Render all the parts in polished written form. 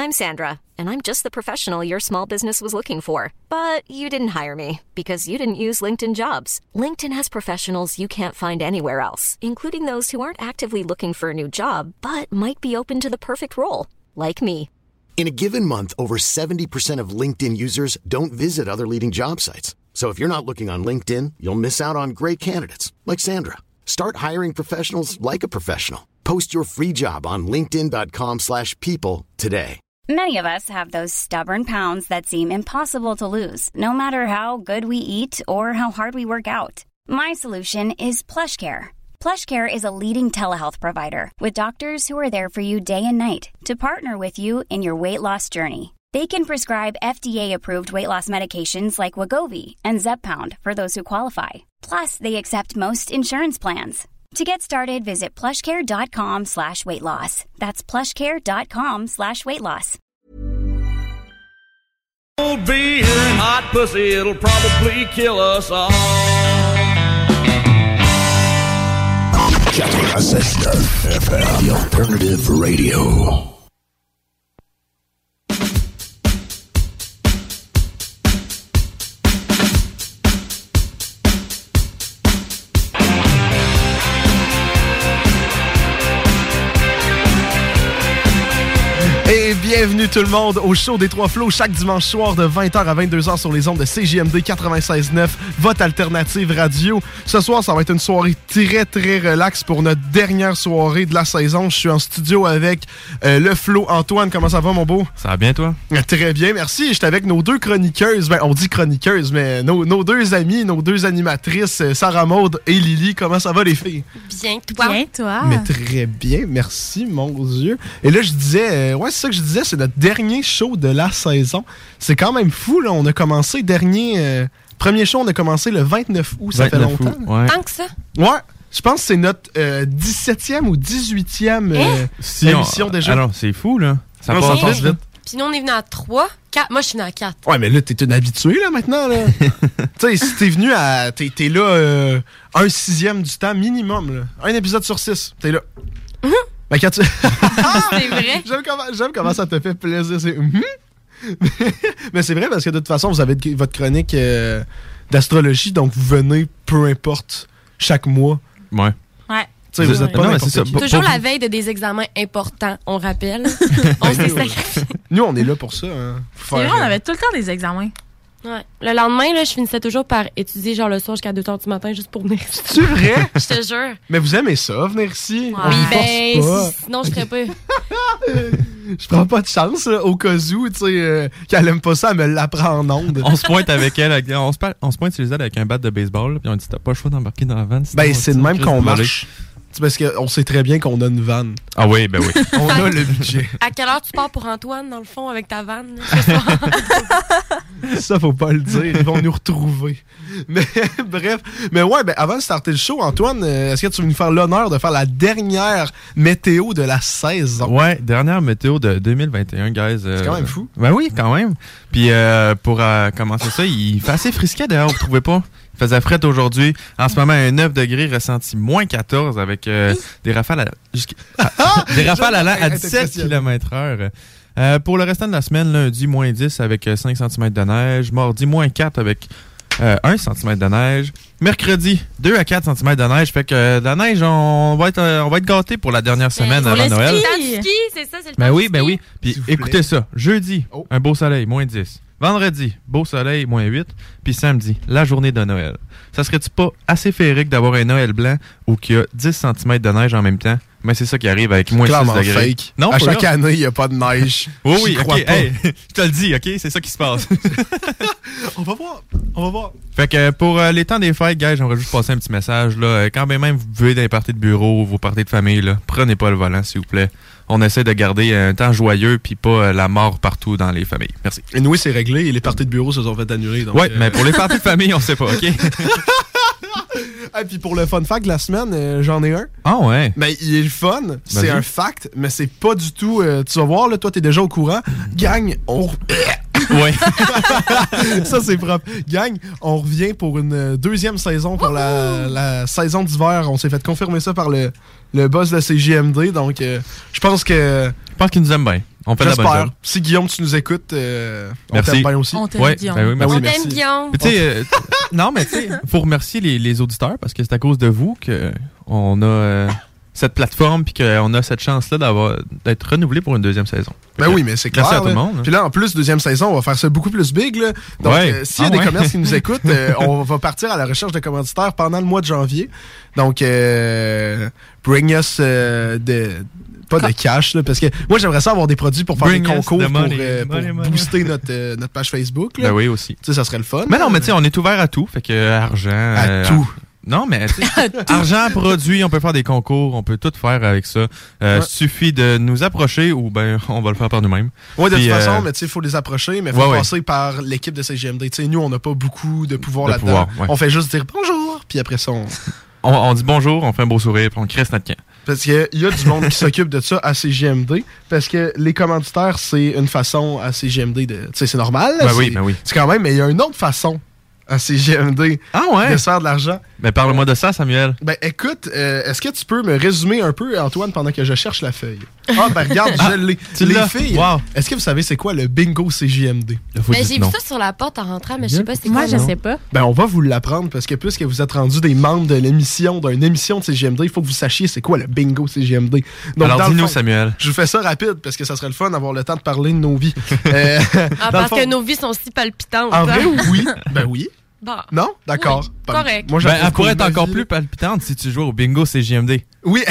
I'm Sandra, and I'm just the professional your small business was looking for. But you didn't hire me because you didn't use LinkedIn Jobs. LinkedIn has professionals you can't find anywhere else, including those who aren't actively looking for a new job, but might be open to the perfect role, like me. In a given month, over 70% of LinkedIn users don't visit other leading job sites. So if you're not looking on LinkedIn, you'll miss out on great candidates like Sandra. Start hiring professionals like a professional. Post your free job on linkedin.com/people today. Many of us have those stubborn pounds that seem impossible to lose, no matter how good we eat or how hard we work out. My solution is PlushCare. PlushCare is a leading telehealth provider with doctors who are there for you day and night to partner with you in your weight loss journey. They can prescribe FDA-approved weight loss medications like Wegovy and Zepbound for those who qualify. Plus, they accept most insurance plans. To get started, visit plushcare.com/weightloss. That's plushcare.com/weightloss. Beer and hot pussy, it'll probably kill us all. 96.9 FM, the alternative radio. Et bienvenue tout le monde au show des Trois Flots chaque dimanche soir de 20h à 22h sur les ondes de CJMD 96.9, votre alternative radio. Ce soir, ça va être une soirée très très relax pour notre dernière soirée de la saison. Je suis en studio avec le Flo. Antoine, comment ça va mon beau? Ça va bien toi? Très bien, merci. J'étais avec nos deux chroniqueuses, ben on dit chroniqueuses, mais nos deux amies, nos deux animatrices, Sarah Maud et Lily. Comment ça va les filles? Bien, toi? Bien, toi? Mais très bien, merci mon Dieu. Et là, je disais, ouais, c'est ça que je disais, c'est notre dernier show de la saison. C'est quand même fou, là. On a commencé premier show, on a commencé le 29 août. Ça fait longtemps. Ouais. Tant que ça? Ouais. Je pense que c'est notre 17e ou 18e émission déjà. Alors, c'est fou, là. Ça passe vite. Puis nous, on est venu à 3, 4. Moi, je suis venu à 4. Ouais, mais là, t'es une habituée, là, maintenant, là. Tu sais, si t'es venu à... T'es là un 6e du temps minimum, là. Un épisode sur 6. T'es là. Ben, quand tu... C'est vrai. J'aime comment ça te fait plaisir. C'est... Mais c'est vrai parce que de toute façon, vous avez votre chronique d'astrologie, donc vous venez peu importe chaque mois. Ouais. Ouais. T'sais, vous êtes pas non, c'est ça. Toujours la veille de des examens importants, on rappelle. On s'est sacrifié. Nous, on est là pour ça. Hein. C'est vrai, on avait tout le temps des examens. Ouais. Le lendemain, là, je finissais toujours par étudier genre le soir jusqu'à 2h du matin juste pour venir. C'est vrai? Je te jure. Mais vous aimez ça, venir ici? Ouais. On vous Ben, force pas. sinon je ferais pas. Je prends pas de chance, là, au cas où, tu sais, qu'elle aime pas ça, elle me l'apprend en ondes. On se pointe avec elle, on se pointe sur les ailes avec un bat de baseball, puis on dit t'as pas le choix d'embarquer dans la vanne. Ben, c'est de même qu'on marche. C'est parce qu'on sait très bien qu'on a une vanne. Ah oui, ben oui. On a le budget. À quelle heure tu pars pour Antoine, dans le fond, avec ta vanne, là, ce soir? Ça, faut pas le dire. Ils vont nous retrouver. Mais bref. Mais ouais, ben, avant de starter le show, Antoine, est-ce que tu veux nous faire l'honneur de faire la dernière météo de la saison? Ouais, dernière météo de 2021, guys. C'est quand même fou. Ben oui, quand même. Puis pour commencer ça, il fait assez frisquet dehors, vous trouvez pas? Il faisait fret aujourd'hui. En ce moment, un 9 degrés ressenti moins 14 avec des rafales allant à 17 km/h. Pour le restant de la semaine, lundi, moins 10 avec 5 cm de neige. Mardi, moins 4 avec 1 cm de neige. Mercredi, 2 à 4 cm de neige. Fait que la neige, on va être gâtés pour la dernière semaine avant Noël. C'est ça, c'est le Ben temps oui, du ben ski. oui. Puis écoutez ça. Jeudi, un beau soleil, moins 10. Vendredi, beau soleil, moins 8. Puis samedi, la journée de Noël. Ça serait-tu pas assez féerique d'avoir un Noël blanc où il y a 10 cm de neige en même temps? Mais c'est ça qui arrive avec moins 6 degrés. Fake. Non, à chaque année, il n'y a pas de neige. Oui, ok. Hey, je te le dis, ok? C'est ça qui se passe. On va voir. Fait que pour les temps des fêtes, gars, j'aimerais juste passer un petit message. Là. Quand bien même vous buvez dans les parties de bureau, vos parties de famille, là, prenez pas le volant, s'il vous plaît. On essaie de garder un temps joyeux puis pas la mort partout dans les familles. Merci. Et nous, c'est réglé et les parties de bureau se sont fait annuler. Oui, mais pour les parties de famille, on sait pas, OK? Et puis pour le fun fact de la semaine, j'en ai un. Ah ouais? Mais il est le fun, c'est un fact, mais c'est pas du tout... tu vas voir, là, toi, t'es déjà au courant. Gang, on... Ouais. Ça, c'est propre. Gang, on revient pour une deuxième saison pour la saison d'hiver. On s'est fait confirmer ça par le boss de CJMD. Donc, je pense que... Je pense qu'il nous aime bien. On fait de la bonne J'espère. job. Si Guillaume, tu nous écoutes, on Merci. t'aime bien aussi. On t'aime, Ouais, Guillaume. ben oui, merci. On merci. t'aime, Guillaume. Puis, tu sais, non, mais tu sais, faut remercier les auditeurs parce que c'est à cause de vous qu'on a cette plateforme puis qu'on a cette chance-là d'être renouvelé pour une deuxième saison. Ben oui, mais c'est clair. Merci à tout le là. monde. Puis là, en plus, deuxième saison, on va faire ça beaucoup plus big. Là. Donc, Ouais. s'il y a des commerces qui nous écoutent, on va partir à la recherche de commanditaires pendant le mois de janvier. Donc, bring us pas de cash, là, parce que moi, j'aimerais ça avoir des produits pour faire Bring des us concours the money, pour money, money. booster notre page Facebook. Là. Ben oui, aussi. Tu sais, ça serait le fun. Mais non, mais tu sais, on est ouvert à tout. Fait que argent. À tout. Non, mais tu sais, argent, produit, on peut faire des concours, on peut tout faire avec ça. Suffit de nous approcher ou ben on va le faire par nous-mêmes. Oui, de Puis, toute façon, mais tu sais, il faut les approcher, mais il faut passer par l'équipe de CGMD. Tu sais, nous, on n'a pas beaucoup de pouvoir là-dedans. On fait juste dire bonjour, puis après ça, on dit bonjour, on fait un beau sourire, puis on crisse notre camp. Parce qu'il y a du monde qui s'occupe de ça à CGMD. Parce que les commanditaires, c'est une façon à CGMD de. Tu sais, c'est normal. Là, Ben oui. C'est quand même, mais il y a une autre façon à CGMD de se faire de l'argent. Mais parle-moi de ça, Samuel. Ben écoute, est-ce que tu peux me résumer un peu, Antoine, pendant que je cherche la feuille? Ah, ben regarde, je l'ai. Les filles, est-ce que vous savez c'est quoi le bingo CGMD? Ben, j'ai vu ça sur la porte en rentrant, mais je sais pas c'est quoi. Moi, je sais pas. Ben, on va vous l'apprendre parce que puisque vous êtes rendus des membres de l'émission, d'une émission de CGMD, il faut que vous sachiez c'est quoi le bingo CGMD. Donc, alors, dis-nous, Samuel. Je vous fais ça rapide parce que ça serait le fun d'avoir le temps de parler de nos vies. Parce que nos vies sont si palpitantes. En vrai, oui. Ben oui. Bon. Non? D'accord. Oui, correct. Moi, elle pourrait être encore plus palpitante si tu jouais au bingo CGMD. Oui.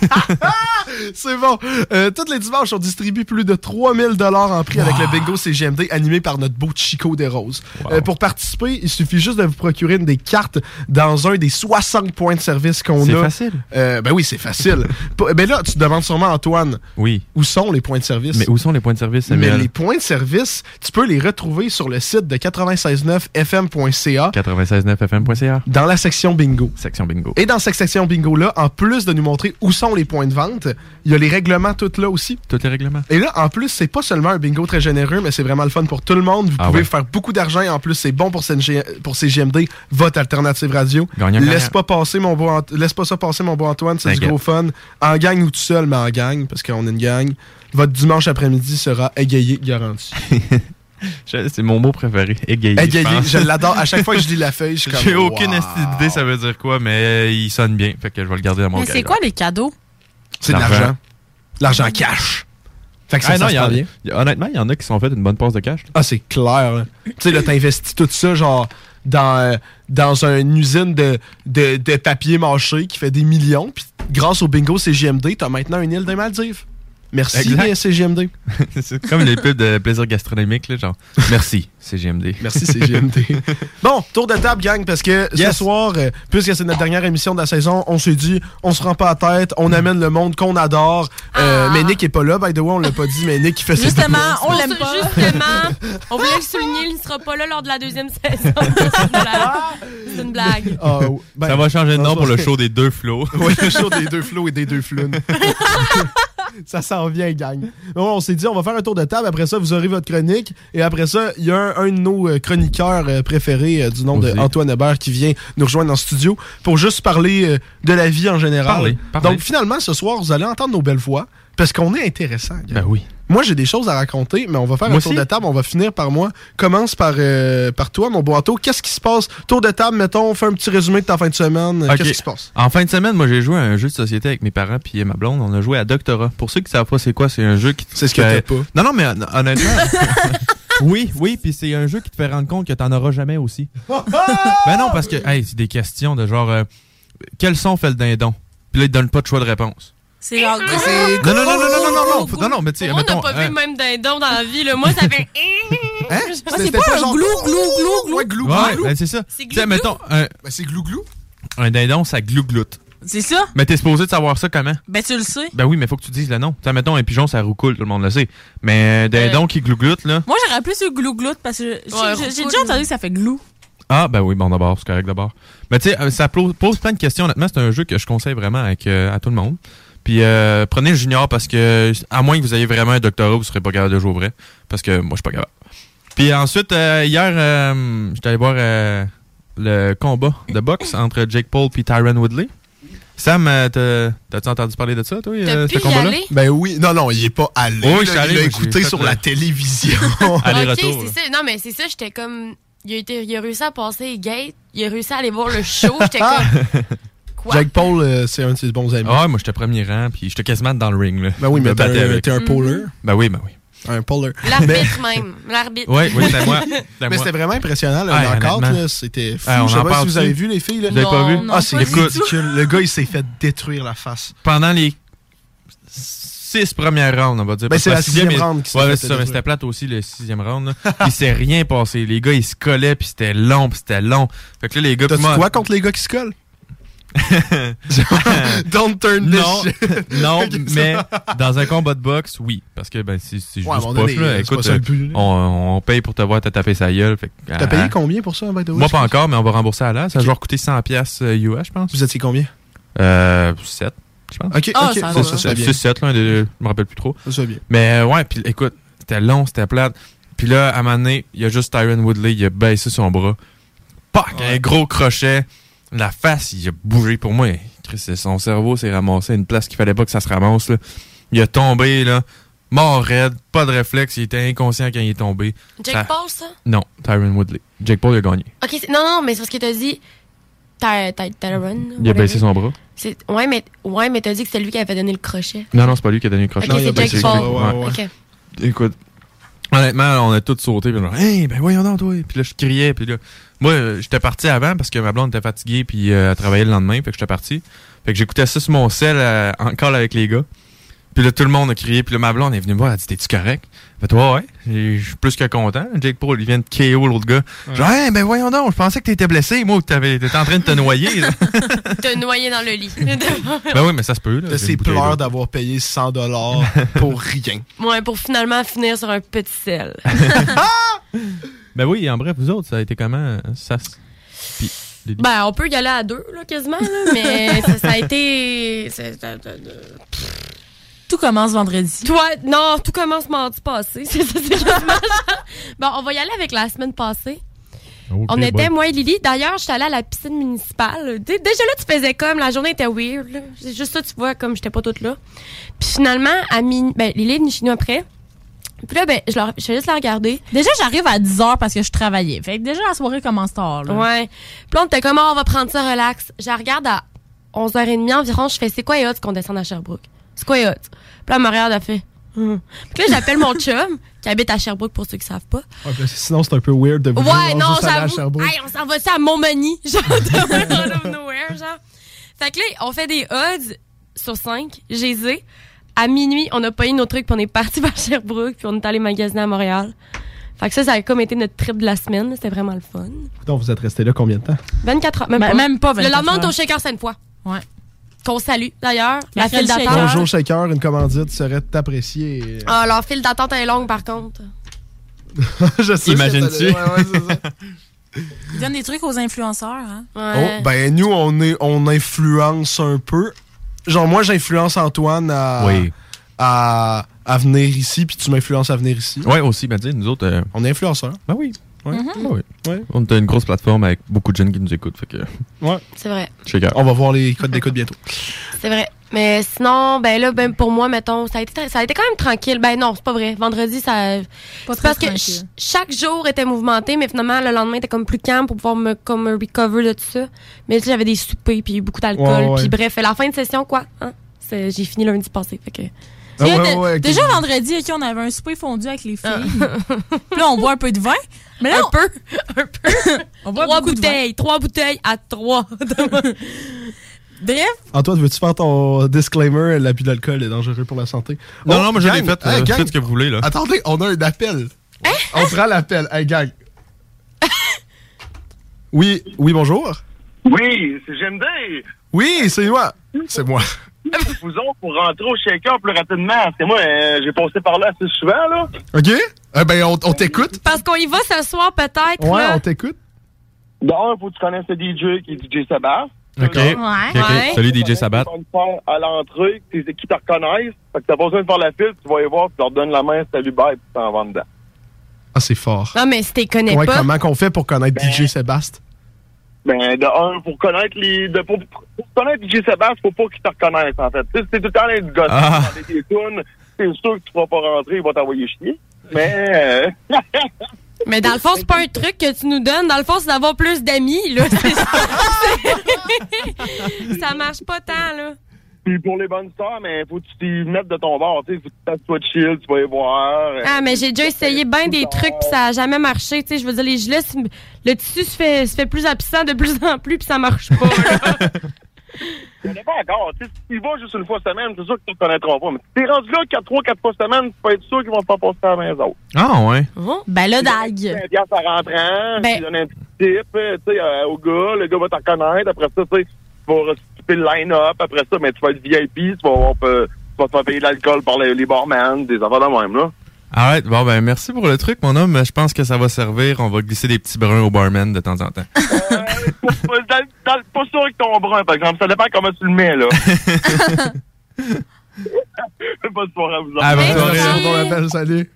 C'est bon. Tous les dimanches, on distribue plus de 3000 $ en prix avec le bingo CGMD animé par notre beau Chico des Roses. Pour participer, il suffit juste de vous procurer des cartes dans un des 60 points de service qu'on a. C'est facile. Ben oui, c'est facile. Ben là, tu te demandes sûrement, Antoine, oui. Où sont les points de service? Mais où sont les points de service, Samuel? Mais les points de service, tu peux les retrouver sur le site de 969fm.ca. 969fm.ca. Dans la section bingo. Section bingo. Et dans cette section bingo-là, en plus de nous montrer où sont les points de vente, il y a les règlements tout là aussi. Tous les règlements. Et là, en plus, c'est pas seulement un bingo très généreux, mais c'est vraiment le fun pour tout le monde. Vous pouvez faire beaucoup d'argent et en plus, c'est bon pour CGMD, votre alternative radio. Laisse pas ça passer, mon beau Antoine, c'est du gros fun. En gang ou tout seul, mais en gang, parce qu'on est une gang. Votre dimanche après-midi sera égayé, garanti. C'est mon mot préféré, égayé. Égayé, je l'adore. À chaque fois que je lis la feuille, je suis comme... J'ai aucune idée ça veut dire quoi, mais il sonne bien, fait que je vais le garder dans mon Mais c'est quoi les cadeaux? C'est de l'argent. L'argent cash. Fait que ça, ça se passe bien. Honnêtement, il y en a qui sont fait une bonne passe de cash. Ah, c'est clair. Tu sais, là, t'investis tout ça, genre, dans une usine de papier mâché qui fait des millions, puis grâce au bingo CGMD, t'as maintenant une île des Maldives. Merci, CGMD. C'est comme les pubs de plaisir gastronomique, là, genre. Merci, CGMD. Merci, CGMD. Bon, tour de table, gang, parce que ce soir, puisque c'est notre dernière émission de la saison, on s'est dit, on se rend pas à tête, on amène le monde qu'on adore. Mais Nick est pas là, by the way, on l'a pas dit, mais Nick, il fait justement, on l'aime pas. Justement, on voulait le souligner, il ne sera pas là lors de la deuxième saison. C'est une blague. Ça va changer de nom pour le show des deux flots. Oui, le show des deux flots et des deux flounes. Ça s'en vient, gang. Bon, on s'est dit, on va faire un tour de table. Après ça, vous aurez votre chronique. Et après ça, il y a un de nos chroniqueurs préférés du nom d'Antoine Hébert qui vient nous rejoindre en studio pour juste parler de la vie en général. Parler. Donc, finalement, ce soir, vous allez entendre nos belles voix parce qu'on est intéressant. Gang. Ben oui. Moi, j'ai des choses à raconter, mais on va faire un tour de table. On va finir par moi. Commence par toi, mon beau Anto. Qu'est-ce qui se passe? Tour de table, mettons, fais un petit résumé de ta fin de semaine. Okay. Qu'est-ce qui se passe? En fin de semaine, moi, j'ai joué à un jeu de société avec mes parents puis ma blonde. On a joué à Doctorat. Pour ceux qui savent pas c'est quoi, c'est un jeu qui... C'est ce que t'as pas. Non, mais honnêtement... oui, puis c'est un jeu qui te fait rendre compte que t'en auras jamais aussi. Ben non, parce que, c'est des questions de genre... quel son fait le dindon? Puis là, il te donne pas de choix de réponse. C'est genre... Non, mais tu sais, on n'a pas vu le même dindon dans la vie, là. Moi, ça fait... Hein? C'est pas un glou-glou-glou-glou. Ouais, glou-glou. Ouais, c'est ça. C'est glou-glou. Mettons, c'est glou-glou. Un dindon, ça glougloute. C'est ça? Mais t'es supposé de savoir ça comment? Ben, tu le sais. Ben oui, mais faut que tu dises le nom. T'sais, mettons, un pigeon, ça roucoule, tout le monde le sait. Mais un dindon qui glougloute, là... Moi, j'aurais plus eu glou-gloute parce que j'ai déjà entendu que ça fait glou. Ah, ben oui, bon, d'abord, c'est correct d'abord. Mais tu sais, ça pose plein de questions. Honnêtement, c'est un jeu que je conseille vraiment à tout le monde. Puis prenez le junior parce que, à moins que vous ayez vraiment un doctorat, vous serez pas capable de jouer au vrai. Parce que moi, je suis pas capable. Puis ensuite, hier, j'étais allé voir le combat de boxe entre Jake Paul et Tyron Woodley. Sam, t'as-tu entendu parler de ça, toi, ce combat-là? Ben oui. Non, il est pas allé. Oui, je suis allé. Il l'a écouté sur la télévision. Aller-retour. OK, c'est ça. Non, mais c'est ça, j'étais comme... Il a réussi à passer gate. Il a réussi à aller voir le show. J'étais comme... Quoi? Jake Paul, c'est un de ses bons amis. Ah, moi, j'étais premier rang, puis j'étais quasiment dans le ring, là. Ben oui, mais t'es un poler. Ben oui. Un poler. L'arbitre même. L'arbitre. Oui, c'était moi. Mais c'était vraiment impressionnant, le knockout, là. C'était fou. Je sais pas si vous avez vu les filles, là. Vous l'avez pas vu? Ah, c'est ridicule. Le gars, il s'est fait détruire la face. Pendant les 6 premières rounds, on va dire. Ben, c'est la 6e round qui s'est fait c'est ça, mais c'était plate aussi, le 6e round, là. Il s'est rien passé. Les gars, ils se collaient, puis c'était long. Fait que là, les gars... T'as-tu quoi contre les gars qui se collent? Don't turn this shit. Non, mais dans un combat de boxe, oui. Parce que c'est juste poche, là. Écoute, on paye pour te voir te taper sa gueule. T'as payé combien pour ça, by the way? Moi, pas encore, mais on va rembourser à l'heure. Ça va coûter 100$ US, je pense. Vous étiez combien? 7, je pense. OK, c'est 6-7, là, je me rappelle plus trop. Ça va bien. Mais ouais, puis écoute, c'était long, c'était plate. Puis là, à un moment donné, il y a juste Tyron Woodley, il a baissé son bras. Pac! Un gros crochet. La face, il a bougé pour moi. Son cerveau s'est ramassé à une place qu'il fallait pas que ça se ramasse. Là. Il a tombé, là, mort raide, pas de réflexe, il était inconscient quand il est tombé. Jake Paul, ça? Non, Tyron Woodley. Jake Paul, il a gagné. OK, non, mais c'est parce que t'as dit... Tyron... Il a baissé son bras. Ouais, mais t'as dit que c'est lui qui avait donné le crochet. Non, c'est pas lui qui a donné le crochet. OK, c'est Jake Paul. Ouais. OK. Écoute, honnêtement, on a tous sauté. Puis genre, hey, ben voyons donc, toi. Puis là, je criais. Puis là, moi, j'étais parti avant parce que ma blonde était fatiguée. Puis elle travaillait le lendemain. Fait que j'étais parti. Fait que j'écoutais ça sur mon cell encore avec les gars. Puis là, tout le monde a crié. Puis là, ma blonde est venue me voir. Elle a dit, t'es-tu correct? Fait toi, ouais. Je suis plus que content. Jake Paul, il vient de KO l'autre gars. Ouais. Genre, hey, ben voyons donc. Je pensais que t'étais blessé. Moi, t'étais en train de te noyer. Te noyer dans le lit. Ben oui, mais ça se peut. Là, c'est pleur d'avoir payé 100$ pour rien. Ouais, pour finalement finir sur un petit sel. Ben oui, en bref, vous autres, ça a été comment? Puis, ben, on peut y aller à 2, là, quasiment, là, mais ça a été... Tout commence vendredi. Non, tout commence mardi passé. C'est quasiment... Bon, on va y aller avec la semaine passée. Okay, on était, moi et Lily. D'ailleurs, j'étais allée à la piscine municipale. Déjà là, tu faisais comme... La journée était weird, là. C'est juste ça, tu vois, comme j'étais pas toute là. Puis finalement, Lily est venue chez nous après. Puis là, je vais juste la regarder. Déjà, j'arrive à 10h parce que je travaillais. Fait que déjà, la soirée commence tard, là. Ouais. Puis là, on était comme, on va prendre ça relax. Je la regarde à 11h30 environ. Je fais, c'est quoi les odds qu'on descende à Sherbrooke? C'est quoi les odds? Puis là, elle me regarde, elle fait, Puis là, j'appelle mon chum, qui habite à Sherbrooke, pour ceux qui savent pas. Ouais, sinon, c'est un peu weird de vous juste aller à Sherbrooke. Hey, on s'en va à Montmagny, genre, de out of nowhere, genre. Fait que là, on fait des odds sur 5. J'ai zé. À minuit, on a payé nos trucs, puis on est parti vers Sherbrooke, puis on est allé magasiner à Montréal. Fait que ça a comme été notre trip de la semaine. C'était vraiment le fun. Donc, vous êtes resté là combien de temps? 24 heures. Même pas 24 heures. Le lendemain, on est au Shaker Sainte-Foy. Ouais. Qu'on salue, d'ailleurs. La file d'attente. Bonjour, Shaker. Une commandite serait appréciée. Ah, leur file d'attente est longue, par contre. Je sais. Imagines-tu? Ouais, c'est ça. Ils donnent des trucs aux influenceurs, hein? Ouais. Oh, ben, nous, on influence un peu. Genre, moi, j'influence Antoine à venir ici, puis tu m'influences à venir ici. Ouais, aussi, ben, tu sais, nous autres... On est influenceurs. Ben oui. Ouais. Mm-hmm. Ouais. On a une grosse plateforme avec beaucoup de jeunes qui nous écoutent, fait que... Ouais. C'est vrai. On va voir les codes d'écoute bientôt. C'est vrai. Mais sinon, pour moi, mettons, ça a été quand même tranquille. Ben non, c'est pas vrai. Vendredi, ça... Pas c'est parce que chaque jour était mouvementé, mais finalement, le lendemain, était comme plus calme pour pouvoir me recover de tout ça. Mais tu sais, j'avais des soupers, puis beaucoup d'alcool, puis bref, la fin de session, quoi. Hein? J'ai fini lundi passé, fait que... Déjà vendredi, on avait un souper fondu avec les filles. Puis là, on boit un peu de vin. Mais là, un peu. On boit 3 bouteilles. 3 bouteilles à 3. Bref. Antoine, veux-tu faire ton disclaimer? L'abus d'alcool est dangereux pour la santé. Non, moi je l'ai fait. Faites ce que vous voulez, là. Attendez, on a un appel. On prend l'appel. Hey, gang. Oui, bonjour. Oui, c'est GMD. Oui, c'est moi. C'est moi. Vous autres, pour rentrer au shaker plus rapidement, parce que moi, j'ai passé par là assez souvent, là. OK. Ben, on t'écoute. Parce qu'on y va ce soir, peut-être. Ouais, là. on t'écoute. D'abord, il faut que tu connaisses le DJ qui est DJ Sabas. OK. Ouais. Salut, DJ Sabat. À l'entrée, qui te reconnaissent. Fait que t'as pas besoin de faire la file, tu vas y voir, tu leur donnes la main, salut, bye, puis tu t'en vas dedans. Ah, c'est fort. Non, mais si t'es connais ouais, pas. Comment qu'on fait pour connaître DJ Sébastien? Ben, de un, pour connaître pour connaître J. Sébastien, faut pas qu'il te reconnaisse, en fait. Tu sais, c'est tout le temps de gosser dans des tunes, c'est sûr que tu vas pas rentrer, il va t'envoyer chier. Mais, Mais dans le fond, c'est pas un truc que tu nous donnes. Dans le fond, c'est d'avoir plus d'amis, là. Ça marche pas tant, là. Puis pour les bonnes stars, mais faut que tu t'y mettes de ton bord, tu sais, faut que tu t'assoies chill, tu vas y voir. Ah, mais j'ai déjà essayé bien des trucs, puis ça a jamais marché, tu sais, je veux dire, les gilets, le tissu se fait plus apissant de plus en plus, puis ça marche pas, là. Ça dépend encore, tu sais, si tu y vas juste une fois semaine, c'est sûr que tu ne connaîtront pas, mais si t'es rendu là 3-4 fois semaine, tu peux être sûr qu'ils vont te faire passer à la maison. Ah, ouais. Ben là, dague. Tu donnes 1$ à rentrant, tu donnes un petit tip, tu sais, au gars, le gars va te reconnaître, après ça, tu sais, tu vas skipper le line-up, après ça, mais tu vas être VIP, tu vas te faire payer de l'alcool par les barman, des affaires de même, là. Alright, bon, ben, merci pour le truc, mon homme. Je pense que ça va servir. On va glisser des petits bruns au barman de temps en temps. Pas sûr avec ton brun, par exemple. Ça dépend comment tu le mets, là. Bonne soirée à vous. Bonne soirée, on l'appelle, salut.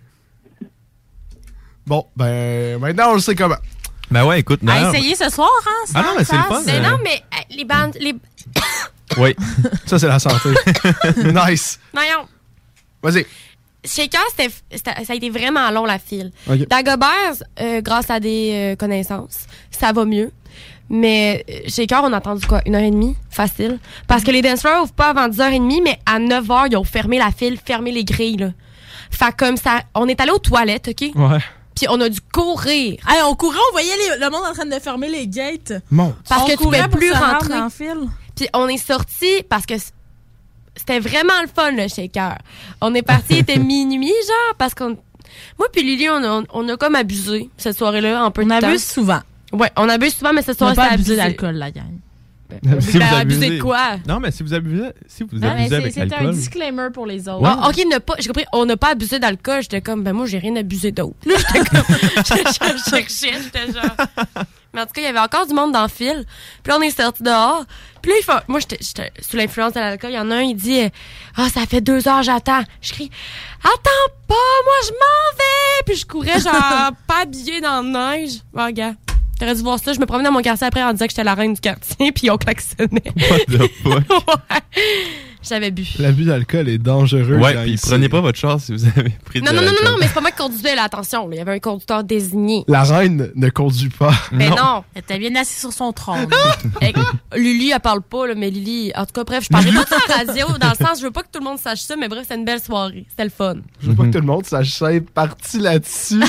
Bon, ben, maintenant, on le sait comment. Ben ouais, écoute. À essayer ce soir, hein? Ah non, mais c'est le fun. Mais non, mais les bandes... Oui. Ça, c'est la santé. Nice. Voyons. Vas-y. Shaker, ça a été vraiment long, la file. Okay. Dagobert, grâce à des connaissances, ça va mieux. Mais Shaker, on a attendu quoi? 1h30? Facile. Parce que les dancers ouvrent pas avant 10h30, mais à 9h, ils ont fermé la file, fermé les grilles, là. Fait comme ça, on est allé aux toilettes, OK? Ouais. Puis on a dû courir. Hey, on courait, on voyait le monde en train de fermer les gates. Bon. Parce que tu pouvais plus rentrer. Dans le fil. Puis on est sorti parce que c'était vraiment le fun, le Shaker. On est parti, il était minuit, genre, parce qu'on... Moi puis Lily, on a comme abusé cette soirée-là, en peu de temps. On abuse souvent. Ouais, on abuse souvent, mais cette soirée, c'est abusé. d'alcool, la gang. Si vous abusé de quoi? Non, mais si vous abusez avec c'est l'alcool... un disclaimer pour les autres. Ouais. Ah, OK, j'ai compris, on n'a pas abusé d'alcool. J'étais comme, ben moi, j'ai rien abusé d'autre. Là, j'étais comme, je cherchais, j'étais genre... Mais en tout cas, il y avait encore du monde dans le fil. Puis là, on est sortis dehors. Puis là, moi, j'étais sous l'influence de l'alcool. Il y en a un, il dit, ça fait 2 heures, j'attends. Je crie, attends pas, moi, je m'en vais. Puis je courais, genre, pas habillée dans la neige. Oh, regarde. T'aurais dû voir ça. Je me promenais dans mon quartier après en disant que j'étais la reine du quartier, puis on klaxonnait. What the fuck? Ouais. J'avais bu. L'abus d'alcool est dangereux. Ouais, puis prenez pas votre char si vous avez pris de l'alcool. Non, mais c'est pas moi qui conduisais, là, attention. Il y avait un conducteur désigné. La reine ne conduit pas. Mais non. Elle était bien assise sur son trône. Lily, elle parle pas, là, mais Lily... En tout cas, bref, je parlerai pas de ça en radio, dans le sens, je veux pas que tout le monde sache ça, mais bref, c'était une belle soirée. C'était le fun. Je veux pas que tout le monde sache ça. Est parti là-dessus.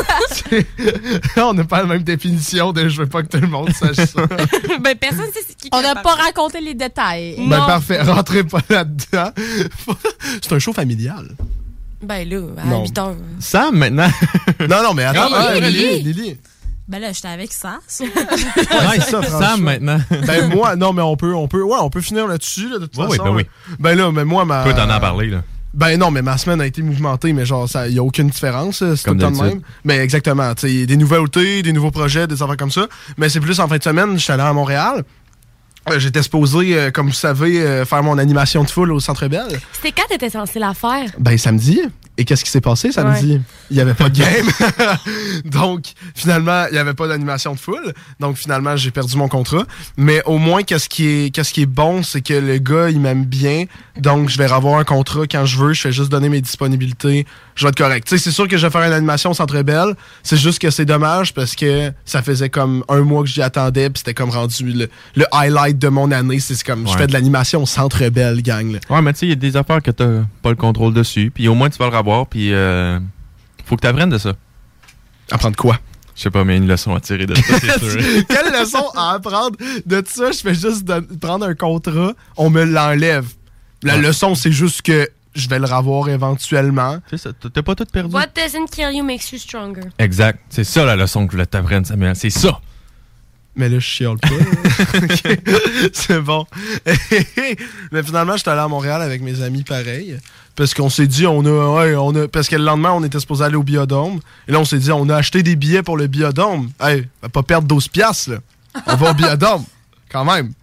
On n'a pas la même définition de « je veux pas que tout le monde sache ça ». Ben, personne sait c'est qui. On n'a pas raconté les détails. Ben, parfait. Rentrez pas là-dedans. C'est un show familial. Ben là, à 8 heures. Sam, maintenant. Non, mais attends. Lily. Ben là, j'étais avec ça. Ouais, ça, Sam, maintenant. Ben moi, non, mais on peut finir là-dessus, là, de toute façon. Oui. Ben là, mais moi, Toi, t'en as parlé, là. Ben non, mais ma semaine a été mouvementée, mais genre, il n'y a aucune différence. C'est tout le temps de même. Mais exactement. Tu sais, des nouveautés, des nouveaux projets, des affaires comme ça. Mais c'est plus en fin de semaine, je suis allé à Montréal. J'étais supposé, comme vous savez, faire mon animation de foule au Centre Bell. C'était quand t'étais censé la faire? Ben, samedi. Et qu'est-ce qui s'est passé samedi? Ouais. Il n'y avait pas de game. Donc, finalement, il n'y avait pas d'animation de foule. Donc, finalement, j'ai perdu mon contrat. Mais au moins, qu'est-ce qui est bon, c'est que le gars, il m'aime bien. Donc, je vais avoir un contrat quand je veux. Je fais juste donner mes disponibilités. Je vais être correct. Tu sais, c'est sûr que je vais faire une animation au Centre Bell. C'est juste que c'est dommage parce que ça faisait comme 1 mois que j'y attendais. Puis c'était comme rendu le highlight de mon année. C'est comme, je fais de l'animation au Centre Bell, gang. Là. Ouais, mais tu sais, il y a des affaires que t'as pas le contrôle dessus. Puis au moins, tu vas le revoir. Puis faut que tu apprennes de ça. Apprendre quoi? Je sais pas, mais une leçon à tirer de ça, c'est sûr. Quelle leçon à apprendre de ça? Je fais juste prendre un contrat, on me l'enlève. La leçon, c'est juste que je vais le revoir éventuellement. C'est ça, t'as pas tout perdu. What doesn't kill you makes you stronger. Exact. C'est ça la leçon que je voulais t'apprendre, Samuel. C'est ça. Mais là, je chiale pas. Okay. C'est bon. Mais finalement, je suis allé à Montréal avec mes amis pareil. Parce qu'on s'est dit, on a. Parce que le lendemain, on était supposé aller au Biodôme. Et là, on s'est dit, on a acheté des billets pour le Biodôme. Hey, va pas perdre 12 piastres, là. On va au Biodôme. Quand même.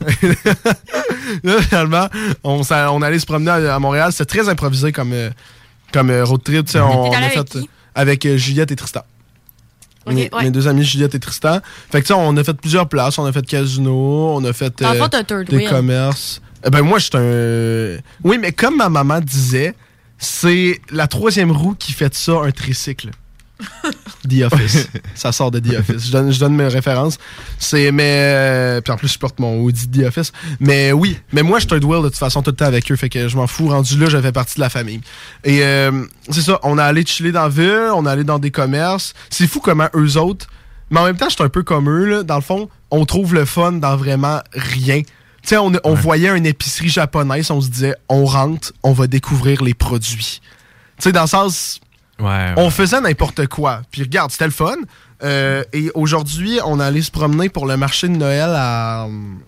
Là, finalement, on allait se promener à Montréal. C'était très improvisé comme road trip. On a fait avec Juliette et Tristan. Mes deux amis Juliette et Tristan. Fait que tu sais, on a fait plusieurs places. On a fait casino, on a fait des commerces. Ben moi, je suis un... Oui, mais comme ma maman disait, c'est la 3e roue qui fait de ça un tricycle. The Office. Ça sort de The Office. Je donne mes références. Puis en plus, je porte mon Audi The Office. Mais oui. Mais moi, je suis un Will de toute façon tout le temps avec eux. Fait que je m'en fous. Rendu là, je fais partie de la famille. Et c'est ça. On a allé chiller dans la ville. On a allé dans des commerces. C'est fou comment eux autres... Mais en même temps, je suis un peu comme eux. Là. Dans le fond, on trouve le fun dans vraiment rien. Tu sais, on voyait une épicerie japonaise. On se disait, on rentre, on va découvrir les produits. Tu sais, dans le sens... On faisait n'importe quoi. Puis regarde, c'était le fun. Et aujourd'hui, on allait se promener pour le marché de Noël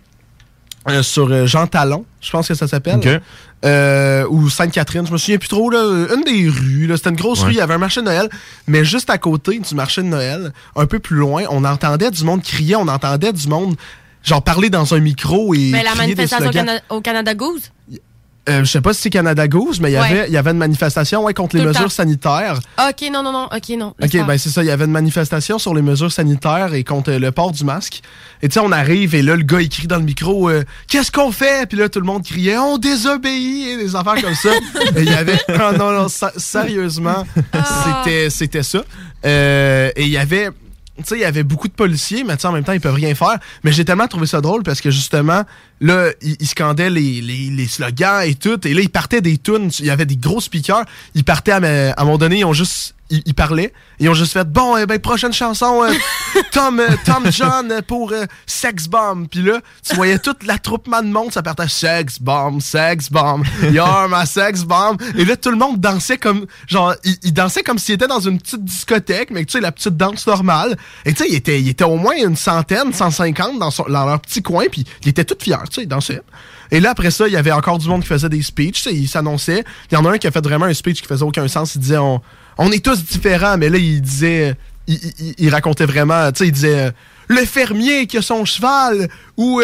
sur Jean Talon, je pense que ça s'appelle. Okay. Ou Sainte-Catherine, je me souviens plus trop. Là, une des rues. Là, c'était une grosse rue, il y avait un marché de Noël. Mais juste à côté du marché de Noël, un peu plus loin, on entendait du monde crier, on entendait du monde genre parler dans un micro et mais la manifestation au Canada Goose? Je sais pas si c'est Canada Goose, mais il y avait une manifestation contre les mesures sanitaires. OK, non. OK, ben c'est ça. Il y avait une manifestation sur les mesures sanitaires et contre le port du masque. Et tu sais, on arrive et là, le gars, il crie dans le micro « Qu'est-ce qu'on fait? » Puis là, tout le monde criait « On désobéit! » et des affaires comme ça. Et il y avait... Non, sérieusement, c'était ça. Et il y avait... Tu sais, il y avait beaucoup de policiers, mais en même temps, ils peuvent rien faire. Mais j'ai tellement trouvé ça drôle parce que justement, là, ils scandaient les slogans et tout. Et là, ils partaient des tunes. Il y avait des gros speakers. Ils partaient à un moment donné, ils parlaient. Ils ont juste fait, bon, prochaine chanson, Tom John pour Sex Bomb. Puis là, tu voyais toute l'attroupement de monde, ça partait Sex Bomb, you're my Sex Bomb. Et là, tout le monde dansait comme, genre, ils dansaient comme s'ils étaient dans une petite discothèque, mais tu sais, la petite danse normale. Et tu sais, ils étaient au moins une centaine, 150 dans leur petit coin, puis ils étaient tous fiers, tu sais, ils dansaient. Et là, après ça, il y avait encore du monde qui faisait des speeches, tu sais, ils s'annonçaient. Il y en a un qui a fait vraiment un speech qui faisait aucun sens. Il disait, on est tous différents, mais là, il disait, il racontait vraiment, tu sais, il disait, le fermier qui a son cheval, ou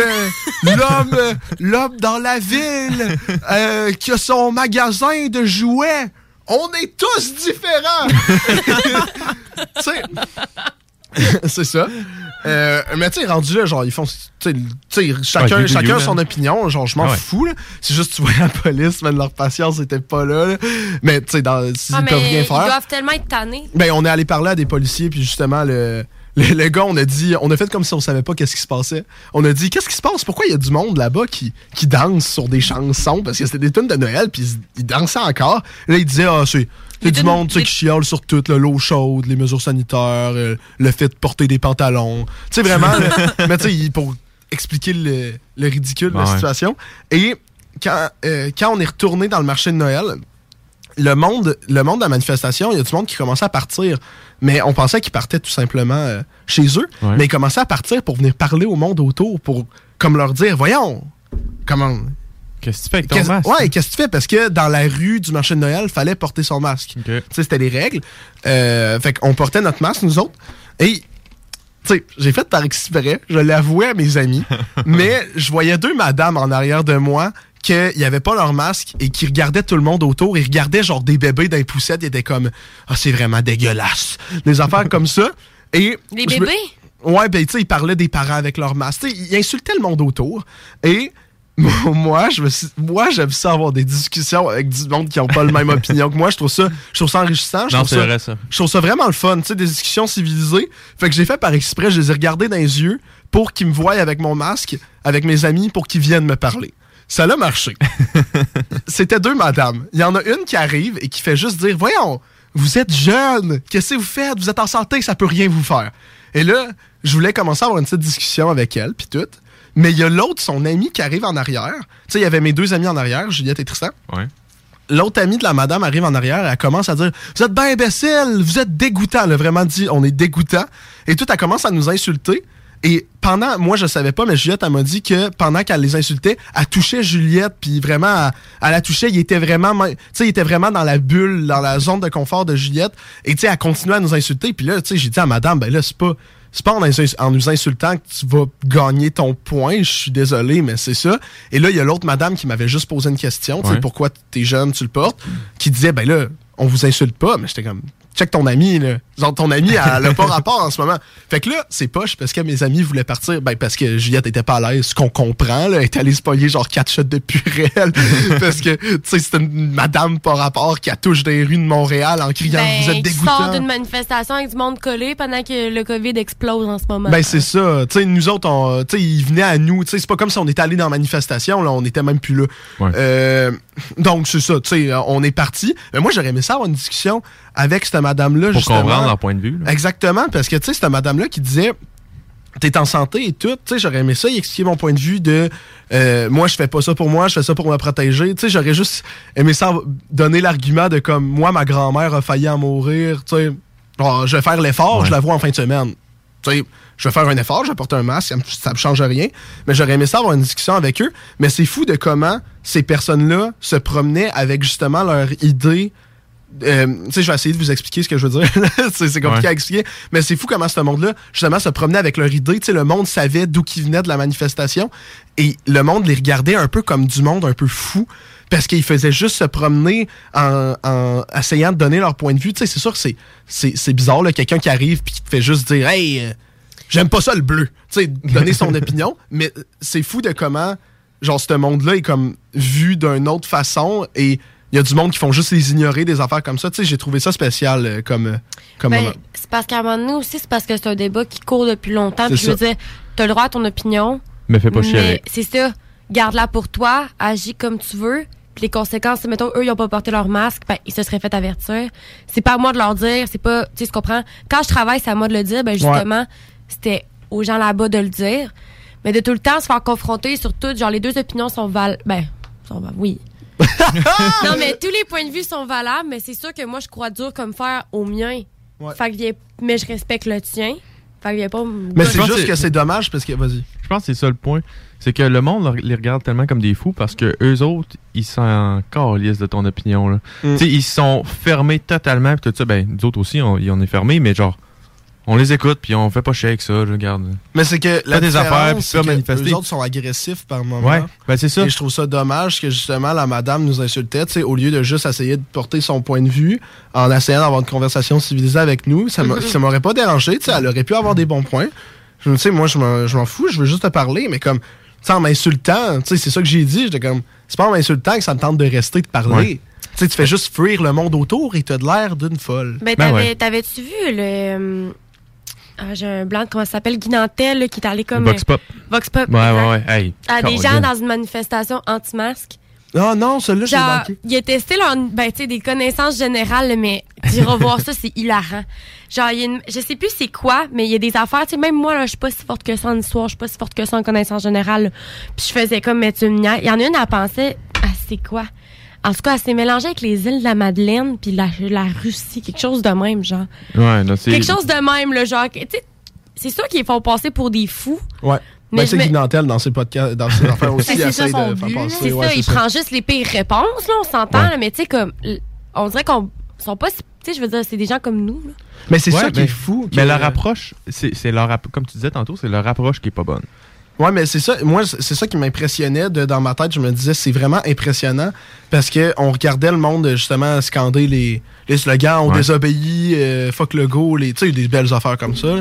l'homme dans la ville qui a son magasin de jouets. On est tous différents! Tu sais, c'est ça. Mais tu sais, rendu là, genre, ils font. Tu sais, chacun a son opinion. Genre, je m'en fous, là. C'est juste, tu vois la police, mais leur patience n'était pas là. Mais tu sais, s'ils peuvent rien faire. Ils doivent tellement être tannés. Ben, on est allé parler à des policiers, puis justement, le gars, on a fait comme si on savait pas qu'est-ce qui se passait. On a dit, qu'est-ce qui se passe? Pourquoi il y a du monde là-bas qui danse sur des chansons? Parce que c'était des tunes de Noël, puis ils dansaient encore. Là, il disait, c'est du monde qui chiale sur tout, l'eau chaude, les mesures sanitaires, le fait de porter des pantalons. Tu sais, vraiment, mais tu sais, pour expliquer le ridicule de la situation. Et quand on est retourné dans le marché de Noël, le monde de la manifestation, il y a du monde qui commençait à partir. Mais on pensait qu'ils partaient tout simplement chez eux. Ouais. Mais ils commençaient à partir pour venir parler au monde autour, pour comme leur dire, voyons, comment... Qu'est-ce que tu fais avec ton masque? Ouais, qu'est-ce que tu fais? Parce que dans la rue du marché de Noël, il fallait porter son masque. Okay. Tu sais, c'était les règles. Fait qu'on portait notre masque, nous autres. Et, tu sais, j'ai fait par exprès, je l'avouais à mes amis, mais je voyais deux madames en arrière de moi qu'ils n'avaient pas leur masque et qui regardaient tout le monde autour. Ils regardaient genre des bébés dans les poussettes. Ils étaient comme, c'est vraiment dégueulasse. Des affaires comme ça. Et les bébés? Ouais, ben, tu sais, ils parlaient des parents avec leur masque. Tu sais, ils insultaient le monde autour. Et... Moi, j'aime ça avoir des discussions avec du monde qui n'ont pas la même opinion que moi. Je trouve ça enrichissant. Non, c'est vrai, ça. Je trouve ça vraiment le fun, tu sais, des discussions civilisées. Fait que j'ai fait par exprès, je les ai regardés dans les yeux pour qu'ils me voient avec mon masque, avec mes amis, pour qu'ils viennent me parler. Ça a marché. C'était deux madames. Il y en a une qui arrive et qui fait juste dire, voyons, vous êtes jeune, qu'est-ce que vous faites? Vous êtes en santé, ça peut rien vous faire. Et là, je voulais commencer à avoir une petite discussion avec elle, puis tout. Mais il y a l'autre, son ami, qui arrive en arrière. Tu sais, il y avait mes deux amis en arrière, Juliette et Tristan. Ouais. L'autre ami de la madame arrive en arrière et elle commence à dire « Vous êtes bien imbécile, vous êtes dégoûtant. » Elle a vraiment dit « On est dégoûtant. » Et tout, elle commence à nous insulter. Et moi, je savais pas, mais Juliette, elle m'a dit que pendant qu'elle les insultait, elle touchait Juliette, puis vraiment, elle la touchait. Il était vraiment dans la bulle, dans la zone de confort de Juliette. Et tu sais, elle continuait à nous insulter. Puis là, tu sais, j'ai dit à madame, ben là, c'est pas en nous insultant que tu vas gagner ton point. Je suis désolé, mais c'est ça. Et là, il y a l'autre madame qui m'avait juste posé une question. Tu sais, pourquoi t'es jeune, tu le portes? Qui disait, ben là, on vous insulte pas. Mais j'étais comme, check ton ami, là. Genre, ton ami, elle a pas rapport en ce moment. Fait que là, c'est poche parce que mes amis voulaient partir. Ben, parce que Juliette était pas à l'aise, ce qu'on comprend, là. Elle est allée se pogner genre 4 shots de purée. Parce que, tu sais, c'est une madame pas rapport qui touche des rues de Montréal en criant vous êtes dégoûtant. Qui sort d'une manifestation avec du monde collé pendant que le COVID explose en ce moment. Ben, c'est ça. Tu sais, nous autres, tu sais, ils venaient à nous. Tu sais, c'est pas comme si on était allés dans la manifestation, là. On était même plus là. Ouais. Donc, c'est ça. Tu sais, on est parti. Mais moi, j'aurais aimé ça avoir une discussion avec cette madame-là, pour justement. comprendre leur point de vue. Là. Exactement, parce que, tu sais, cette madame-là qui disait t'es en santé et tout, tu sais, j'aurais aimé ça y expliquer mon point de vue de moi, je fais pas ça pour moi, je fais ça pour me protéger. Tu sais, j'aurais juste aimé ça donner l'argument de comme moi, ma grand-mère a failli en mourir, tu sais, je vais faire l'effort, je la vois en fin de semaine. Tu sais, je vais faire un effort, je vais porter un masque, ça me change rien, mais j'aurais aimé ça avoir une discussion avec eux. Mais c'est fou de comment ces personnes-là se promenaient avec justement leur idée. Tu sais, je vais essayer de vous expliquer ce que je veux dire. c'est compliqué à expliquer, mais c'est fou comment ce monde-là, justement, se promenait avec leur idée. Tu sais, le monde savait d'où qu'ils venaient de la manifestation et le monde les regardait un peu comme du monde un peu fou parce qu'ils faisaient juste se promener en essayant de donner leur point de vue. Tu sais, c'est sûr que c'est bizarre, là, quelqu'un qui arrive puis qui te fait juste dire « Hey, j'aime pas ça le bleu ». Tu sais, donner son opinion, mais c'est fou de comment, genre, ce monde-là est comme vu d'une autre façon et il y a du monde qui font juste les ignorer, des affaires comme ça. Tu sais, j'ai trouvé ça spécial comme moment. C'est parce qu'à un moment donné aussi, c'est parce que c'est un débat qui court depuis longtemps. Puis je veux dire, t'as le droit à ton opinion. Mais fais pas chier avec. C'est ça. Garde-la pour toi, agis comme tu veux. Puis les conséquences, mettons, eux, ils ont pas porté leur masque, ben, ils se seraient fait avertir. C'est pas à moi de leur dire, c'est pas, tu sais, tu comprends? Quand je travaille, c'est à moi de le dire. Ben, justement, c'était aux gens là-bas de le dire. Mais de tout le temps, se faire confronter sur tout, genre, les deux opinions sont oui. Non, mais tous les points de vue sont valables, mais c'est sûr que moi, je crois dur comme faire au mien. Ouais. Fait que mais je respecte le tien. Fait que viens pas mais c'est juste que c'est dommage parce que, vas-y. Je pense que c'est ça le point. C'est que le monde les regarde tellement comme des fous parce que eux autres, ils sont encore lisses de ton opinion, là. Tu sais, ils sont fermés totalement pis tout ça. Ben, nous autres aussi, on est fermés, mais genre, on les écoute puis on fait pas chier avec ça, je regarde. Mais c'est que la des affaires puis pas manifester. Les autres sont agressifs par moment. Ouais, ben c'est ça. Et je trouve ça dommage que justement la madame nous insultait, tu sais, au lieu de juste essayer de porter son point de vue en essayant d'avoir une conversation civilisée avec nous, ça m'aurait pas dérangé, tu sais, elle aurait pu avoir des bons points. Tu sais, moi je m'en fous, je veux juste te parler, mais comme, tu sais, en m'insultant, tu sais, c'est ça que j'ai dit, j'étais comme, c'est pas en m'insultant que ça me tente de rester de parler. Ouais. Tu sais, tu fais juste fuir le monde autour et t'as de l'air d'une folle. Ben, t'avais-tu vu le... j'ai un blanc, comment ça s'appelle? Guy Nantel, là, qui est allé comme... Vox Pop. Vox Pop. Ouais. Hey, des gens dans une manifestation anti-masque. Ah non, celui-là, j'ai manqué. Il a testé des connaissances générales, mais d'y revoir ça, c'est hilarant. Genre, je sais plus c'est quoi, mais il y a des affaires, tu sais, même moi, là, je suis pas si forte que ça en histoire, je suis pas si forte que ça en connaissances générales. Puis je faisais comme mettre une niaise. Il y en a une, elle pensait, c'est quoi? En tout cas, elle s'est mélangée avec les îles de la Madeleine puis la Russie, quelque chose de même, genre. Ouais, non, c'est... Quelque chose de même, là, genre, tu sais, c'est sûr qu'ils font passer pour des fous. Ouais. Mais c'est Guy Nantel dans ses podcasts, dans ses affaires aussi, il essaie de faire passer. C'est ça, il prend juste les pires réponses, là, on s'entend, là, mais tu sais, comme, on dirait qu'on sont pas, tu sais, je veux dire, c'est des gens comme nous, là. Mais c'est ça qui est fou. Mais leur approche, c'est leur, comme tu disais tantôt, c'est leur approche qui est pas bonne. Ouais, mais c'est ça. Moi, c'est ça qui m'impressionnait dans ma tête. Je me disais, c'est vraiment impressionnant parce que on regardait le monde justement scander les slogans, on désobéit, fuck le go, tu sais, des belles affaires comme ça.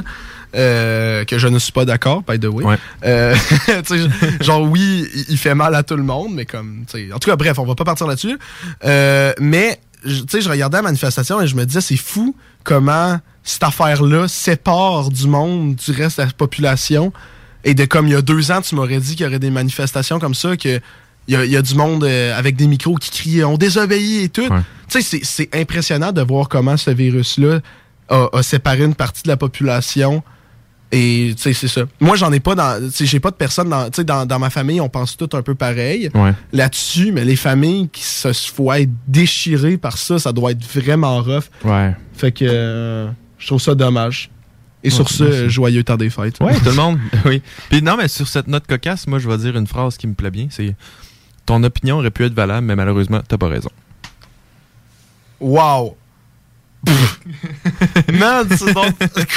Que je ne suis pas d'accord, by the way. Ouais. Genre, oui, il fait mal à tout le monde, mais comme, tu sais, en tout cas, bref, on va pas partir là-dessus. Mais, tu sais, je regardais la manifestation et je me disais, c'est fou comment cette affaire-là sépare du monde du reste de la population. Et de comme il y a 2 ans, tu m'aurais dit qu'il y aurait des manifestations comme ça, qu'il y a du monde avec des micros qui crient « on désobéit » et tout. Ouais. Tu sais, c'est impressionnant de voir comment ce virus-là a séparé une partie de la population. Et tu sais, c'est ça. Moi, j'en ai pas j'ai pas de personnes dans ma famille, on pense tout un peu pareil là-dessus, mais les familles qui se voient être déchirées par ça, ça doit être vraiment rough. Ouais. Fait que je trouve ça dommage. Et sur ce, joyeux temps des fêtes. Oui, tout le monde. Oui. Puis non, mais sur cette note cocasse, moi, je vais dire une phrase qui me plaît bien. C'est « Ton opinion aurait pu être valable, mais malheureusement, t'as pas raison. » Wow! Man, c'est donc... Quoi?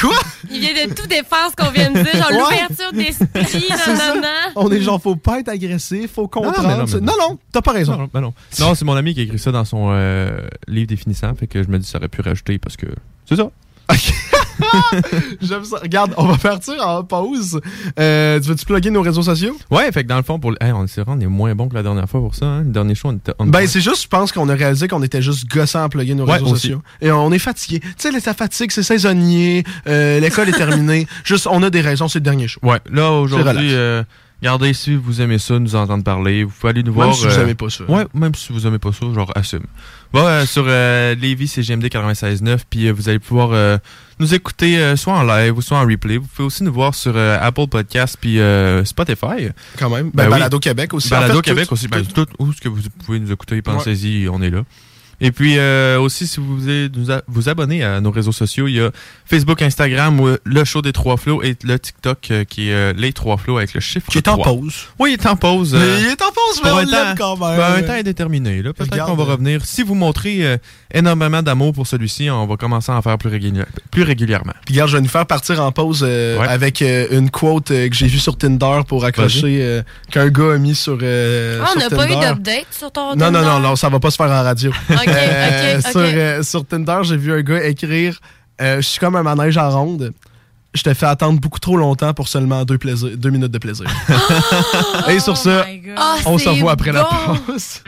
Il vient de tout défaire ce qu'on vient de dire. Genre l'ouverture d'esprit. On est genre, faut pas être agressif, faut comprendre. Non, t'as pas raison. Non, c'est mon ami qui a écrit ça dans son livre définissant. Fait que je me dis que ça aurait pu rajouter parce que c'est ça. J'aime ça. Regarde, on va partir en pause. Tu veux-tu plugger nos réseaux sociaux? Ouais, fait que dans le fond, on est moins bon que la dernière fois pour ça. Hein. Le dernier show, c'est juste, je pense qu'on a réalisé qu'on était juste gossant à plugger nos réseaux sociaux. Et on est fatigué. Tu sais, la fatigue, c'est saisonnier. L'école est terminée. Juste, on a des raisons, c'est le dernier show. Ouais, là, aujourd'hui... Regardez, si vous aimez ça, nous entendre parler, vous pouvez aller nous voir. Même si vous aimez pas ça. Ouais, même si vous aimez pas ça, genre assume. Sur Lévis, CGMD 96.9, puis vous allez pouvoir nous écouter soit en live ou soit en replay. Vous pouvez aussi nous voir sur Apple Podcast puis Spotify. Quand même. Balado Québec aussi. Balado Québec aussi. Tout où ce que vous pouvez nous écouter, pensez-y, on est là. Et puis aussi, si vous voulez vous abonner à nos réseaux sociaux, il y a Facebook, Instagram, le show des Trois Flots et le TikTok qui est les Trois Flots avec le chiffre 3. Qui est en pause. Oui, il est en pause. Mais il est en pause, mais on l'aime quand même. Un temps indéterminé. Peut-être qu'on va revenir. Si vous montrez énormément d'amour pour celui-ci, on va commencer à en faire plus régulièrement. Puis regarde, je vais nous faire partir en pause avec une quote que j'ai vue sur Tinder pour accrocher qu'un gars a mis sur Tinder. On n'a pas eu d'update sur ton Tinder? Non, ça va pas se faire en radio. OK. Sur Tinder, j'ai vu un gars écrire je suis comme un manège en ronde. Je te fais attendre beaucoup trop longtemps pour seulement 2 minutes de plaisir. Et sur ça, on se revoit après la pause.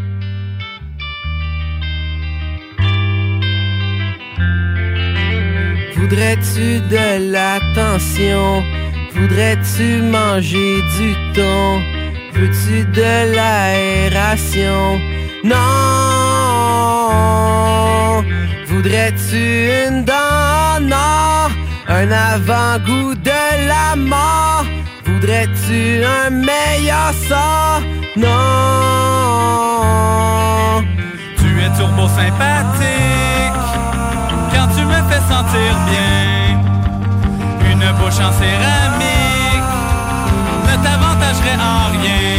Voudrais-tu de l'attention? Voudrais-tu manger du thon? Veux-tu de l'aération? Non. Voudrais-tu une dent? Non. Un avant-goût de la mort? Voudrais-tu un meilleur sort? Non. Tu es turbo sympathique quand tu me fais sentir bien. Une bouche en céramique ne t'avantagerait en rien.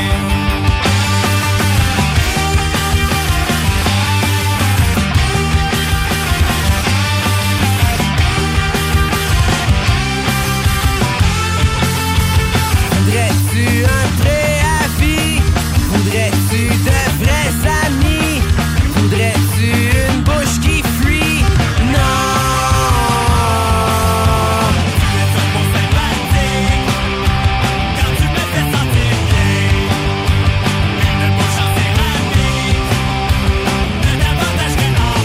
Voudrais-tu un préavis? Voudrais-tu de vrais amis? Voudrais-tu une bouche qui fuit? Non. Tu es un bon sympathique quand tu me fais sentir bien. Une bouche en céramique ne t'avantagerait en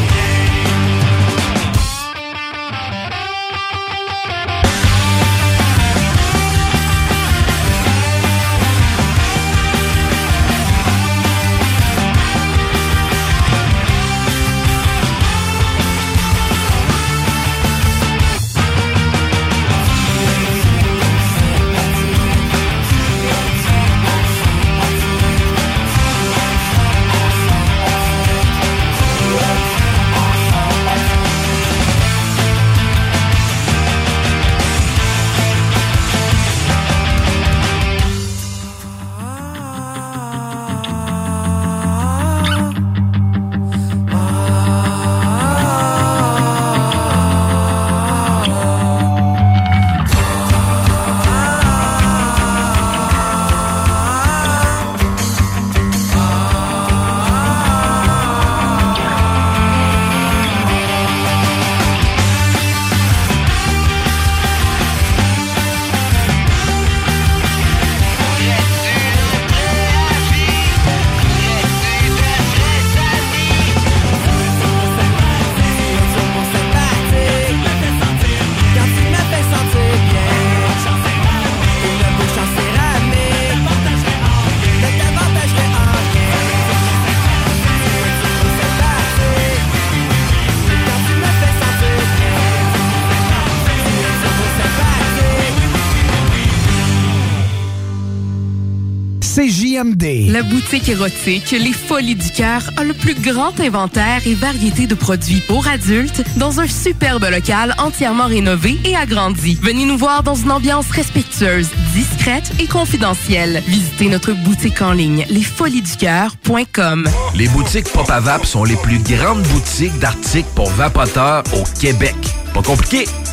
CJMD. La boutique érotique Les Folies du Cœur a le plus grand inventaire et variété de produits pour adultes dans un superbe local entièrement rénové et agrandi. Venez nous voir dans une ambiance respectueuse, discrète et confidentielle. Visitez notre boutique en ligne, lesfoliesducoeur.com. Les boutiques Pop à Vape sont les plus grandes boutiques d'articles pour vapoteurs au Québec. Pas compliqué.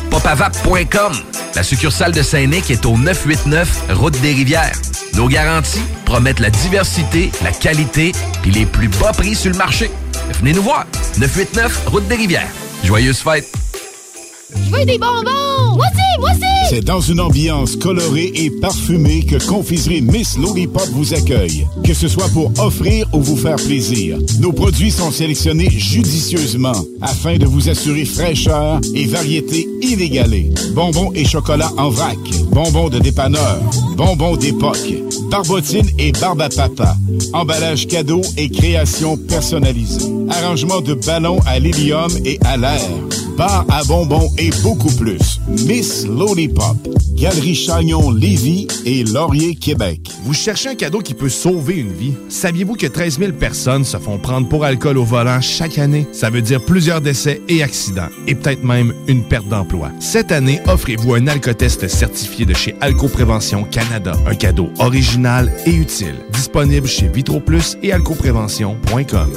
Popavap.com. La succursale de Saint-Nic est au 989 Route des Rivières. Nos garanties promettent la diversité, la qualité puis les plus bas prix sur le marché. Venez nous voir. 989 Route des Rivières. Joyeuses fêtes. Je veux des bonbons! Voici! C'est dans une ambiance colorée et parfumée que Confiserie Miss Lollipop vous accueille. Que ce soit pour offrir ou vous faire plaisir, nos produits sont sélectionnés judicieusement afin de vous assurer fraîcheur et variété inégalée. Bonbons et chocolat en vrac, bonbons de dépanneur, bonbons d'époque, barbotine et barbe à papa, emballage cadeau et création personnalisée, arrangement de ballons à l'hélium et à l'air, bar à bonbons et beaucoup plus. Miss Lollipop, Galerie Chagnon-Lévis et Laurier, Québec. Vous cherchez un cadeau qui peut sauver une vie? Saviez-vous que 13 000 personnes se font prendre pour alcool au volant chaque année? Ça veut dire plusieurs décès et accidents, et peut-être même une perte d'emploi. Cette année, offrez-vous un alcotest certifié de chez Alcoprévention Canada. Un cadeau original et utile. Disponible chez VitroPlus et alcoprévention.com.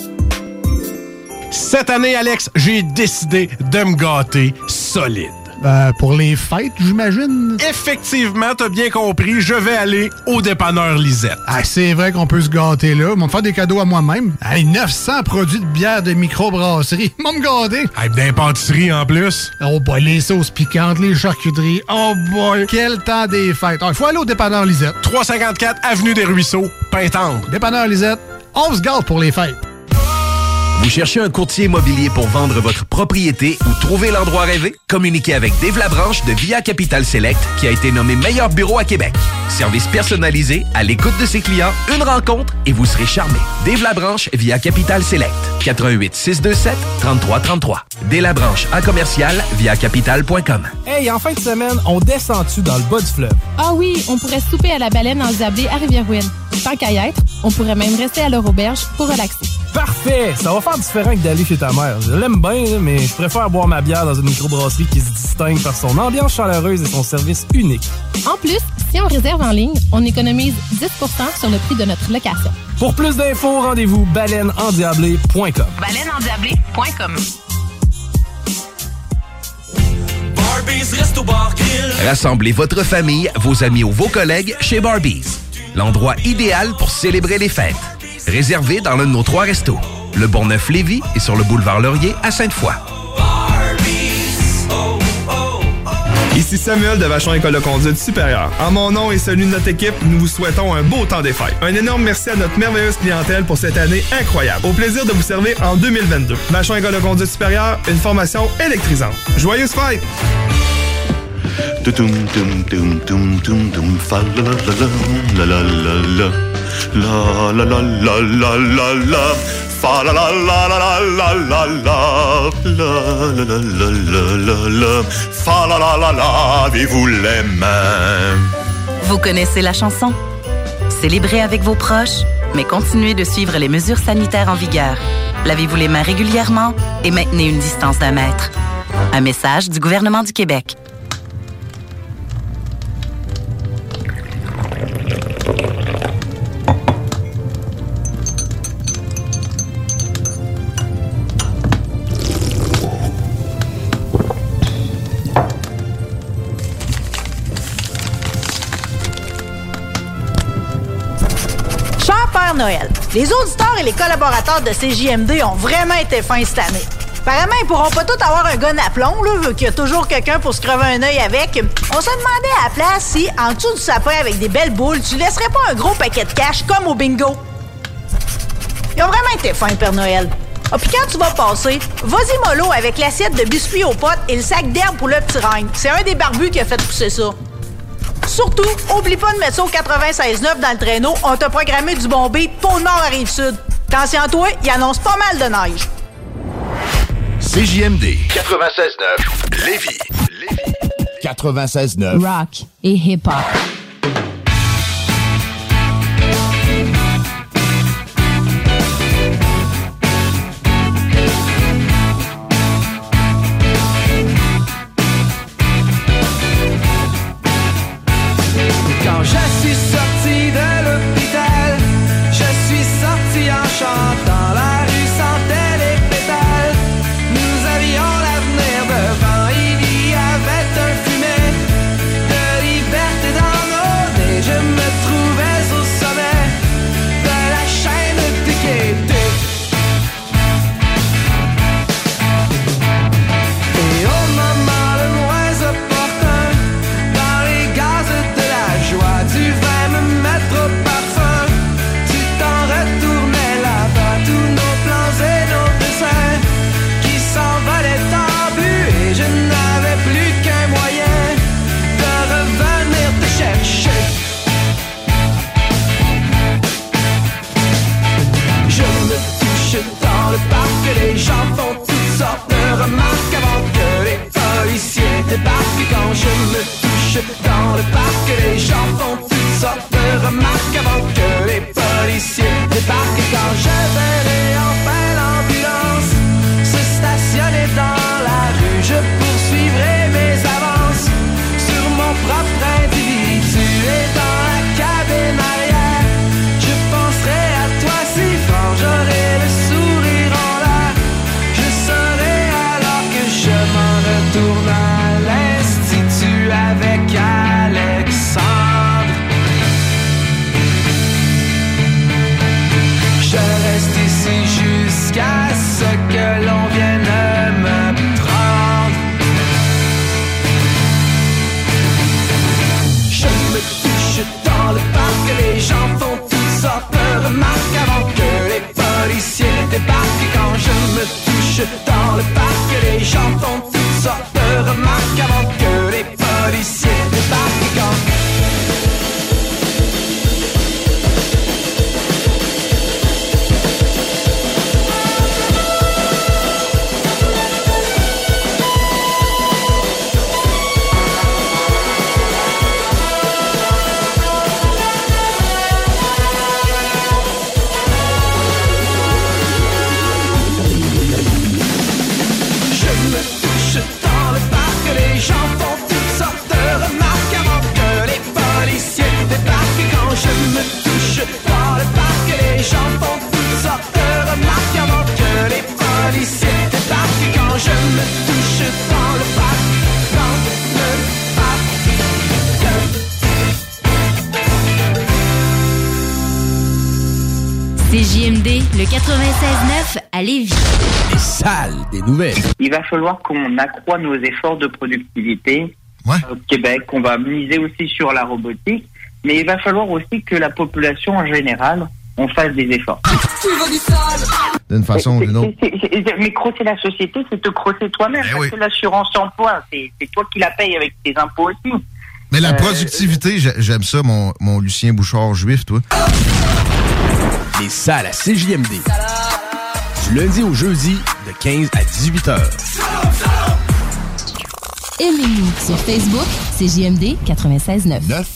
Cette année, Alex, j'ai décidé de me gâter solide. Pour les fêtes, j'imagine? Effectivement, t'as bien compris, je vais aller au dépanneur Lisette. Ah, c'est vrai qu'on peut se gâter là. Ils vont me faire des cadeaux à moi-même. Hey, 900 produits de bière de microbrasserie. Ils vont me gâter. Hey, d'impantisserie en plus. Oh boy, les sauces piquantes, les charcuteries. Oh boy, quel temps des fêtes. Il faut aller au dépanneur Lisette. 354 Avenue des Ruisseaux, Pintendre. Dépanneur Lisette, on se gâte pour les fêtes. Vous cherchez un courtier immobilier pour vendre votre propriété ou trouver l'endroit rêvé? Communiquez avec Dave Labranche de Via Capital Select qui a été nommé meilleur bureau à Québec. Service personnalisé, à l'écoute de ses clients, une rencontre et vous serez charmé. Dave Labranche via Capital Select. 88 627 3333. Dave Labranche à commercial via capital.com. Hey, en fin de semaine, on descend-tu dans le bas du fleuve? Ah oui, on pourrait souper à la baleine endiablée à Rivière-Ouine. Tant qu'à y être, on pourrait même rester à leur auberge pour relaxer. Parfait! Ça va faire différent que d'aller chez ta mère. Je l'aime bien, mais je préfère boire ma bière dans une microbrasserie qui se distingue par son ambiance chaleureuse et son service unique. En plus, si on réserve en ligne, on économise 10% sur le prix de notre location. Pour plus d'infos, rendez-vous baleineendiablée.com. baleineendiablée.com. Rassemblez votre famille, vos amis ou vos collègues chez Barbies. L'endroit idéal pour célébrer les fêtes. Réservé dans l'un de nos 3 restos. Le Bourgneuf-Lévis et sur le boulevard Laurier à Sainte-Foy. Ici Samuel de Vachon École de conduite supérieure. En mon nom et celui de notre équipe, nous vous souhaitons un beau temps des fêtes. Un énorme merci à notre merveilleuse clientèle pour cette année incroyable. Au plaisir de vous servir en 2022. Vachon École de conduite supérieure, une formation électrisante. Joyeuses fêtes! La la la la la la la la la la fa la la la la la la la la la la la la la fa la la la lavez-vous les mains. Vous connaissez la chanson? Célébrez avec vos proches, mais continuez de suivre les mesures sanitaires en vigueur. Lavez-vous les mains régulièrement et maintenez une distance d'1 mètre. Un message du gouvernement du Québec. Noël. Les auditeurs et les collaborateurs de CJMD ont vraiment été fins cette année. Apparemment, ils pourront pas tous avoir un gun à plomb, là, vu qu'il y a toujours quelqu'un pour se crever un œil avec. On se demandait à la place si, en dessous du sapin avec des belles boules, tu laisserais pas un gros paquet de cash comme au bingo. Ils ont vraiment été fins, Père Noël. Ah, puis quand tu vas passer, vas-y mollo avec l'assiette de biscuits aux potes et le sac d'herbe pour le petit règne. C'est un des barbus qui a fait pousser ça. Surtout, oublie pas de mettre ça au 96.9 dans le traîneau. On t'a programmé du bon beat Pôle-Nord à Rive-Sud. Attention à toi, il annonce pas mal de neige. CJMD 96.9 Lévis. 96.9 Rock et hip-hop. Quand je suis sorti de l'hôpital, je suis sorti en chantant. La rue sentait les pétales. Nous avions l'avenir devant. Il y CJMD, le 96.9 à Lévis. Les salles des nouvelles. Il va falloir qu'on accroît nos efforts de productivité au Québec. On va miser aussi sur la robotique, mais il va falloir aussi que la population en général, on fasse des efforts. D'une façon ou d'une autre. Mais crosser la société, c'est te crosser toi-même. Parce que l'assurance emploi, c'est toi qui la payes avec tes impôts aussi. Mais la productivité, j'aime ça, mon Lucien Bouchard juif, toi. Les salles à CJMD. Du lundi au jeudi, de 15 à 18 heures. Aimez-nous sur Facebook, CJMD 96.9.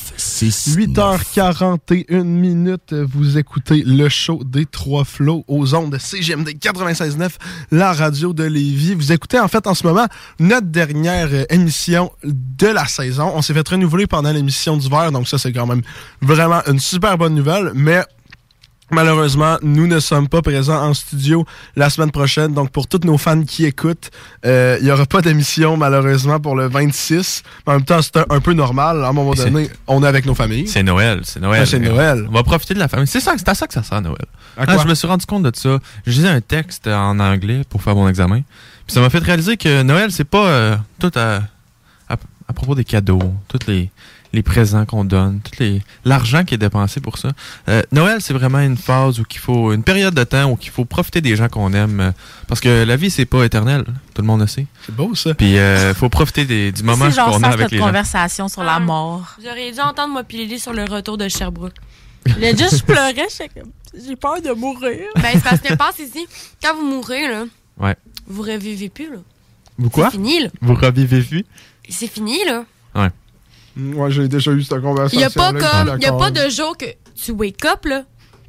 8h41, vous écoutez le show des Trois Flots aux ondes de CJMD 96.9, la radio de Lévis. Vous écoutez en fait en ce moment notre dernière émission de la saison. On s'est fait renouveler pendant l'émission d'hiver, donc ça c'est quand même vraiment une super bonne nouvelle, mais malheureusement, nous ne sommes pas présents en studio la semaine prochaine. Donc, pour tous nos fans qui écoutent, il n'y aura pas d'émission, malheureusement, pour le 26. En même temps, c'est un peu normal. À un moment donné, on est avec nos familles. C'est Noël. C'est Noël. Ouais, c'est Noël. On va profiter de la famille. C'est à ça que ça sert, Noël. Je me suis rendu compte de ça. Je lisais un texte en anglais pour faire mon examen. Puis ça m'a fait réaliser que Noël, c'est pas tout à propos des cadeaux, toutes les présents qu'on donne, l'argent qui est dépensé pour ça. Noël, c'est vraiment une phase une période de temps où il faut profiter des gens qu'on aime. Parce que la vie, c'est pas éternel. Tout le monde le sait. C'est beau, ça. Puis, faut profiter du moment qu'on a avec les gens. Conversation sur la mort. J'aurais dû entendre moi puis Lily sur le retour de Sherbrooke. Là, juste, je pleurais, j'ai peur de mourir. Ben, c'est parce que passe ici, quand vous mourrez, là, vous revivez plus, là. Vous quoi? C'est fini, là. Vous revivez plus? C'est fini, là. Ouais. Moi, j'ai déjà eu cette conversation. Il n'y a pas de jour que tu wake up, là.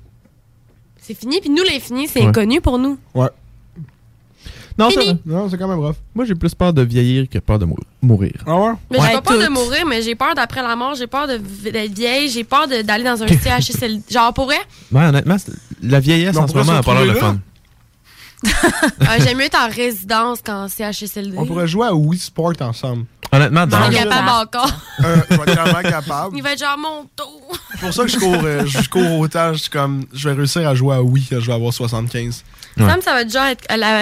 C'est fini, puis nous, l'infini, c'est inconnu pour nous. Ouais. Non, c'est quand même rough. Moi, j'ai plus peur de vieillir que peur de mourir. Ah ouais? Mais j'ai pas peur de mourir, mais j'ai peur d'après la mort, j'ai peur d'être vieille, j'ai peur d'aller dans un CHSLD. Genre, pour vrai? Ouais, honnêtement, la vieillesse, en ce moment, n'a pas l'air le fun. J'aime mieux être en résidence qu'en CHSLD. On pourrait jouer à Wii Sport ensemble. Honnêtement, il est capable encore. Je vais être vraiment capable. Il va être genre mon tour. C'est pour ça que je cours autant. Je vais réussir à jouer à Wii quand je vais avoir 75. Sam, ça va être genre être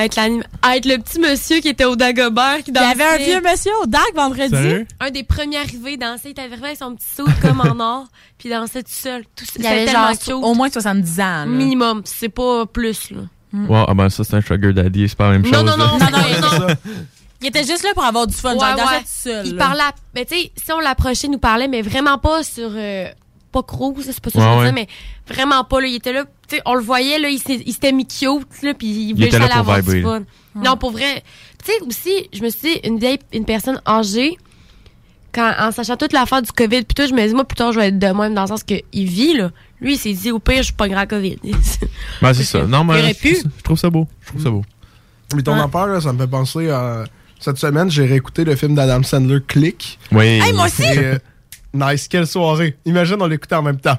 le petit monsieur qui était au Dagobert. Il y avait un vieux monsieur au Dag vendredi. Salut. Un des premiers arrivés, dansait. Il avait avec son petit saut comme en or. Puis il dansait tout seul. Il avait genre au moins 70 ans. Là. Minimum. C'est pas plus, là. Wow, ben ça, c'est un sugar daddy. C'est pas la même chose. Non. Il était juste là pour avoir du fun. Genre, il dansait tout seul. Il parlait. Mais tu sais, si on l'approchait, il nous parlait, mais vraiment pas sur. Pas cruise, c'est pas ça que je veux dire, mais vraiment pas. Là, il était là. Tu sais, on le voyait, là, il s'était mis cute, là, puis il voulait juste aller avoir du fun. Non, pour vrai. Tu sais, aussi, je me suis dit, une personne âgée, en sachant toute l'affaire du COVID, puis tout, je me dis, moi, plus tard, je vais être de même, dans le sens qu'il vit, là. Lui, il s'est dit, au pire, je suis pas grand COVID. Ben, c'est ça. Non, mais je trouve ça beau. Mais ton affaire, là, ça me fait penser à. Cette semaine, j'ai réécouté le film d'Adam Sandler, Click. Oui. Hey, moi aussi! Nice, quelle soirée. Imagine, on l'écoutait en même temps.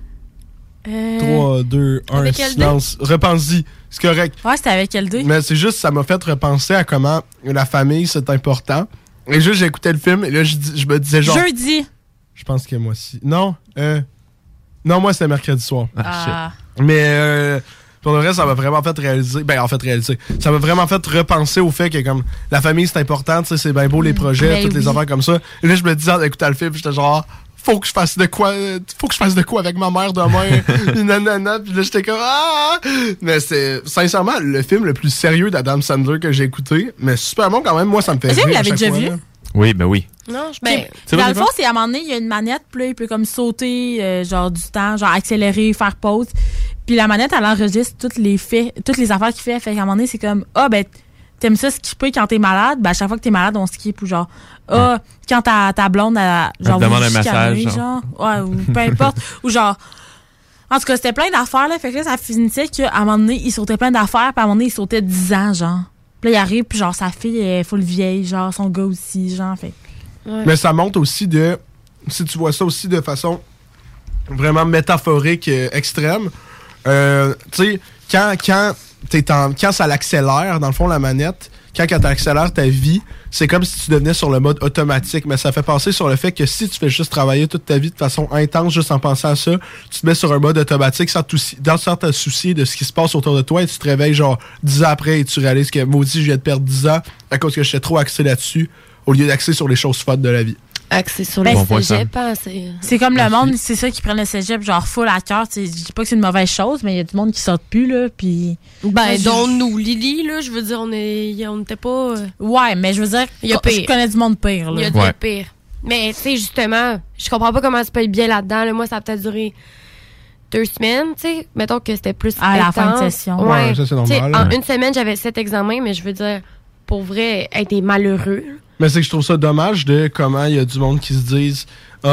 3, 2, 1, silence. Repense-y. C'est correct. Ouais, c'était avec LD. Mais c'est juste, ça m'a fait repenser à comment la famille, c'est important. Et juste, j'écoutais le film et là, je me disais genre. Jeudi. Je pense que moi aussi. Non, moi, c'était mercredi soir. Ah. Mais pour le reste, ça m'a vraiment fait réaliser. Ça m'a vraiment fait repenser au fait que comme la famille, c'est important, tu sais, c'est bien beau les projets, toutes les affaires comme ça. Et là, je me disais en écoutant le film, j'étais genre faut que je fasse de quoi avec ma mère demain. Nanana, puis là, j'étais comme Mais c'est sincèrement le film le plus sérieux d'Adam Sandler que j'ai écouté, mais super bon quand même. Moi, ça me fait rire. Est-ce que vous l'avez déjà vu? Oui, ben oui. Non, dans le fond, c'est à un moment donné, il y a une manette, puis là, il peut comme sauter genre du temps, genre accélérer, faire pause. Puis la manette, elle enregistre toutes les affaires qu'il fait. Fait qu'à un moment donné, c'est comme t'aimes ça skipper quand t'es malade? Ben à chaque fois que t'es malade, on skip. Ou genre quand ta blonde, genre, elle demande un massage. Genre. Ouais, ou peu importe. Ou genre. En tout cas, c'était plein d'affaires, là. Fait que là, ça finissait qu'à un moment donné, il sautait plein d'affaires, puis à un moment donné, il sautait 10 ans, genre. Puis là, il arrive, puis genre, sa fille est full vieille, genre, son gars aussi, genre. Fait. Ouais. Mais ça montre aussi si tu vois ça aussi de façon vraiment métaphorique extrême, tu sais, quand quand ça l'accélère, dans le fond, la manette, quand elle accélère ta vie, c'est comme si tu devenais sur le mode automatique. Mais ça fait penser sur le fait que si tu fais juste travailler toute ta vie de façon intense, juste en pensant à ça, tu te mets sur un mode automatique sans te soucier de ce qui se passe autour de toi et tu te réveilles genre 10 ans après et tu réalises que maudit, je viens de perdre 10 ans à cause que j'étais trop axé là-dessus au lieu d'axer sur les choses fun de la vie. Axé sur le cégep, c'est comme le monde, c'est ça qui prennent le cégep genre full à cœur. Je dis pas que c'est une mauvaise chose, mais il y a du monde qui sort plus, là, puis... dont nous, Lily, là, je veux dire, on n'était pas... Ouais, mais je veux dire, je connais du monde pire, là. Il y a du pire. Mais, tu sais, justement, je comprends pas comment tu peux être bien là-dedans, là. Moi, ça a peut-être duré 2 semaines, tu sais. Mettons que c'était plus à intense. la fin de session. Ouais, ça, c'est normal. En une semaine, j'avais 7 examens, mais je veux dire, pour vrai, être malheureux, là. Mais c'est que je trouve ça dommage de comment il y a du monde qui se disent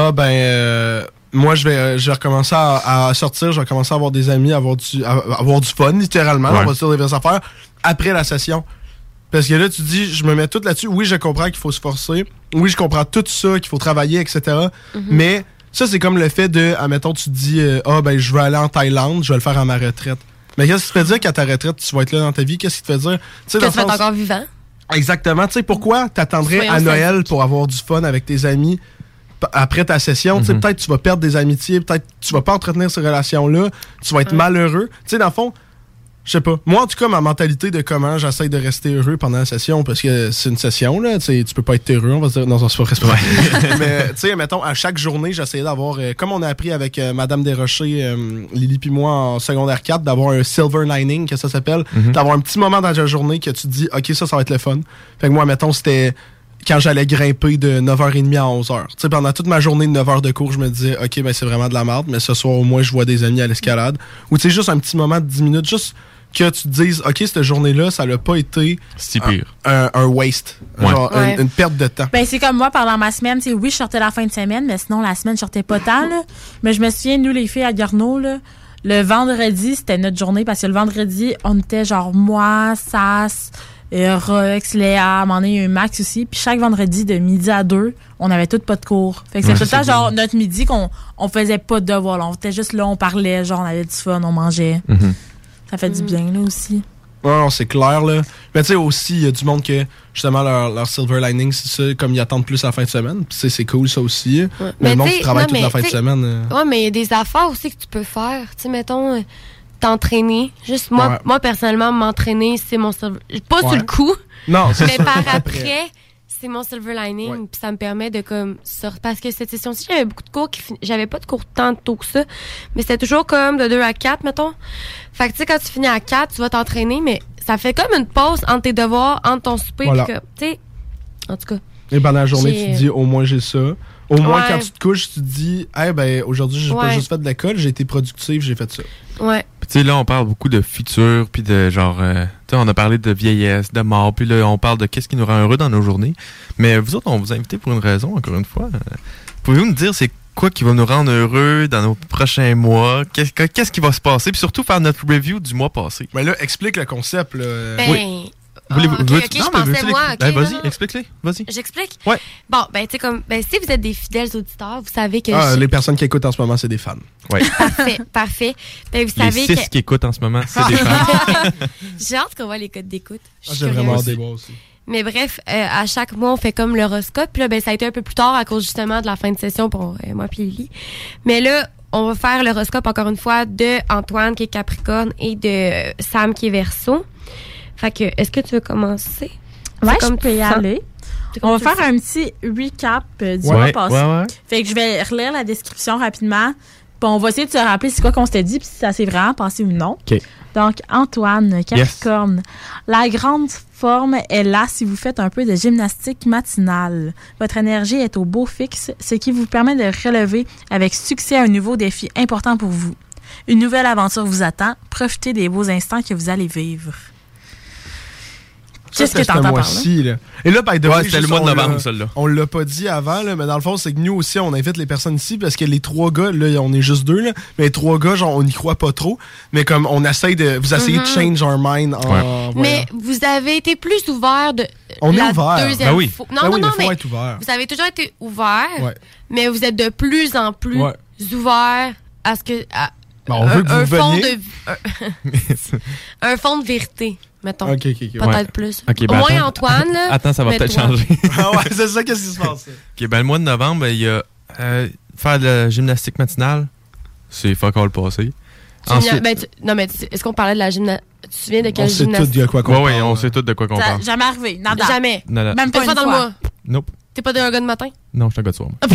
moi je vais recommencer à sortir, je vais commencer à avoir des amis, avoir du fun littéralement, on va dire des vraies affaires après la session. Parce que là tu dis je me mets tout là-dessus, oui je comprends qu'il faut se forcer, oui je comprends tout ça, qu'il faut travailler, etc. Mais ça c'est comme le fait de, admettons tu te dis je veux aller en Thaïlande, je vais le faire à ma retraite. Mais qu'est-ce qui te fait dire qu'à ta retraite tu vas être là dans ta vie? Qu'est-ce qui te fait dire? Que tu vas être encore vivant. Exactement. Tu sais, pourquoi t'attendrais à Noël pour avoir du fun avec tes amis après ta session? Tu sais, peut-être tu vas perdre des amitiés, peut-être tu vas pas entretenir ces relations-là, tu vas être malheureux. Tu sais, dans le fond, je sais pas. Moi, en tout cas, ma mentalité de comment j'essaie de rester heureux pendant la session, parce que c'est une session, là, tu sais, tu peux pas être heureux, on va se dire, non, c'est pas vrai. Mais, tu sais, mettons, à chaque journée, j'essayais d'avoir, comme on a appris avec Madame Desrochers, Lily puis moi, en secondaire 4, d'avoir un silver lining, que ça s'appelle, d'avoir un petit moment dans la journée que tu te dis, OK, ça va être le fun. Fait que moi, mettons, c'était quand j'allais grimper de 9h30 à 11h. Tu sais, pendant toute ma journée de 9h de cours, je me disais, OK, ben c'est vraiment de la merde, mais ce soir, au moins, je vois des amis à l'escalade. Ou tu sais, juste un petit moment de 10 minutes, juste que tu te dises, OK, cette journée-là, ça n'a pas été un waste. Genre, une perte de temps. Ben, c'est comme moi, pendant ma semaine, oui, je sortais la fin de semaine, mais sinon, la semaine, je sortais pas tant, là. Mais je me souviens, nous, les filles à Garneau, là, le vendredi, c'était notre journée, parce que le vendredi, on était genre moi, Sass, Rox, Léa, à un moment donné, il y a eu Max aussi. Puis chaque vendredi, de midi à 2, on avait tout pas de cours. Fait que c'est tout le temps, genre, notre midi qu'on faisait pas de devoirs. Là. On était juste là, on parlait, genre, on avait du fun, on mangeait. Ça fait du bien, là, aussi. Non, c'est clair, là. Mais tu sais, aussi, il y a du monde que, justement, leur silver lining, c'est ça, comme ils attendent plus à la fin de semaine. Puis c'est cool, ça aussi. Mais le monde qui travaille toute la fin de semaine. Ouais, mais il y a des affaires aussi que tu peux faire. Tu sais, mettons, t'entraîner. Juste, moi, personnellement, m'entraîner, c'est mon silver... Pas sur le coup. Non, mais par après, c'est mon silver lining. Puis ça me permet de, comme, sortir. Parce que cette session-ci, j'avais beaucoup de cours j'avais pas de cours tant tôt que ça. Mais c'était toujours comme de 2 à 4, mettons. Fait que, tu sais, quand tu finis à 4, tu vas t'entraîner, mais ça fait comme une pause entre tes devoirs, entre ton souper, puis que, tu sais, en tout cas. Et pendant la journée, tu te dis, au moins, j'ai ça. Au moins, quand tu te couches, tu te dis, ben, aujourd'hui, j'ai pas juste fait de l'école, j'ai été productive, j'ai fait ça. Ouais. Puis, tu sais, là, on parle beaucoup de futur, puis de genre, tu sais, on a parlé de vieillesse, de mort, puis là, on parle de qu'est-ce qui nous rend heureux dans nos journées. Mais vous autres, on vous a invité pour une raison, encore une fois. Pouvez-vous nous dire, c'est quoi qui va nous rendre heureux dans nos prochains mois? Qu'est-ce qui va se passer? Puis surtout, faire notre review du mois passé. Mais là, explique le concept, là. Oui. Je pensais moi. Vas-y, explique-les. Vas-y. J'explique? Ouais. Bon, ben, tu sais, comme, si vous êtes des fidèles auditeurs, vous savez que. Les personnes qui écoutent en ce moment, c'est des fans. Ouais. Parfait. Ben, vous savez les 6 qui écoutent en ce moment, c'est des fans. J'ai hâte qu'on voit les codes d'écoute. J'ai vraiment hâte de voir aussi. Mais bref, à chaque mois, on fait comme l'horoscope. Puis là, ben, ça a été un peu plus tard à cause justement de la fin de session pour moi puis Lily. Mais là, on va faire l'horoscope encore une fois de Antoine qui est Capricorne et de Sam qui est Verseau. Fait que, est-ce que tu veux commencer? Ouais, je peux y aller. On va faire un petit recap du mois passé. Ouais. Fait que je vais relire la description rapidement. Puis on va essayer de se rappeler c'est quoi qu'on s'était dit puis si ça s'est vraiment passé ou non. Okay. Donc, Antoine, Capricorne. La grande forme est là si vous faites un peu de gymnastique matinale. Votre énergie est au beau fixe, ce qui vous permet de relever avec succès un nouveau défi important pour vous. Une nouvelle aventure vous attend. Profitez des beaux instants que vous allez vivre. Qu'est-ce que t'entends par là? Et là, by the way, c'était le mois de novembre, celle-là. On l'a pas dit avant, là, mais dans le fond, c'est que nous aussi, on invite les personnes ici parce que les 3 gars, là, on est juste 2, là, mais les 3 gars, genre, on n'y croit pas trop. Mais comme on essaye de. Vous essayez de change our mind en. Mais vous avez été plus ouvert de. On est ouvert. Deuxième oui. Non, mais être ouvert. Vous avez toujours été ouvert, mais vous êtes de plus en plus ouvert à ce que. on veut que vous fond veniez. Un fond de vérité, mettons. OK. Peut-être plus. OK, Au moins, Antoine, là. Attends, ça va peut-être mets-toi. changer. Ah ouais, c'est ça, qu'est-ce qui se passe? OK, ben le mois de novembre, il y a faire de la gymnastique matinale. C'est fuck all passé. Ensuite, est-ce qu'on parlait de la gymnastique? Tu te souviens de quelle on sait gymnastique? tout de quoi qu'on parle. Oui, on sait tout de quoi qu'on Ça parle. jamais arrivé. Nada. Jamais. Nada. Même pas Une une fois dans le fois. mois. Nope. T'es pas un gars de matin? Non, je suis un gars de soir. moi.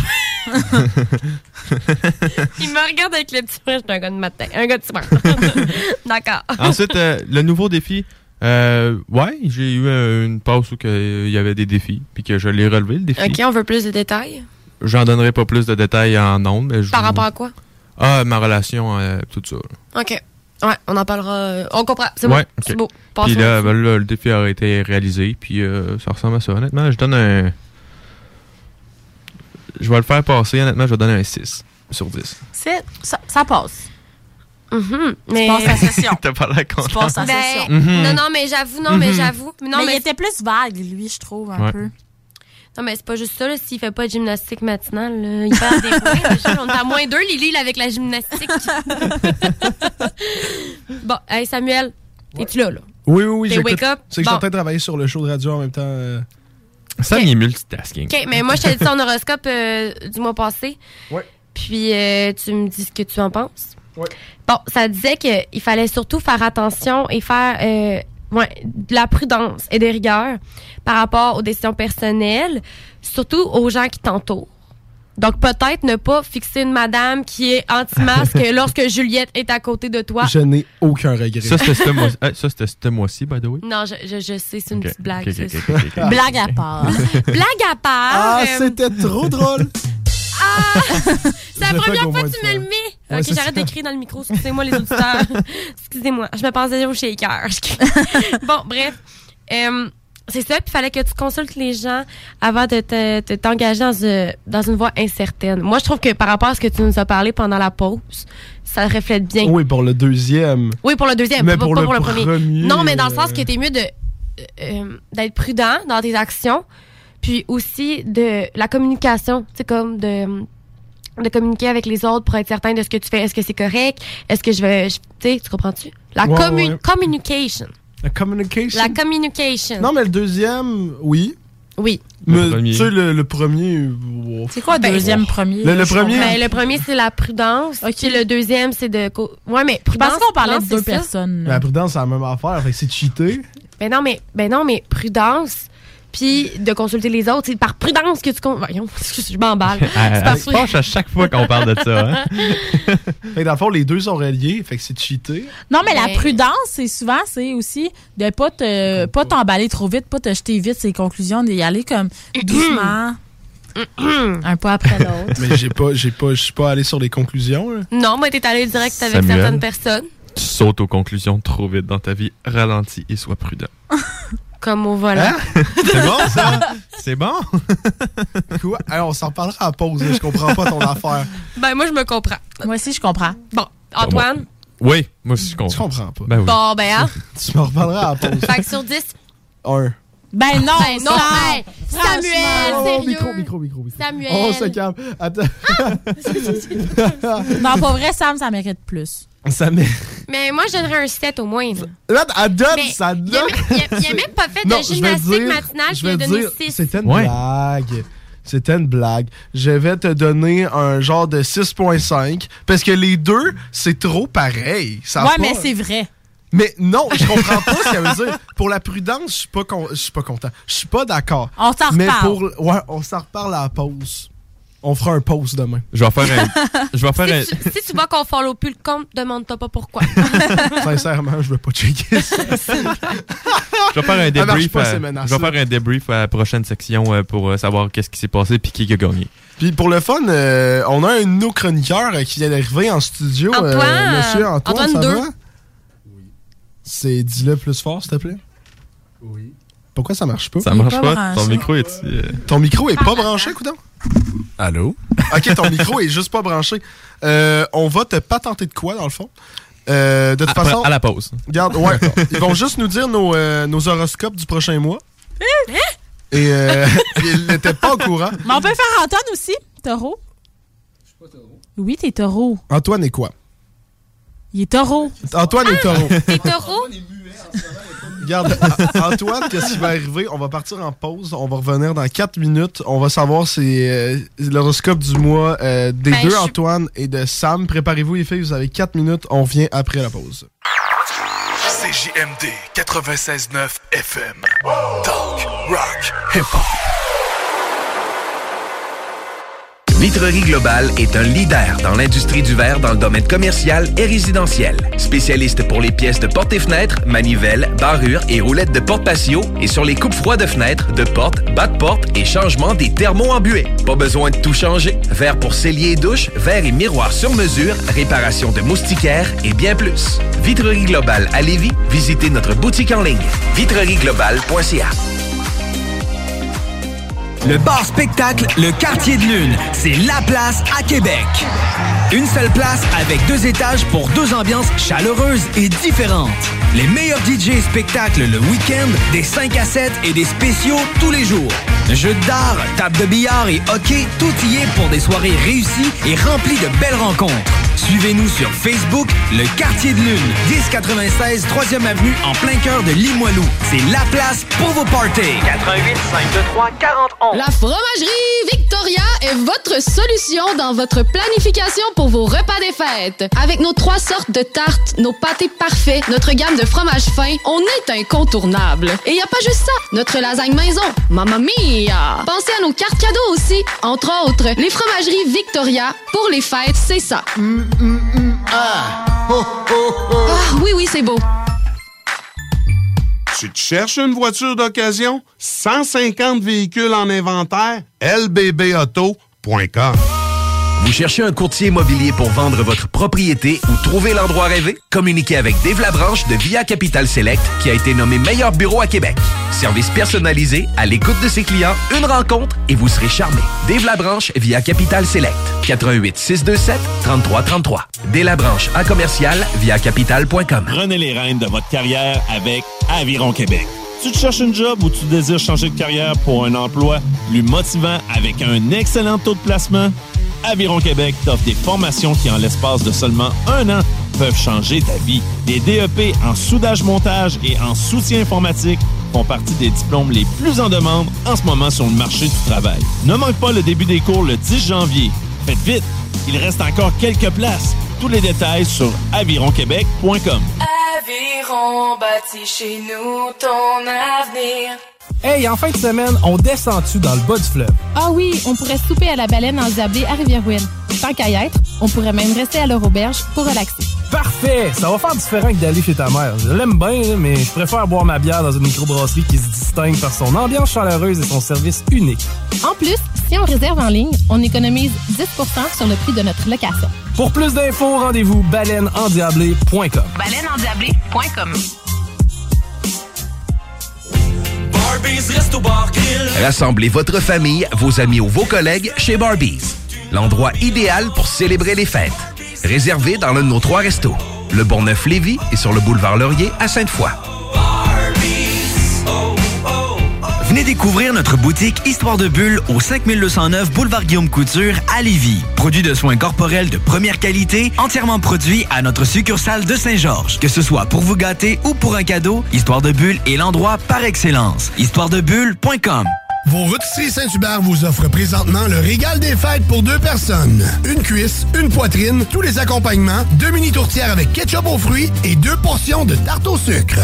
Il me regarde avec le petit frère, je suis un gars de matin. Un gars de soir. D'accord. Ensuite, le nouveau défi. Ouais, j'ai eu une pause où il y avait des défis, puis que je l'ai relevé, le défi. OK, on veut plus de détails. J'en donnerai pas plus de détails en ondes. Mais Par rapport à quoi? Ah, ma relation, tout ça. OK. Ouais, on en parlera. On comprend. C'est bon. Ouais, ok. C'est beau. Puis Passons. là, le défi a été réalisé, puis ça ressemble à ça. Honnêtement, je donne un... Je vais le faire passer, honnêtement, je vais donner un 6 sur 10. Ça passe. Mais... Tu passes la session. T'as pas l'air content. Tu passes la session. Non, mais j'avoue. Non, mais il était plus vague, lui, je trouve, un peu. Non, mais c'est pas juste ça, là. S'il fait pas de gymnastique matinale, là, il perd des points. Là, on est à moins 2, Lily, là, avec la gymnastique. Bon, hey, Samuel, es-tu là? Oui, T'es j'écoute. wake up? C'est que je suis en train de travailler sur le show de radio en même temps. Ça, il est multitasking. OK, mais moi, je t'ai dit ton horoscope du mois passé. Ouais. Puis, tu me dis ce que tu en penses. Ouais. Bon, ça disait qu'il fallait surtout faire attention et faire de la prudence et des rigueurs par rapport aux décisions personnelles, surtout aux gens qui t'entourent. Donc, peut-être ne pas fixer une madame qui est anti-masque lorsque Juliette est à côté de toi. Je n'ai aucun regret. Ça, c'était ce mois-ci, by the way. Non, je sais, c'est une petite blague. Ok. Blague à part. Blague à part. Ah, c'était trop drôle. Ah! C'est la Je première fais fois qu'au que tu moins me de le fois. mets. Ouais, OK, c'est j'arrête ça. d'écrire dans le micro. Excusez-moi, les auditeurs. Excusez-moi. Je me pensais au shaker. Bon, bref. C'est ça, puis il fallait que tu consultes les gens avant de t'engager dans une voie incertaine. Moi, je trouve que par rapport à ce que tu nous as parlé pendant la pause, ça reflète bien. Oui, pour le deuxième. Oui, pour le deuxième, Mais pas pour pour le le premier. Non, mais dans le sens que t'es mieux d'être prudent dans tes actions, puis aussi de la communication, tu sais, comme de communiquer avec les autres pour être certain de ce que tu fais. Est-ce que c'est correct? Est-ce que tu sais, tu comprends-tu? La communication. La communication? La communication. Non, mais le deuxième, oui. Oui. Mais tu sais, le premier... C'est quoi le deuxième, premier? Le premier? Ben, le premier, c'est la prudence. Puis le deuxième, c'est de... Ouais, mais prudence... Parce qu'on parlait de prudence, deux c'est ça. personnes. La prudence, c'est la même affaire. Fait que c'est cheater. Ben non, mais prudence... Puis de consulter les autres. C'est par prudence que tu... Voyons, je m'emballe. Elle se penche à chaque fois qu'on parle de ça. Hein? Fait que dans le fond, les deux sont reliés. Fait que c'est cheater. Non, mais la prudence, c'est aussi de pas t'emballer trop vite, pas te jeter vite ses conclusions, d'y aller comme doucement, un pas après l'autre. Mais je suis pas allé sur les conclusions. Là. Non, moi, t'es allé direct avec Samuel, certaines personnes. Tu sautes aux conclusions trop vite dans ta vie. Ralentis et sois prudent. Comme au volant. Hein? C'est bon, ça? C'est bon? Quoi? Alors, on s'en reparlera à la pause. Là. Je comprends pas ton affaire. Ben, moi, je me comprends. Moi aussi, je comprends. Bon, Antoine? Oui, moi aussi, je comprends. Tu comprends pas. Ben oui. Bon, ben, hein? Tu me reparleras à la pause. Fait que sur 10? 1. Ben non, Hey, Samuel, sérieux. Micro. Samuel. On se calme. Attends. Non, pas vrai, Sam, ça mérite plus. Ça met... Mais moi, je donnerais un 7 au moins. Là, elle donne, Mais ça donne. Il a même pas fait de gymnastique matinale, puis il a donné 6. C'était une blague. C'était une blague. Je vais te donner un genre de 6.5 parce que les deux, c'est trop pareil. Ça ouais, pas... mais c'est vrai. Mais non, je comprends pas ce qu'elle veut dire. Pour la prudence, je suis pas content. Je suis pas d'accord. On s'en reparle. Mais on s'en reparle à la pause. On fera un pause demain. Je vais faire Si tu vois qu'on follow plus le compte, demande-toi pas pourquoi. Sincèrement, je veux pas checker ça. Je vais faire un débrief. Je vais faire un débrief à la prochaine section pour savoir qu'est-ce qui s'est passé puis qui a gagné. Puis pour le fun, on a un de nos chroniqueurs qui vient d'arriver en studio. Antoine, Monsieur Antoine, ça 2. va? Oui. Dis-le plus fort, s'il te plaît. Oui. Pourquoi ça marche pas? Ça marche pas? Ton micro est... Ton micro est pas branché, coudonc? Allô? OK, ton micro est juste pas branché. On va te patenter de quoi, dans le fond? De toute façon... À la pause. Regarde, ouais. Ils vont juste nous dire nos horoscopes du prochain mois. Et ils n'étaient pas au courant. Mais on peut faire Antoine aussi, taureau. Je suis pas taureau. Oui, t'es taureau. Antoine est quoi? Il est taureau. Antoine est taureau. T'es taureau? Regarde, Antoine, qu'est-ce qui va arriver? On va partir en pause. On va revenir dans 4 minutes. On va savoir c'est l'horoscope du mois des deux, Antoine et de Sam. Préparez-vous, les filles. Vous avez 4 minutes. On vient après la pause. CJMD 96.9 FM. Talk, rock, hip-hop. Vitrerie Globale est un leader dans l'industrie du verre dans le domaine commercial et résidentiel. Spécialiste pour les pièces de portes et fenêtres, manivelles, barrures et roulettes de porte patio et sur les coupes-froids de fenêtres, de portes, bas de porte et changement des thermos embués. Pas besoin de tout changer. Verre pour cellier et douche, verre et miroir sur mesure, réparation de moustiquaires et bien plus. Vitrerie Globale à Lévis, visitez notre boutique en ligne. vitrerieglobale.ca. Le bar spectacle Le Quartier de Lune, c'est la place à Québec. Une seule place avec 2 étages pour 2 ambiances chaleureuses et différentes. Les meilleurs DJ et spectacles le week-end, des 5 à 7 et des spéciaux tous les jours. Jeux d'art, table de billard et hockey, tout y est pour des soirées réussies et remplies de belles rencontres. Suivez-nous sur Facebook, Le Quartier de Lune, 1096 3e Avenue, en plein cœur de Limoilou. C'est la place pour vos parties. 88 523 4011. La Fromagerie Victoria est votre solution dans votre planification pour vos repas des fêtes. Avec nos 3 sortes de tartes, nos pâtés parfaits, notre gamme de fromages fins, on est incontournable. Et y a pas juste ça, notre lasagne maison, mamma mia! Pensez à nos cartes cadeaux aussi. Entre autres, les Fromageries Victoria, pour les fêtes, c'est ça. Ah, oui, oui, c'est beau. Tu te cherches une voiture d'occasion? 150 véhicules en inventaire? lbbauto.com. Vous cherchez un courtier immobilier pour vendre votre propriété ou trouver l'endroit rêvé? Communiquez avec Dave Labranche de Via Capital Select qui a été nommé meilleur bureau à Québec. Service personnalisé, à l'écoute de ses clients, une rencontre et vous serez charmé. Dave Labranche via Capital Select. 88 627 3333. Dave Labranche à commercial via capital.com. Prenez les rênes de votre carrière avec Aviron Québec. Tu te cherches une job ou tu désires changer de carrière pour un emploi plus motivant avec un excellent taux de placement? Aviron Québec t'offre des formations qui, en l'espace de seulement 1 an, peuvent changer ta vie. Des DEP en soudage-montage et en soutien informatique font partie des diplômes les plus en demande en ce moment sur le marché du travail. Ne manque pas le début des cours le 10 janvier. Faites vite, il reste encore quelques places. Tous les détails sur avironquebec.com. Aviron bâti chez nous ton avenir. Hey, en fin de semaine, on descend-tu dans le bas du fleuve? Ah oui, on pourrait souper à la baleine endiablée à Rivière-Ouine. Tant qu'à y être, on pourrait même rester à leur auberge pour relaxer. Parfait! Ça va faire différent que d'aller chez ta mère. Je l'aime bien, mais je préfère boire ma bière dans une microbrasserie qui se distingue par son ambiance chaleureuse et son service unique. En plus, si on réserve en ligne, on économise 10% sur le prix de notre location. Pour plus d'infos, rendez-vous baleineendiablée.com. baleineendiablée.com. Rassemblez votre famille, vos amis ou vos collègues chez Barbies. L'endroit idéal pour célébrer les fêtes. Réservé dans l'un de nos 3 restos. Le Bonneuf-Lévis et sur le boulevard Laurier à Sainte-Foy. Venez découvrir notre boutique Histoire de Bulle au 5209 boulevard Guillaume Couture à Lévis. Produit de soins corporels de première qualité, entièrement produit à notre succursale de Saint-Georges. Que ce soit pour vous gâter ou pour un cadeau, Histoire de Bulle est l'endroit par excellence. Histoiredebulle.com. Vos rôtisseries Saint-Hubert vous offrent présentement le régal des fêtes pour 2 personnes. Une cuisse, une poitrine, tous les accompagnements, 2 mini tourtières avec ketchup aux fruits et 2 portions de tarte au sucre.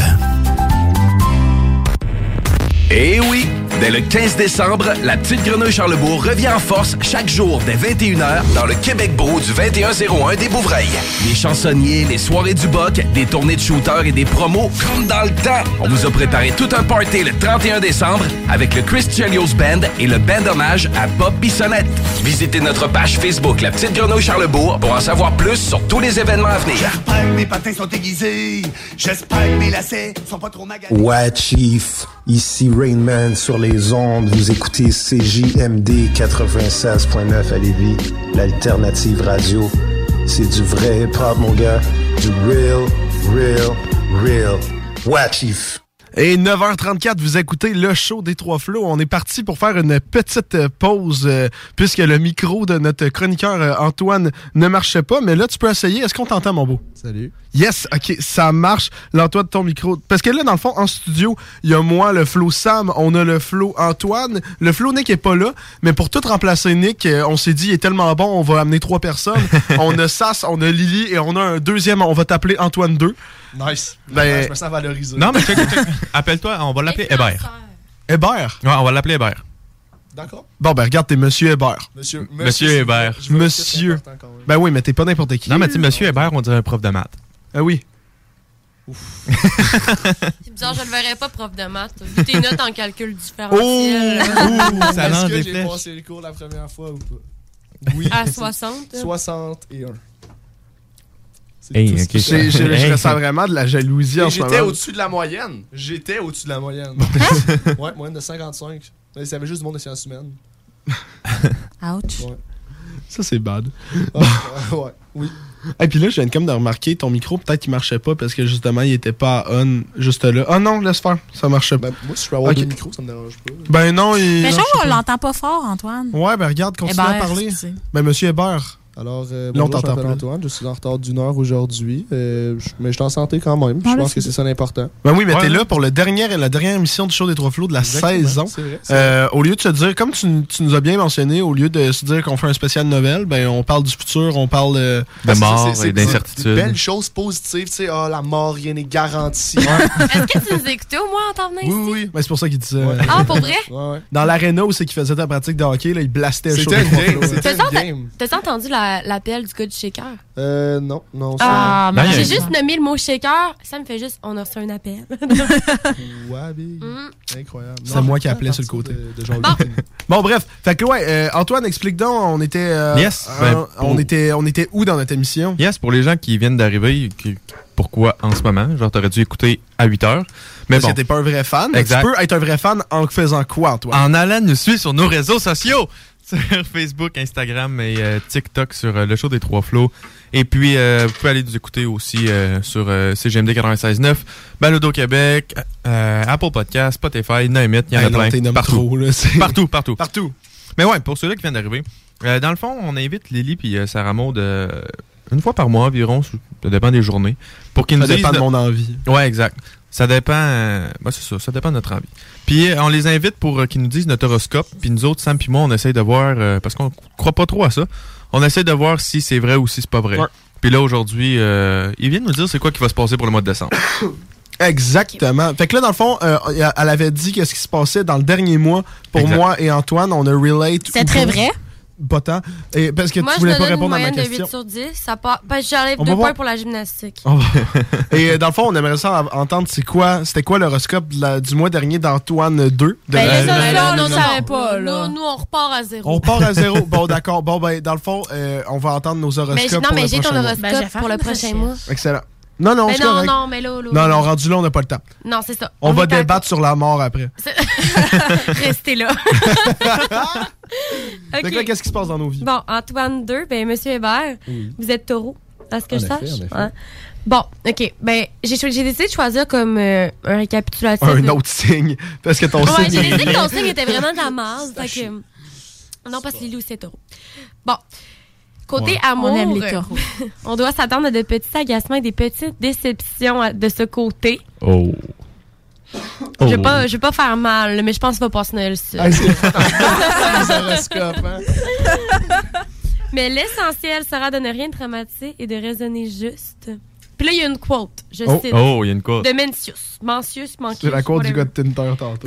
Eh oui! Dès le 15 décembre, la Petite Grenouille Charlebourg revient en force chaque jour dès 21h dans le Québec Beau du 2101 des Bouvrailles. Des chansonniers, les soirées du Boc, des tournées de shooters et des promos comme dans le temps. On vous a préparé tout un party le 31 décembre avec le Chris Chelios Band et le band hommage à Bob Bissonnette. Visitez notre page Facebook La Petite Grenouille Charlebourg pour en savoir plus sur tous les événements à venir. J'espère que mes patins sont aiguisés. J'espère que mes lacets sont pas trop maganés. Ouais, Chief. Ici Rainman sur les ondes. Vous écoutez CJMD 96.9 à Lévis, l'alternative radio. C'est du vrai hip-hop, mon gars. Du real. Ouais, Chief. Et 9h34, vous écoutez le show des Trois Flots. On est parti pour faire une petite pause puisque le micro de notre chroniqueur Antoine ne marchait pas. Mais là, tu peux essayer. Est-ce qu'on t'entend, mon beau? Salut. Yes, OK, ça marche. L'Antoine, ton micro. Parce que là, dans le fond, en studio, il y a moi, le Flo Sam, on a le Flo Antoine. Le Flo Nick est pas là, mais pour tout remplacer Nick, on s'est dit, il est tellement bon, on va amener 3 personnes. On a Sass, on a Lily et on a un deuxième, on va t'appeler Antoine 2. Nice. Ben, je me sens valorisé. Non, mais check. Appelle-toi, on va l'appeler Hébert. Hébert? Ouais, on va l'appeler Hébert. D'accord. Bon, ben regarde, t'es Monsieur Hébert. Monsieur Hébert. Monsieur. Ben oui, mais t'es pas n'importe qui. Non, mais tu sais, Monsieur Hébert, on dirait un prof de maths. Ah oui. C'est bizarre, je le verrais pas prof de maths. Vu tes notes en calcul différentiel. Ça lance des flèches. Est-ce que j'ai passé le cours la première fois ou pas? Oui. À 60? 61. Hey, okay. Je ressens vraiment de la jalousie en ce moment. J'étais au-dessus de la moyenne. Ouais, moyenne de 55. Il y avait juste du monde de sciences humaines. Ouch. Ouais. Ça, c'est bad. Ouais, oui. Et puis là, je viens comme de remarquer, ton micro, peut-être qu'il marchait pas parce que justement, il était pas on juste là. Ah non, laisse faire, ça marchait pas. Ben, moi, si je peux avoir 2 micros, ça me dérange pas. Ben non, Mais je trouve qu'on l'entend pas fort, Antoine. Ouais, ben regarde, continue à parler. Ben, Monsieur Hébert. Alors, bonjour, je m'appelle Antoine, je suis en retard d'1 heure aujourd'hui, mais je suis en santé quand même. Je pense que c'est ça l'important. Ben oui, mais t'es là pour la dernière émission du show des Trois Flots de la saison. C'est vrai. Au lieu de se dire, comme tu nous as bien mentionné, au lieu de se dire qu'on fait un spécial Noël, ben on parle du futur, on parle de mort et d'incertitude. C'est des belles choses positives, tu sais, la mort, rien n'est garanti. Est-ce que tu nous écoutais au moins en t'en venant ici? Oui, mais c'est pour ça qu'il disait. Ah, pour vrai? Ouais. Dans l'aréna où c'est qu'il faisait ta pratique de hockey, là, il blastait le show des Trois Flots. C'était une game. T'as entendu l'appel du gars du shaker? Non. Ah, j'ai juste nommé le mot shaker. Ça me fait juste, on a reçu un appel. Incroyable. C'est moi qui appelais sur le côté. Bon, bref. Fait que ouais, Antoine, explique donc, on était... on était où dans notre émission? Yes, pour les gens qui viennent d'arriver, pourquoi en ce moment? Genre, t'aurais dû écouter à 8h. Mais parce que t'es pas un vrai fan. Exact. Tu peux être un vrai fan en faisant quoi, Antoine? En allant nous suivre sur nos réseaux sociaux. Sur Facebook, Instagram et TikTok sur le show des Trois Flots. Et puis, vous pouvez aller nous écouter aussi sur CGMD 96.9, Balado Québec, Apple Podcast, Spotify, name it, il y en a plein. Partout. Mais ouais, pour ceux-là qui viennent d'arriver, dans le fond, on invite Lily et Sarah Maud une fois par mois environ, ça dépend des journées, pour qu'ils nous disent... Ça dépend de mon envie. Ouais, exact. Ça dépend... c'est ça, ça dépend de notre envie. Puis on les invite pour qu'ils nous disent notre horoscope. Puis nous autres, Sam puis moi, on essaye de voir... parce qu'on croit pas trop à ça. On essaie de voir si c'est vrai ou si c'est pas vrai. Ouais. Puis là, aujourd'hui, ils viennent nous dire c'est quoi qui va se passer pour le mois de décembre. Exactement. Fait que là, dans le fond, elle avait dit qu'est-ce qui se passait dans le dernier mois. Pour moi et Antoine, on a relate... C'est très vrai. Pas tant. Et parce que moi, tu voulais pas répondre à ma question. Moi, je donne une moyenne de 8 sur 10. Ça part... J'enlève 2 points pour la gymnastique. Et dans le fond, on aimerait ça entendre c'était quoi l'horoscope du mois dernier d'Antoine 2. Non, on ne savait pas. Nous, on repart à 0. On repart à 0. Bon, d'accord. Bon, ben, dans le fond, on va entendre nos horoscopes pour le prochain mois. Non, mais j'ai ton horoscope pour le prochain mois. Excellent. Non, c'est correct. Non, rendu là, on n'a pas le temps. Non, c'est ça. On va débattre sur la mort après. Restez là. Okay. Donc là, qu'est-ce qui se passe dans nos vies? Bon, Antoine 2, ben, Monsieur Hébert, vous êtes taureau, à ce que je sache. Hein? Bon, OK. Ben, j'ai décidé de choisir comme un récapitulatif. Un autre signe. Parce que ton signe. J'ai décidé que ton signe était vraiment de la masse. Non, parce que Lily, c'est taureau. Bon. Côté amour, on aime les taureaux. On doit s'attendre à de petits agacements et des petites déceptions de ce côté. Oh. Je vais pas faire mal, mais je pense qu'il va passer Noël sur. Mais l'essentiel sera de ne rien traumatiser et de raisonner juste. Puis là, il y a une quote. Je cite. Oh, il y a une quote. De Mencius. Mencius. C'est la quote du gars de Tinder tantôt.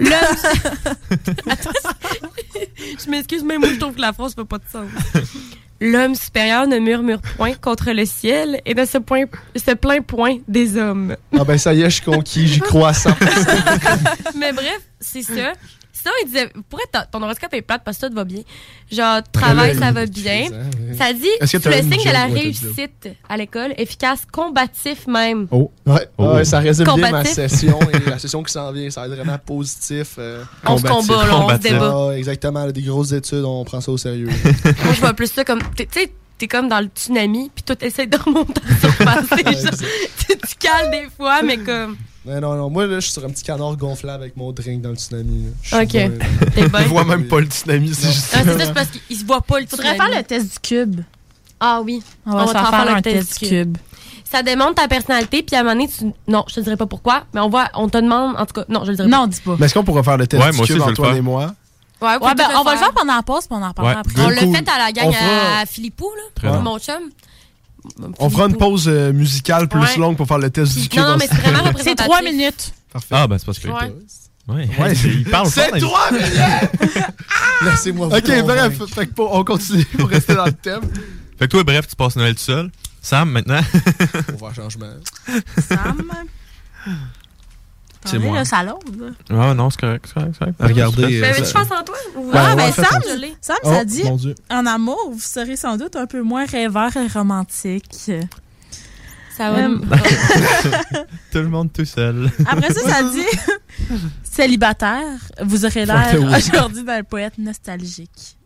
Je m'excuse, même moi, je trouve que la phrase fait pas de sens. L'homme supérieur ne murmure point contre le ciel et ne se plaint point des hommes. Ah ben ça y est, je suis conquis, j'y crois à 100%. Mais bref, c'est ça. Sinon, il disait, ton horoscope est plate parce que tout va bien. Genre, travail, ça va bien. Ça dit, le signe de la réussite à l'école, efficace, combatif même. Oh, ouais, ça résume bien ma session et la session qui s'en vient. Ça va être vraiment positif. On se combat, là, on se débat. Exactement, des grosses études, on prend ça au sérieux. Moi, je vois plus ça comme, tu sais, t'es comme dans le tsunami, puis tout essaie de remonter à la surface. Tu cales des fois, mais comme... Non, moi, là, je suis sur un petit canard gonflable avec mon drink dans le tsunami. Ok. T'es Je bien. vois même pas le tsunami, c'est juste. Ah, c'est ça, c'est parce qu'il se voit pas le Faudrait tsunami. faire le test du cube. Ah oui. On va se faire un test du cube. Ça démontre ta personnalité, puis à un moment donné, non, je te dirai pas pourquoi, mais on te demande, en tout cas, non, je le dirai pas. Non, dis pas. Mais est-ce qu'on pourrait faire le test Ouais, du moi aussi, cube, je veux le Antoine faire. et moi? Ouais, Ouais, ben, on va le faire pendant la pause, puis on en reparlera Ouais. après. On Cool. l'a fait à la gang On fera- à Philippou, là, Très bien. mon chum. On fera une pause musicale plus Ouais. longue pour faire le test du cube. Non, mais c'est vraiment C'est représentatif. 3 minutes. Parfait. Ah, ben c'est parce que. Ouais. Ouais, Ouais, il parle fort. C'est toi, Laissez-moi vous Ok, bref, convaincre. fait que on continue pour rester dans le thème. Fait que toi, bref, tu passes Noël tout seul. Sam, maintenant. On va voir changement. Sam. C'est moi. Là, ça load, là. Ah non, c'est correct. Regardez. Ben, tu penses Antoine? Ou... Ouais, Ah, ouais, ben faites Sam, ça. Sam, Oh, ça dit, mon Dieu. en amour, vous serez sans doute un peu moins rêveur et romantique. Ça va. Tout le monde tout seul. Après ça dit célibataire, vous aurez l'air Fuck, oui. aujourd'hui d'un poète nostalgique.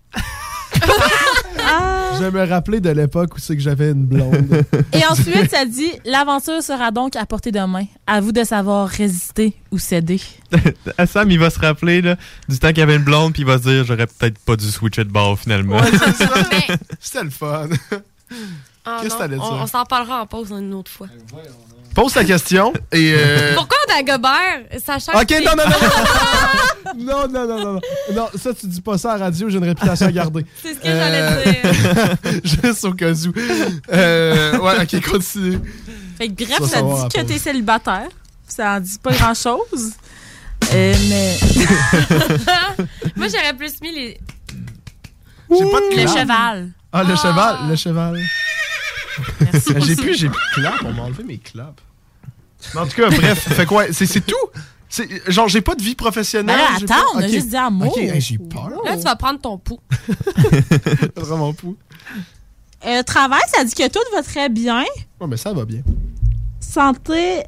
Ah. Je vais me rappeler de l'époque où c'est que j'avais une blonde. Et ensuite, ça dit l'aventure sera donc à portée de main. À vous de savoir résister ou céder. Sam, il va se rappeler là, du temps qu'il y avait une blonde, puis il va se dire j'aurais peut-être pas dû switcher de bord finalement. Ouais, c'est ça. Mais- C'était le fun. Ah, Qu'est-ce que non, t'allais dire? on s'en parlera en pause une autre fois. Pose ta question et. Pourquoi on a Gobert, sachant Ok, que... non. Non, ça, tu dis pas ça à la radio, j'ai une réputation à garder. C'est ce que j'allais dire. Juste au cas où. Ouais, ok, continue. Fait que bref, Tu vas ça savoir dit que après. t'es célibataire. Ça en dit pas grand-chose. Mais Moi, j'aurais plus mis les... J'ai pas de le clap. cheval. Ah, le cheval. Merci. J'ai plus de clap, on m'a enlevé mes claps. Mais en tout cas, bref, fait quoi? C'est tout? Genre, j'ai pas de vie professionnelle. Ben là, j'ai attends, pas- on a Ok. juste dit amour. Ok, hey, j'ai peur. Là, tu vas prendre ton pouls. Vraiment pou. Travail, ça dit que tout va très bien. Ouais, mais ça va bien. Santé,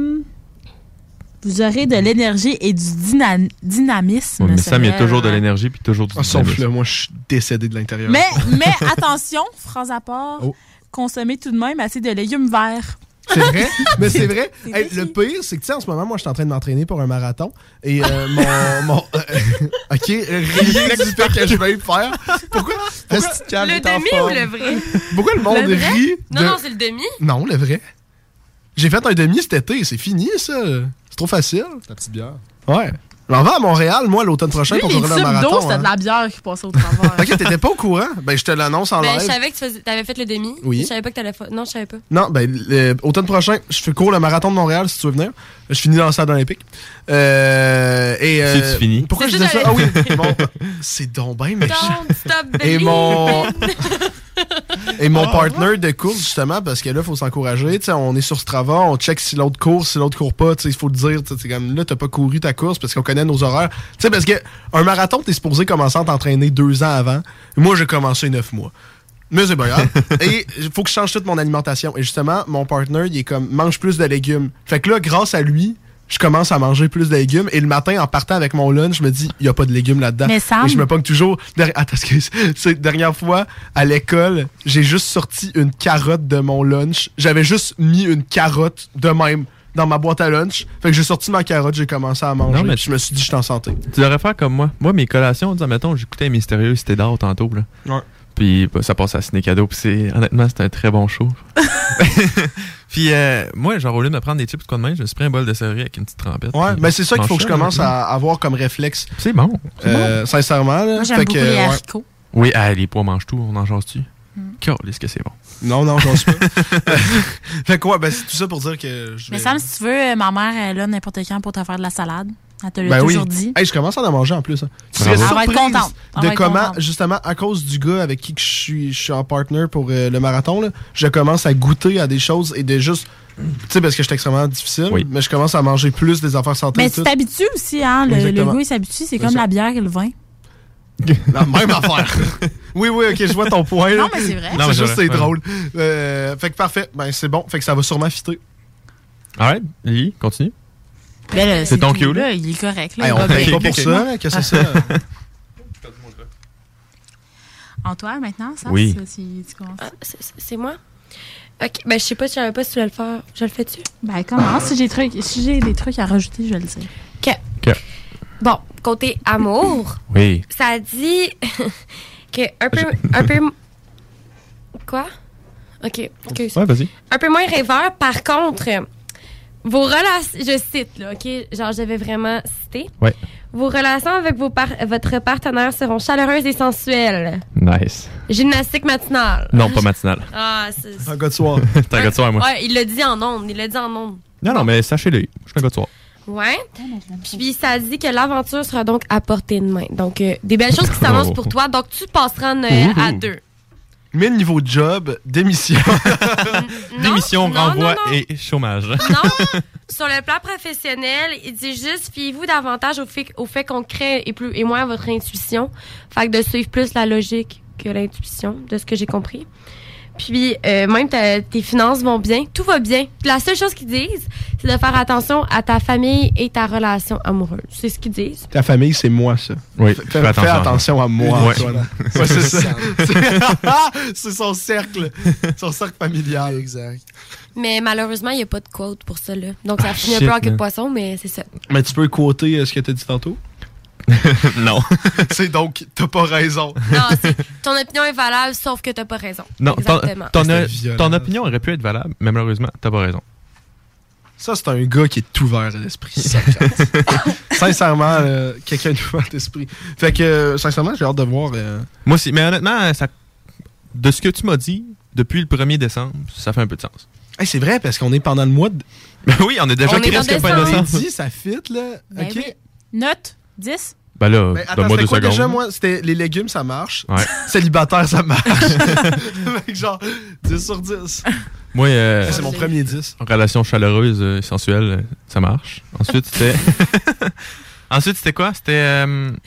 vous aurez de l'énergie et du dynamisme. Ouais, mais Sam, il y a serait- toujours de l'énergie, puis toujours du Ah, sauf dynamisme. là, moi, je suis décédé de l'intérieur. Mais attention, phrase à part, Oh. consommez tout de même assez de légumes verts. C'est vrai? Mais c'est vrai. C'est Hey, écrit. le pire, c'est que, tu sais, en ce moment, moi, je suis en train de m'entraîner pour un marathon. Et mon OK, rien du fait que je vais le faire. Pourquoi? Le demi ou le vrai? Pourquoi le monde Le vrai? rit? Non, non, c'est le demi. Non, le vrai. J'ai fait un demi cet été. C'est fini, ça. C'est trop facile. Ta petite bière. Ouais. J'en vais à Montréal, moi, l'automne prochain Lui, pour les courir le tubes marathon. d'eau, c'était hein. de la bière qui passait au travers. OK, t'étais pas au courant? Ben, je te l'annonce en Ben, live. je savais que tu avais fait le demi. Oui. Je savais pas que t'allais faire. Non, je savais pas. Non, ben, automne prochain, je fais cours le marathon de Montréal, si tu veux venir. Je finis dans le stade olympique. Si tu finis. Pourquoi C'est je disais ça, ça? Ah oui, j'allais bon, c'est donc bien méchant. Don't stop Et believing. mon partner de course, justement, parce que là, il faut s'encourager. Tu sais, on est sur Strava, on check si l'autre court, si l'autre court pas. Tu sais, il faut le dire. Tu sais, c'est comme là, t'as pas couru ta course parce qu'on connaît nos horaires. Tu sais, parce que un marathon, t'es supposé commencer à t'entraîner 2 ans avant. Moi, j'ai commencé 9 mois. Mais c'est pas grave. Et il faut que je change toute mon alimentation. Et justement, mon partner, il est comme, mange plus de légumes. Fait que là, grâce à lui, je commence à manger plus de légumes. Et le matin, en partant avec mon lunch, je me dis, il n'y a pas de légumes là-dedans. Mais Sam- Et je me pogne toujours. Attends, excuse. C'est dernière fois, à l'école, j'ai juste sorti une carotte de mon lunch. J'avais juste mis une carotte de même dans ma boîte à lunch. Fait que j'ai sorti ma carotte, j'ai commencé à manger. Non, mais puis je me suis dit, je suis en santé. Tu devrais faire comme moi. Moi, mes collations, disons, mettons, j'écoutais Mystérieux Cité d'Or tantôt, là. Ouais. Puis bah, ça passe à Ciné Cadeau, puis honnêtement, c'était un très bon show. Puis moi, genre, au lieu de me prendre des chips de quoi de main, je me suis pris un bol de céleri avec une petite trempette. Ouais, puis ben c'est ça qu'il faut que je mange commence à avoir comme réflexe. C'est bon. Sincèrement, là. Moi, j'aime Fait beaucoup que, les ouais. haricots. Oui, les pois mangent tout, on en jase-tu? Est-ce que c'est bon? Non, j'en suis pas. Fait que ouais, ben c'est tout ça pour dire que je vais... Mais Sam, si tu veux, ma mère est là n'importe quand pour te faire de la salade. Elle te l'a Ben oui. toujours dit. Hey, je commence à en manger en plus. Hein. Tu Bravo. serais Elle va être surprise contente. Elle de va être comment, contente. justement, à cause du gars avec qui que je suis en partner pour le marathon, là, je commence à goûter à des choses et de juste... Tu sais, parce que j'étais extrêmement difficile, Oui. mais je commence à manger plus des affaires santé. Mais et tu tout. t'habitues aussi, hein. Le Exactement. goût, il s'habitue. C'est C'est comme ça. la bière et le vin. La même affaire. Oui, ok, je vois ton point. là. Non, mais c'est vrai. Non, mais C'est juste, vrai, c'est ouais. drôle. Fait que parfait. Ben, c'est bon. Fait que ça va sûrement fitter. Alright, Lily, continue. Ben là, C'est ton tout, cue, là. Il est correct. Là, Hey, il on va paye bien. pas pour ça. Qu'est-ce que c'est ça? Antoine, maintenant, ça? Oui. Tu commences. C'est moi? OK, ben je sais pas si j'avais pas si tu voulais le faire. Je le fais-tu? Ben commence. Si j'ai des trucs à rajouter, je vais le dire. OK. Bon, côté amour. Oui. Ça dit que un peu... Quoi? OK. Ouais, vas-y. Un peu moins rêveur. Par contre, vos relations... Je cite, là, OK? Genre, je vais vraiment citer. Ouais. Vos relations avec votre partenaire seront chaleureuses et sensuelles. Nice. Gymnastique matinale. Non, pas matinale. Ah, c'est... Un gars de soir. T'es un gars de soir, moi. Ouais, il l'a dit en ondes. Non, mais sachez-le. Je suis un gars de soir. Ouais. Puis ça dit que l'aventure sera donc à portée de main. Donc, des belles choses qui s'annoncent pour toi. Donc, tu passeras Noël à 2. Mais niveau job, démission. Démission, renvoi et chômage. Non, sur le plan professionnel, il dit juste, fiez-vous davantage au fait concret et moins à votre intuition. Fait que de suivre plus la logique que l'intuition, de ce que j'ai compris. Puis, même tes finances vont bien. Tout va bien. Puis la seule chose qu'ils disent, c'est de faire attention à ta famille et ta relation amoureuse. C'est ce qu'ils disent. Ta famille, c'est moi, ça. Oui. Fais attention à moi, Ouais. Antoine. Ouais, c'est ça. C'est son cercle. Son cercle familial. Exact. Mais malheureusement, il n'y a pas de quote pour ça, là. Donc, ça finit un peu en queue de poisson, mais c'est ça. Mais tu peux quoter ce que tu as dit tantôt? Non. C'est donc, t'as pas raison. Non, ton opinion est valable, sauf que t'as pas raison. Non, exactement. ton opinion aurait pu être valable, mais malheureusement, t'as pas raison. Ça, c'est un gars qui est ouvert à l'esprit. Sincèrement, quelqu'un d'ouvert à l'esprit. Fait que, sincèrement, j'ai hâte de voir. Moi aussi, mais honnêtement, de ce que tu m'as dit, depuis le 1er décembre, ça fait un peu de sens. Hey, c'est vrai, parce qu'on est pendant le mois de... Ben oui, on est déjà presque pas décembre. décembre. Ça fit, là. Ben OK. oui. Note 10. Ben là, attends, donne-moi 2 quoi secondes. déjà, moi? C'était les légumes, ça marche. Ouais. Célibataire, ça marche. Fait que genre, 10 sur 10. Moi, c'est mon premier 10. Relation chaleureuse et sensuelle, ça marche. Ensuite, c'était... Ensuite, c'était quoi? C'était...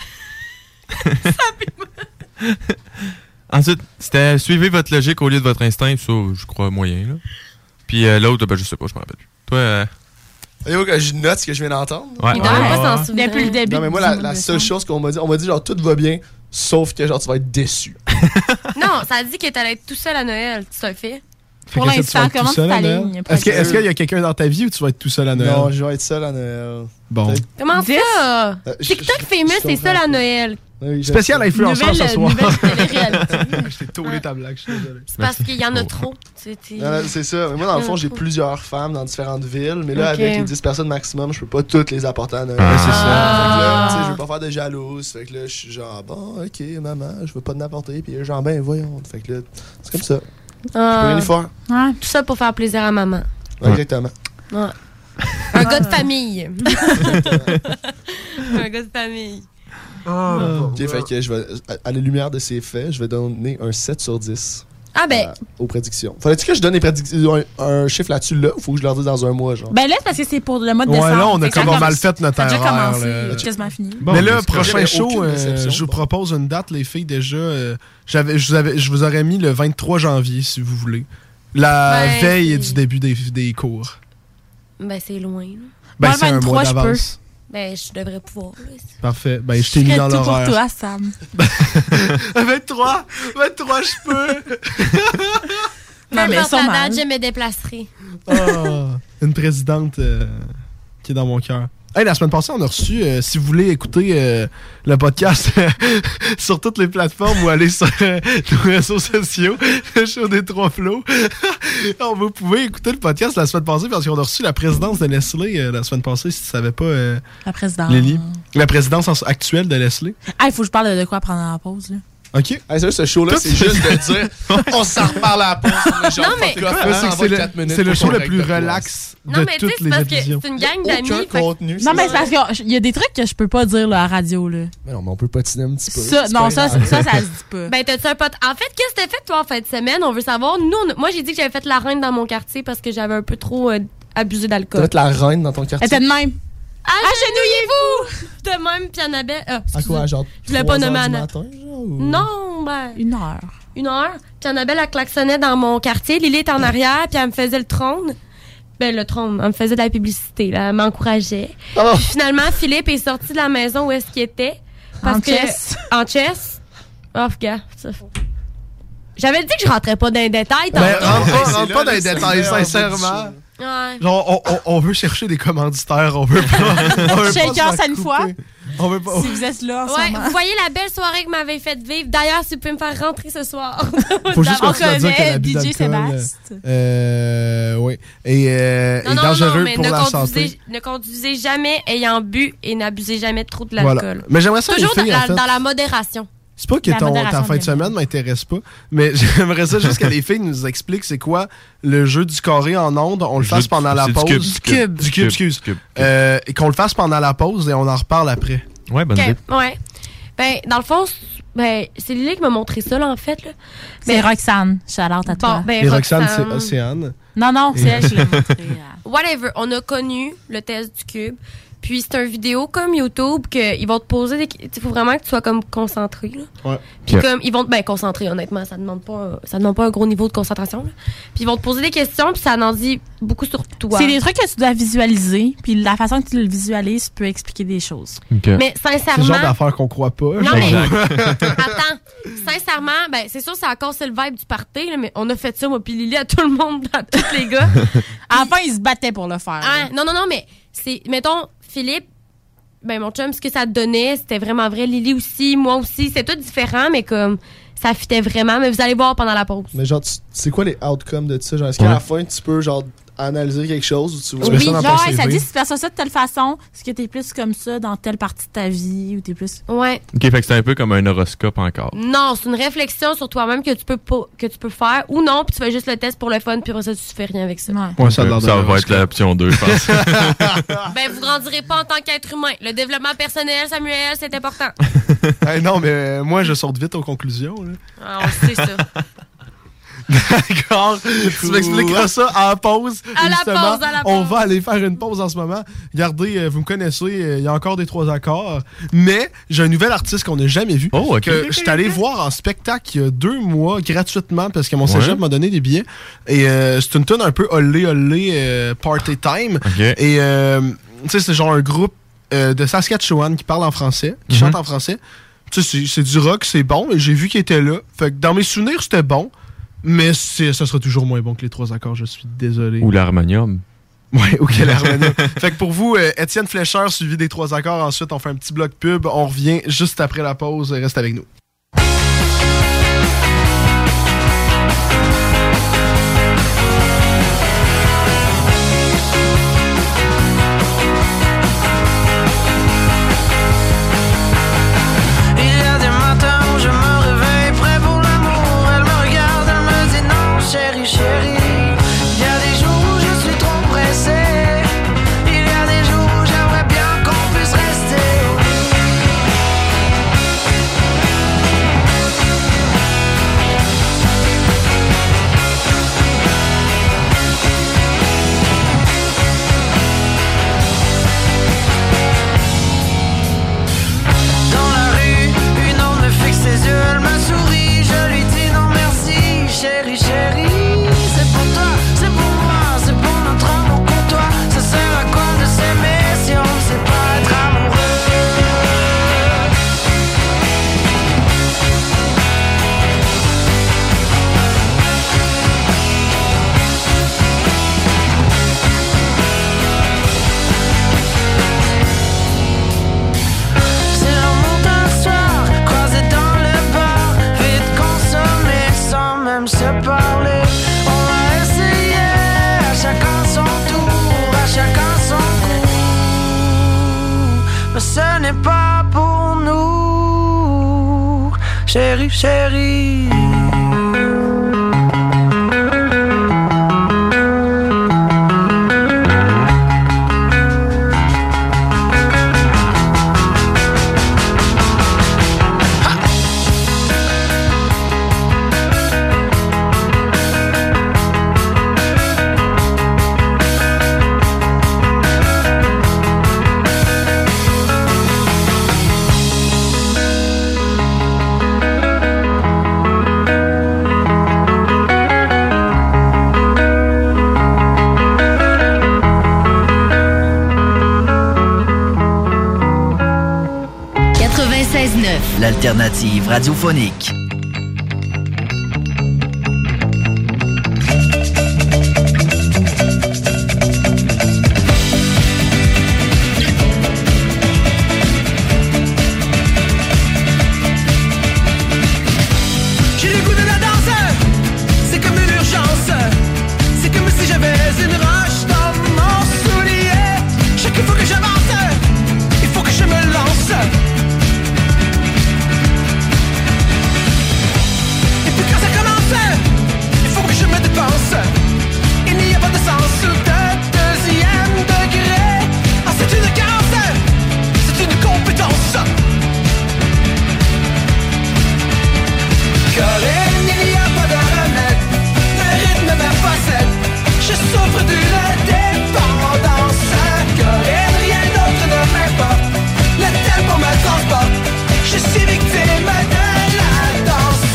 Ensuite, c'était suivez votre logique au lieu de votre instinct. Ça, je crois moyen, là. Puis l'autre, ben je sais pas, je m'en rappelle plus. Toi, je note ce que je viens d'entendre. Ouais. Il doit même pas s'en souvenir. Depuis le début. Non, mais moi, la seule chose qu'on m'a dit genre, tout va bien, sauf que genre, tu vas être déçu. Non, ça dit que t'allais être tout seul à Noël. Tu t'as fait? Pour l'instant, comment tu t'alignes? Est-ce qu'il y a quelqu'un dans ta vie ou tu vas être tout seul à Noël? Non, je vais être seul à Noël. Bon. Comment ça? TikTok famous, c'est seul à Noël. Oui, spécial influenceur ce soir. Je t'ai tourné ta blague, je suis désolé. C'est parce qu'il y en a trop. C'est ça. Mais moi, dans le fond, j'ai plusieurs femmes dans différentes villes. Mais là, avec les 10 personnes maximum, je peux pas toutes les apporter à Noël. C'est ça. Fait que là, tu sais, je veux pas faire de jalouse. Fait que là, je suis genre, bon, ok, maman, je veux pas t'apporter. Puis genre, ben, voyons. Fait que là, c'est comme ça. Je peux rien y faire. Tout ça pour faire plaisir à maman. Ouais, exactement. Ouais. Un gars de famille. Un gars de famille. Ok, fait que je vais, à la lumière de ces faits, je vais donner un 7 sur 10. Ah ben. Aux prédictions. Fallait-tu que je donne un chiffre là-dessus là ou faut que je leur dise dans un mois, genre? Ben là, c'est parce que c'est pour le mois de décembre. Ouais, là, on a comme mal fait notre erreur. Ça a déjà là. quasiment fini. Bon, mais là, prochain show, je vous propose une date, les filles, déjà. Je vous aurais mis le 23 janvier, si vous voulez. La veille du début des cours. Ben, c'est loin. Ben, c'est un mois d'avance. Ben, je devrais pouvoir. Là. Parfait. Ben, je t'ai mis dans l'horaire. pour toi, Sam. 23, je peux. Non, mais ça date, je me déplacerai. Une présidente qui est dans mon cœur. Hey, la semaine passée, on a reçu, si vous voulez écouter le podcast sur toutes les plateformes ou aller sur nos réseaux sociaux, le show des Trois Flots, vous pouvez écouter le podcast la semaine passée parce qu'on a reçu la présidence de Nestlé la semaine passée, si tu savais pas, la présidence. Lily. La présidence actuelle de Nestlé. Ah, il faut que je parle de quoi prendre en pause, là. OK. Hey, ce show-là, c'est juste de dire on s'en reparle à la pause. Non, mais c'est le show le plus relax de toutes les émissions. C'est une gang d'amis. Contenu. Non, mais c'est parce qu'il y a des trucs que je peux pas dire là, à la radio. Là. Mais non, mais on peut patiner un petit peu. Ça se dit pas. Ben, t'as-tu un pote? En fait, qu'est-ce que t'as fait, toi, en fin de semaine? On veut savoir. Moi, j'ai dit que j'avais fait la reine dans mon quartier parce que j'avais un peu trop abusé d'alcool. T'as fait la reine dans ton quartier? Elle était de même. Agenouillez-vous! De même, puis Annabelle. À quoi, genre? Je voulais pas nommer Anna. Non, ben. 1 heure. 1 heure. Puis Annabelle, elle klaxonnait dans mon quartier. Lily était en arrière, puis elle me faisait le trône. Ben, le trône. Elle me faisait de la publicité, là. Elle m'encourageait. Oh. Puis finalement, Philippe est sorti de la maison où est-ce qu'il était. Parce en que. chess. En chess. Oh, gars. J'avais dit que je rentrais pas dans les détails. Ben, rentre pas dans les détails, sincèrement. Ouais. Genre, on veut chercher des commanditaires, on veut pas. Shaker, ça une fois. On veut pas. Si vous êtes là en ce moment. Vous voyez la belle soirée que vous m'avez fait vivre. D'ailleurs, si vous pouvez me faire rentrer ce soir. Faut juste continuer à dire que l'abus DJ Sébastien. Oui. Et dangereux pour la santé. Ne conduisez jamais ayant bu et n'abusez jamais trop de l'alcool. Voilà. Mais j'aimerais ça toujours les filles, en fait. dans la modération. C'est pas que ta fin de semaine m'intéresse pas, mais j'aimerais ça juste que les filles nous expliquent c'est quoi le jeu du carré en ondes. On le fasse pendant la pause. Du cube, excuse. Et qu'on le fasse pendant la pause et on en reparle après. Ouais, bonne idée. Ouais. Ben, dans le fond, c'est Lily qui m'a montré ça, là, en fait. Là. C'est Roxane. Shout-out à toi. Ben, et Roxane, c'est Océane. Non, c'est elle qui l'a montré. Whatever. On a connu le test du cube. Puis c'est une vidéo comme YouTube qu'ils vont te poser des... Il faut vraiment que tu sois comme concentré. Là. Ouais. Puis comme ils vont te concentrer, honnêtement, ça demande pas un gros niveau de concentration. Là. Puis ils vont te poser des questions, puis ça en dit beaucoup sur toi. C'est des trucs que tu dois visualiser, puis la façon que tu le visualises peut expliquer des choses. Okay. Mais sincèrement... C'est le genre d'affaires qu'on croit pas. Non, mais... Attends. Sincèrement, c'est sûr ça a cassé le vibe du party, là, mais on a fait ça, moi puis Lily, à tout le monde, à tous les gars. Enfin, ils se battaient pour le faire. Ah, non, mais c'est... Mettons... Philippe, mon chum, ce que ça te donnait, c'était vraiment vrai. Lily aussi, moi aussi, c'était tout différent, mais comme ça fitait vraiment. Mais vous allez voir pendant la pause. Mais genre, c'est quoi les outcomes de ça? Genre, est-ce qu'à la fin, tu peux genre analyser quelque chose ou tu vois oui, genre, ça dit si tu fais ça de telle façon, est-ce que t'es plus comme ça dans telle partie de ta vie ou t'es plus... Ouais. OK, fait que c'est un peu comme un horoscope encore. Non, c'est une réflexion sur toi-même que tu peux faire ou non, puis tu fais juste le test pour le fun, puis après ça, tu fais rien avec ça. Ouais, ça va être l'option 2, je pense. Vous grandirez pas en tant qu'être humain. Le développement personnel, Samuel, c'est important. Non, mais moi, je saute vite aux conclusions. Là. Ah, on sait ça. D'accord. Tu m'expliqueras ça en pause. À la pause. On va aller faire une pause en ce moment. Regardez, vous me connaissez, il y a encore des 3 accords. Mais j'ai un nouvel artiste qu'on n'a jamais vu. Oh, OK. Que je suis allé voir en spectacle il y a 2 mois gratuitement parce que mon cégep m'a donné des billets. Et c'est une tune un peu olé party time. Okay. Et tu sais, c'est genre un groupe de Saskatchewan qui parle en français, qui chante en français. Tu sais, c'est du rock, c'est bon. Et j'ai vu qu'il était là. Fait que dans mes souvenirs, c'était bon. Mais ça sera toujours moins bon que les 3 accords, je suis désolé. Ou l'harmonium. Ouais, ou quel harmonium. Fait que pour vous, Étienne Flécheur, suivi des 3 accords. Ensuite, on fait un petit bloc pub. On revient juste après la pause. Reste avec nous. Chérie, il y a des jours où je suis trop pressé. Il y a des jours où j'aimerais bien qu'on puisse rester. Dans la rue, une onde me fixe ses yeux, elle me sourit. Je lui dis non merci, chérie, chérie. Se parler, on va essayer, à chacun son tour, à chacun son coup. Mais ce n'est pas pour nous, chérie, chérie. L'alternative radiophonique. une roche dans mon soulier. Je sais qu'il faut que j'avance, il faut que je me lance. Et puis quand ça commence, il faut que je me dépense. Il n'y a pas de sens de deuxième degré. Ah, c'est une carence, c'est une compétence. Corinne, il n'y a pas de remède. Le rythme me possède. Je souffre d'une dépendance. Corinne, rien d'autre ne m'importe. Le tempo me transporte. Je suis victime de la danse.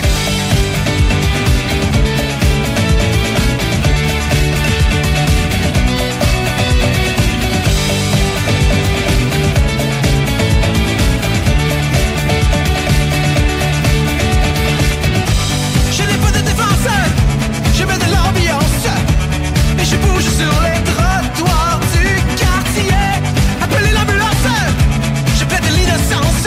Je n'ai pas de défense, je mets de l'ambiance. Et je bouge sur les trottoirs du quartier. Appelez l'ambulance, je plaide l'innocence.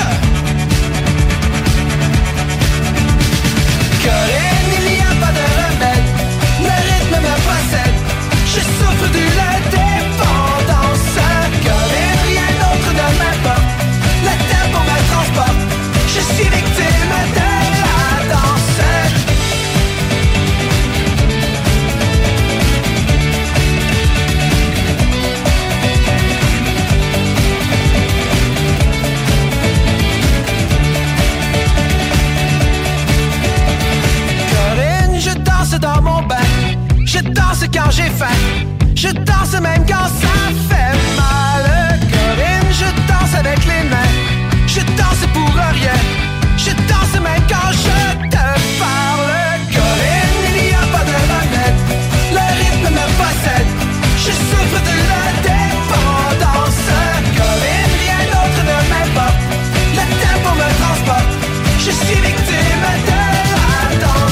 Corinne, il n'y a pas de remède. Le rythme me possède. Je souffre d'une dépendance. Corinne, rien d'autre ne m'importe. Le tempo me transporte. Je suis victime de la danse. Corinne, je danse dans mon bain. Je danse quand j'ai faim. Je danse même quand ça fait mal. Corinne, je danse avec les mains. Je danse pour rien. Je danse même quand je te parle. Corinne, il n'y a pas de remède. Le rythme me possède. Je souffre de la dépendance. Corinne, rien d'autre ne m'importe. Le tempo me transporte. Je suis victime de la danse.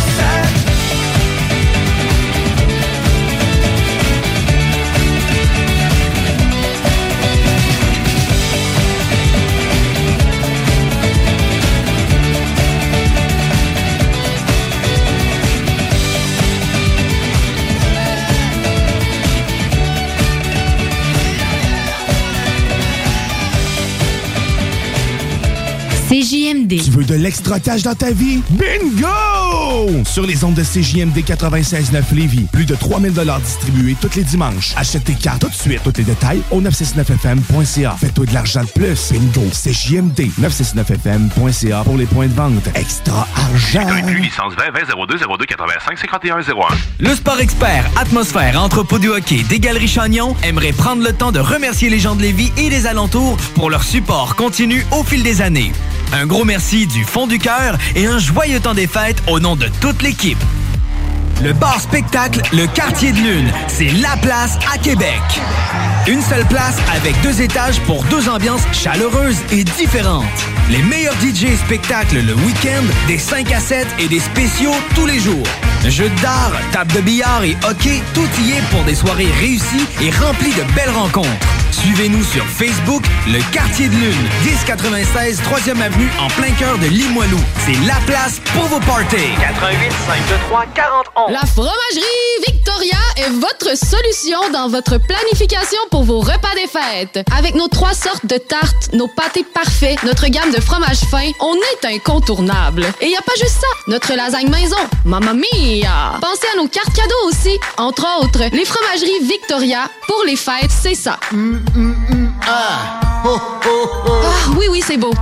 CJMD. Tu veux de l'extra cash dans ta vie? Bingo! Sur les ondes de CJMD 96.9 Lévis, plus de 3000 $ distribués tous les dimanches. Achète tes cartes tout de suite. Tous les détails au 969fm.ca. Fais-toi de l'argent de plus. Bingo! CJMD 969fm.ca pour les points de vente. Extra argent! Inclus licence 20-02-02-85-51-01. Le Sport Expert Atmosphère Entrepôt du hockey des Galeries Chagnon aimerait prendre le temps de remercier les gens de Lévis et des alentours pour leur support continu au fil des années. Un gros merci du fond du cœur et un joyeux temps des fêtes au nom de toute l'équipe. Le bar spectacle Le Quartier de Lune, c'est la place à Québec. Une seule place avec 2 étages pour 2 ambiances chaleureuses et différentes. Les meilleurs DJ et spectacles le week-end, des 5 à 7 et des spéciaux tous les jours. Jeux d'art, table de billard et hockey, tout y est pour des soirées réussies et remplies de belles rencontres. Suivez-nous sur Facebook, Le Quartier de Lune, 1096 3e Avenue, en plein cœur de Limoilou. C'est la place pour vos parties. 88 523 4011. La Fromagerie Victoria est votre solution dans votre planification pour vos repas des fêtes. Avec nos 3 sortes de tartes, nos pâtés parfaits, notre gamme de fromages fins, on est incontournable. Et y a pas juste ça, notre lasagne maison, mamma mia! Pensez à nos cartes cadeaux aussi. Entre autres, les Fromageries Victoria, pour les fêtes, c'est ça. Ah, oui, c'est beau.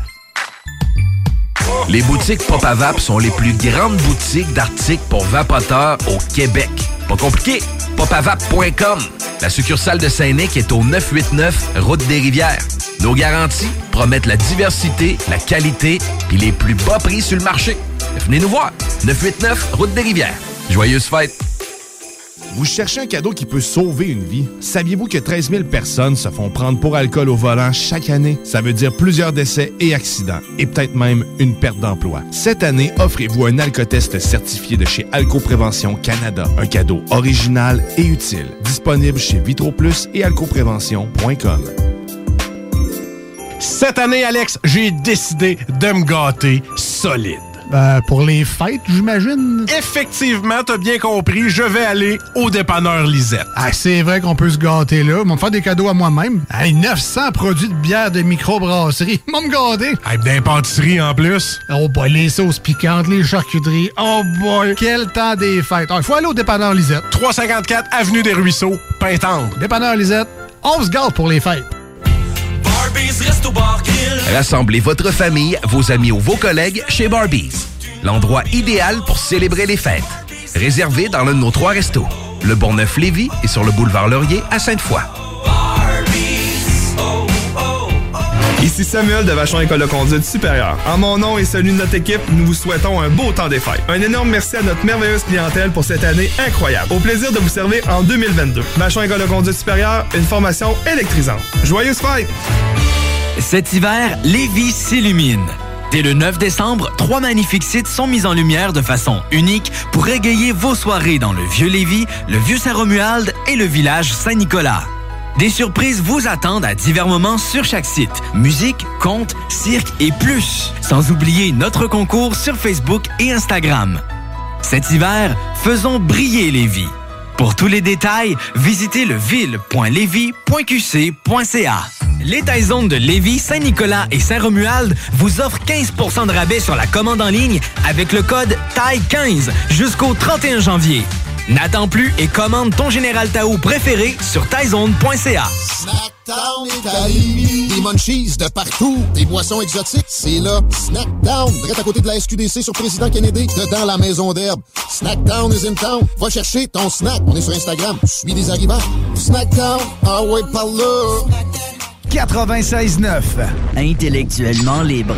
Les boutiques Pop à Vape sont les plus grandes boutiques d'articles pour vapoteurs au Québec. Pas compliqué, popavape.com. La succursale de Saint-Nic est au 989 Route des Rivières. Nos garanties promettent la diversité, la qualité et les plus bas prix sur le marché. Venez nous voir, 989 Route des Rivières. Joyeuses fêtes! Vous cherchez un cadeau qui peut sauver une vie? Saviez-vous que 13 000 personnes se font prendre pour alcool au volant chaque année? Ça veut dire plusieurs décès et accidents, et peut-être même une perte d'emploi. Cette année, offrez-vous un alcotest certifié de chez Alcoprévention Canada. Un cadeau original et utile. Disponible chez VitroPlus et alcoprévention.com. Cette année, Alex, j'ai décidé de me gâter solide. Pour les fêtes, j'imagine. Effectivement, t'as bien compris, je vais aller au dépanneur Lisette. Ah, c'est vrai qu'on peut se gâter là. Ils vont me faire des cadeaux à moi-même. Hey, 900 produits de bière de microbrasserie. Ils vont me gâter. Hey, d'impantisserie en plus. Oh boy, les sauces piquantes, les charcuteries. Oh boy, quel temps des fêtes. Il faut aller au dépanneur Lisette. 354 Avenue des Ruisseaux, Pintendre. Dépanneur Lisette, on se gâte pour les fêtes. Rassemblez votre famille, vos amis ou vos collègues chez Barbies. L'endroit idéal pour célébrer les fêtes. Réservé dans l'un de nos 3 restos. Le Bourgneuf-Lévis et sur le boulevard Laurier à Sainte-Foy. Ici Samuel de Vachon École de conduite supérieure. En mon nom et celui de notre équipe, nous vous souhaitons un beau temps des fêtes. Un énorme merci à notre merveilleuse clientèle pour cette année incroyable. Au plaisir de vous servir en 2022. Vachon École de conduite supérieure, une formation électrisante. Joyeuses fêtes! Cet hiver, Lévis s'illumine. Dès le 9 décembre, 3 magnifiques sites sont mis en lumière de façon unique pour égayer vos soirées dans le Vieux-Lévis, le Vieux-Saint-Romuald et le village Saint-Nicolas. Des surprises vous attendent à divers moments sur chaque site. Musique, contes, cirque et plus. Sans oublier notre concours sur Facebook et Instagram. Cet hiver, faisons briller Lévis. Pour tous les détails, visitez leville.lévis.qc.ca. Les Taizones de Lévis, Saint-Nicolas et Saint-Romuald vous offrent 15 % de rabais sur la commande en ligne avec le code TAI15 jusqu'au 31 janvier. N'attends plus et commande ton Général Tao préféré sur taizone.ca. Snackdown Italie, des munchies de partout, des boissons exotiques, c'est là. Snackdown, direct à côté de la SQDC sur Président Kennedy, dedans la maison d'herbe. Snackdown is in town, va chercher ton snack. On est sur Instagram, suis des arrivants. Snackdown, ah ouais, par là. 96.9, intellectuellement libre.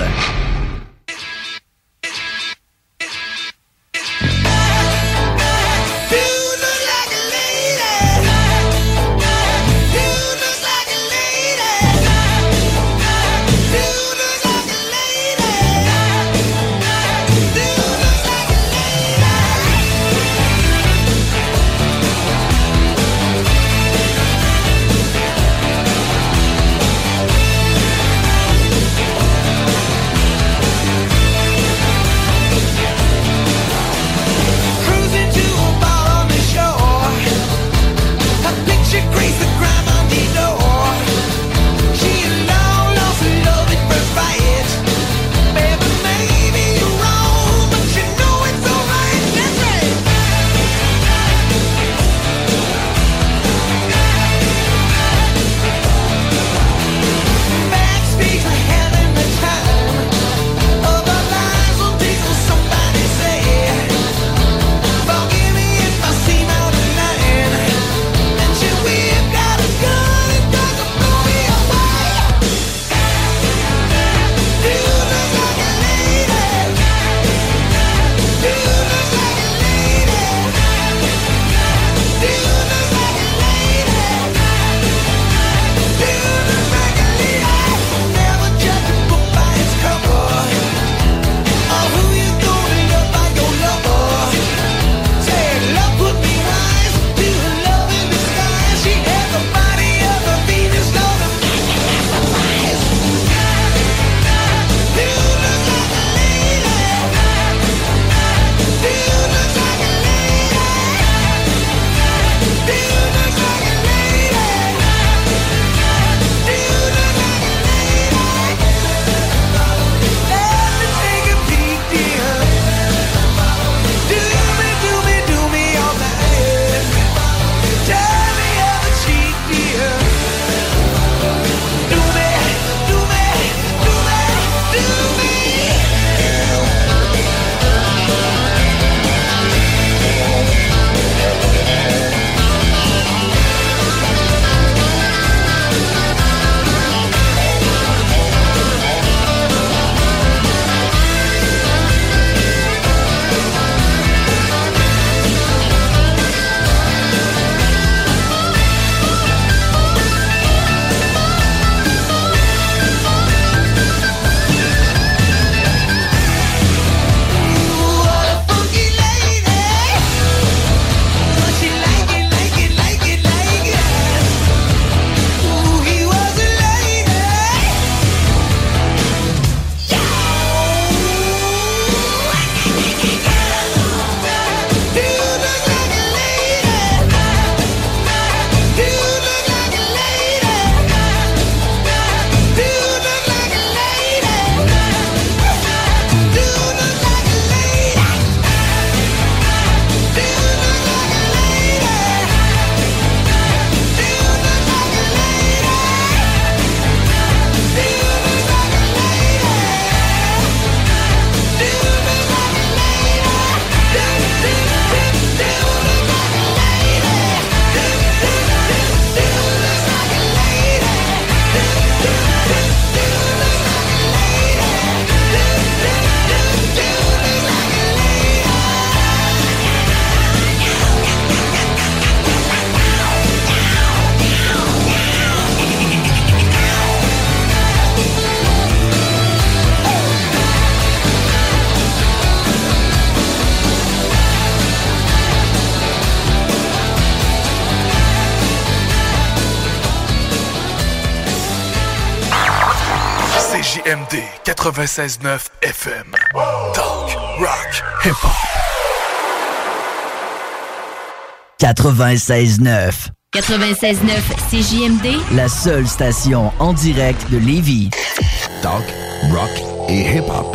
CJMD 96.9 FM. Talk, rock, hip-hop. 96.9. 96.9 CJMD. La seule station en direct de Lévis. Talk, rock et hip-hop.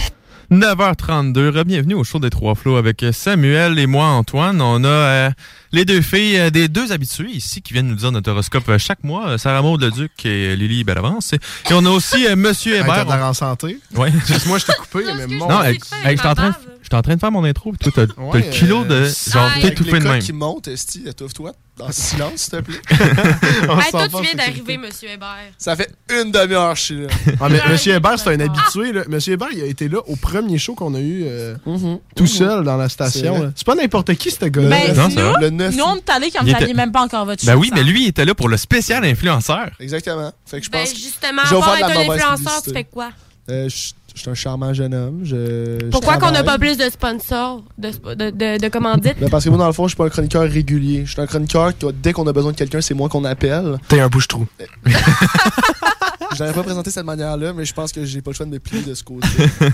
9h32, bienvenue au show des Trois Flots avec Samuel et moi, Antoine. On a les deux filles, des deux habitués ici qui viennent nous dire notre horoscope chaque mois. Sarah Maud Leduc et Lily Bellavance. Et on a aussi Monsieur Hébert. T'as l'air en santé. Oui. Moi, je t'ai coupé, mais mon... Non, je suis en train de faire mon intro. Puis toi, t'as le kilo de genre t'étouffer de même. qui monte, Esti, étouffe-toi dans le silence, s'il te plaît. Toi, tu viens d'arriver, Monsieur Hébert. Ça fait une demi-heure, je suis là. Ah, mais Monsieur Hébert, c'est un habitué. Là. Monsieur Hébert, il a été là au premier show qu'on a eu tout seul dans la station. C'est pas n'importe qui, ce gars-là. Ben, non, nous, on est allés quand vous saviez même pas encore votre show. Ben oui, mais lui, il était là pour le spécial influenceur. Exactement. Fait que je pense justement, à part être un influenceur, tu fais quoi? Je suis un charmant jeune homme. Pourquoi qu'on n'a pas plus de sponsors, de commandites? Ben parce que moi, dans le fond, je suis pas un chroniqueur régulier. Je suis un chroniqueur qui, dès qu'on a besoin de quelqu'un, c'est moi qu'on appelle. T'es un bouche-trou. Je n'avais pas présenté cette manière-là, mais je pense que j'ai pas le choix de me plier de ce côté.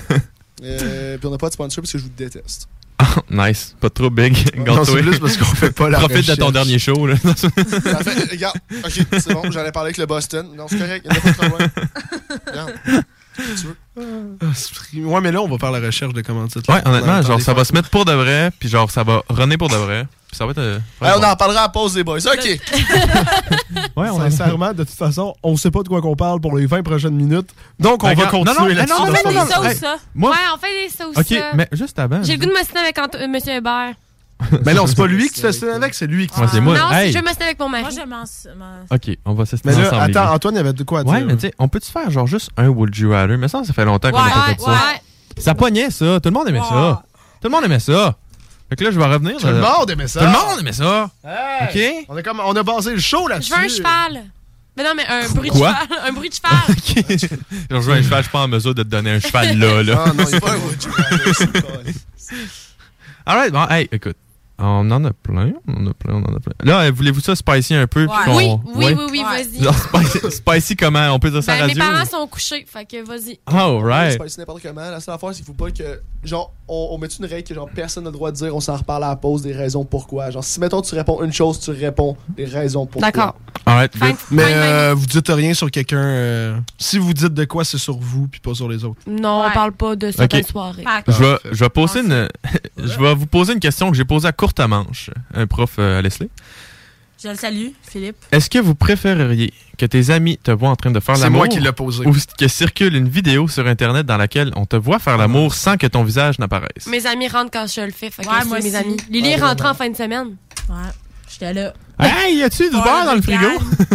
Puis on n'a pas de sponsor parce que je vous déteste. Oh, nice. Pas trop big. Non, c'est plus parce qu'on fait pas la Profite de ton dernier show. Là. Regarde, ok, c'est bon, j'allais parler avec le Boston. Non, c'est correct, il n'y a pas de problème. Regarde. Tu veux? Ouais, mais là, on va faire la recherche de comment ça. Ouais, honnêtement, genre, ça va se mettre pour de vrai, puis genre, ça va runner pour de vrai. Puis ça va être. On en parlera à la pause des boys. Ok. Ouais, sincèrement, de toute façon, on sait pas de quoi qu'on parle pour les 20 prochaines minutes. Donc, on va continuer là-dessus. On fait des sauces, ça. Ouais, on fait des sauces. Ok, mais juste avant. J'ai le goût de m'assiner avec Monsieur Hébert. Mais non, c'est pas lui que tu t'assines avec, c'est lui qui c'est moi. Non, je vais m'assiner avec mon mari. Moi, je m'en... Ok, on va s'assiner ensemble. Mais là, attends, Antoine, il y avait de quoi à dire. Ouais, mais tu sais, on peut-tu faire genre juste un Would You Rather? Mais ça fait longtemps qu'on a pas fait ça. Ça pognait, ça. Tout le monde aimait ça. Tout le monde aimait ça. Fait que là, je vais revenir. Tout le monde aimait ça. Tout le monde aimait ça. Hey, ok. On a basé le show là-dessus. Je veux un cheval. Mais non, mais un bruit de cheval. Un bruit de cheval. Ok. Genre, je veux un cheval, je suis pas en mesure de te donner un cheval là. Ah non, c'est pas un Would You Rather. Alright, bon, hey, écoute. On en a plein. Là, voulez-vous ça spicy un peu? Ouais. Oui, vas-y. Genre, spicy comment? On peut dire ça à la radio? Mes parents sont couchés, fait que vas-y. Oh, right. Spicy n'importe comment. La seule affaire, c'est qu'il faut pas que... Genre, on met une règle que genre personne n'a le droit de dire, on s'en reparle à la pause des raisons pourquoi. Genre, si mettons tu réponds une chose, tu réponds des raisons pourquoi. D'accord. Alright, mais vous dites rien sur quelqu'un. Si vous dites de quoi, c'est sur vous, puis pas sur les autres. Non, on parle pas de certaines soirées. Je vais poser je vais vous poser une question que j'ai posée à courte manche, un prof à Leslie. Je le salue, Philippe. Est-ce que vous préféreriez que tes amis te voient en train de faire l'amour? C'est moi qui l'ai posé. Ou que circule une vidéo sur Internet dans laquelle on te voit faire l'amour sans que ton visage n'apparaisse? Mes amis rentrent quand je le fais. Fait que moi mes amis. Lily est rentrée en fin de semaine. Ouais, j'étais là. Hey, y a-tu du beurre dans le frigo?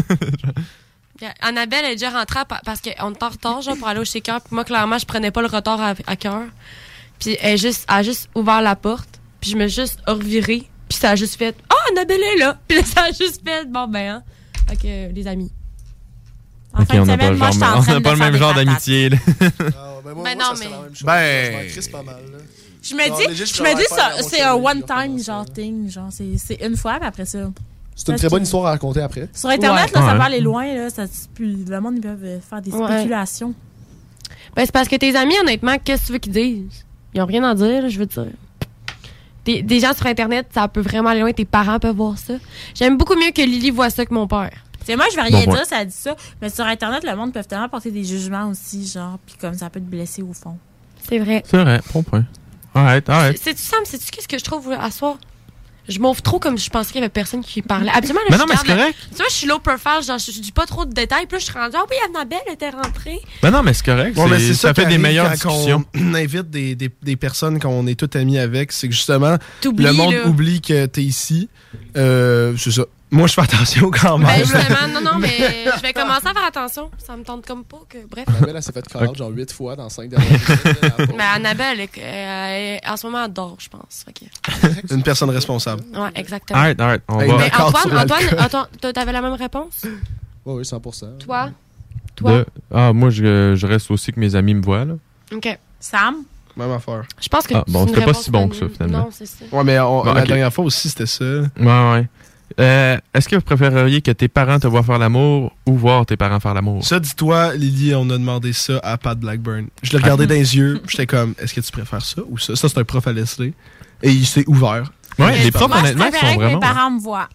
Annabelle est déjà rentrée parce qu'on était en retard genre, pour aller au shaker. Puis moi, clairement, je prenais pas le retard à cœur. Puis elle a juste ouvert la porte. Puis je me suis juste revirée. Puis ça a juste fait « Ah, Annabelle est là! » Puis là, ça a juste fait « Bon, ben, hein. » Fait que, les amis. Ok, on n'a pas le même genre d'amitié, là. Ben non, mais... Ben... Je pas mal, là. Je me dis ça, c'est un one-time genre thing. Genre, c'est une fois, puis après ça... C'est une très bonne histoire à raconter après. Sur Internet, là, ça va aller loin, là. Le monde, ils peuvent faire des spéculations. Ben, c'est parce que tes amis, honnêtement, qu'est-ce que tu veux qu'ils disent? Ils ont rien à dire, je veux dire. Des gens sur Internet, ça peut vraiment aller loin. Tes parents peuvent voir ça. J'aime beaucoup mieux que Lily voit ça que mon père. C'est moi, je vais rien dire, ça dit ça. Mais sur Internet, le monde peut tellement porter des jugements aussi, genre, puis comme ça peut te blesser au fond. C'est vrai. C'est vrai, bon point. Arrête. C'est-tu Sam, sais-tu qu'est-ce que je trouve à soir? Je m'ouvre trop comme je pensais qu'il y avait personne qui parlait. Absolument, là, mais non, mais c'est correct. Tu vois, je suis low profile, genre, je dis pas trop de détails. Puis là, je suis rendue, oui, Annabelle était rentrée. Mais non, mais c'est correct. Bon, c'est ça fait des meilleures discussions. Quand on invite des personnes qu'on est tous amis avec, c'est que justement, t'oublies, le monde là. oublie que t'es ici. C'est ça. Moi, je fais attention quand même. Ben, justement, non, mais je vais commencer à faire attention. Ça me tente comme pas que. Bref. Annabelle, elle s'est fait call out genre 8 fois dans 5 dernières minutes. Mais Annabelle, en ce moment, elle dort, je pense. Okay. Une personne responsable. Ouais, exactement. Arrête. On va. Mais Antoine, t'avais la même réponse? Oui, 100%. Toi? Moi, je reste aussi que mes amis me voient, là. OK. Sam? Même affaire. Je pense que bon, c'était pas si bon que ça, finalement. Non, c'est ça. Ouais, mais la dernière fois aussi, c'était ça. Ouais. Est-ce que vous préféreriez que tes parents te voient faire l'amour ou voir tes parents faire l'amour? Ça, dis-toi, Lily, on a demandé ça à Pat Blackburn. Je l'ai regardé dans les yeux, j'étais comme, est-ce que tu préfères ça ou ça? Ça, c'est un prof à Leslie. Et il s'est ouvert. Ouais, les profs, honnêtement, ils sont vraiment... que mes parents me voient.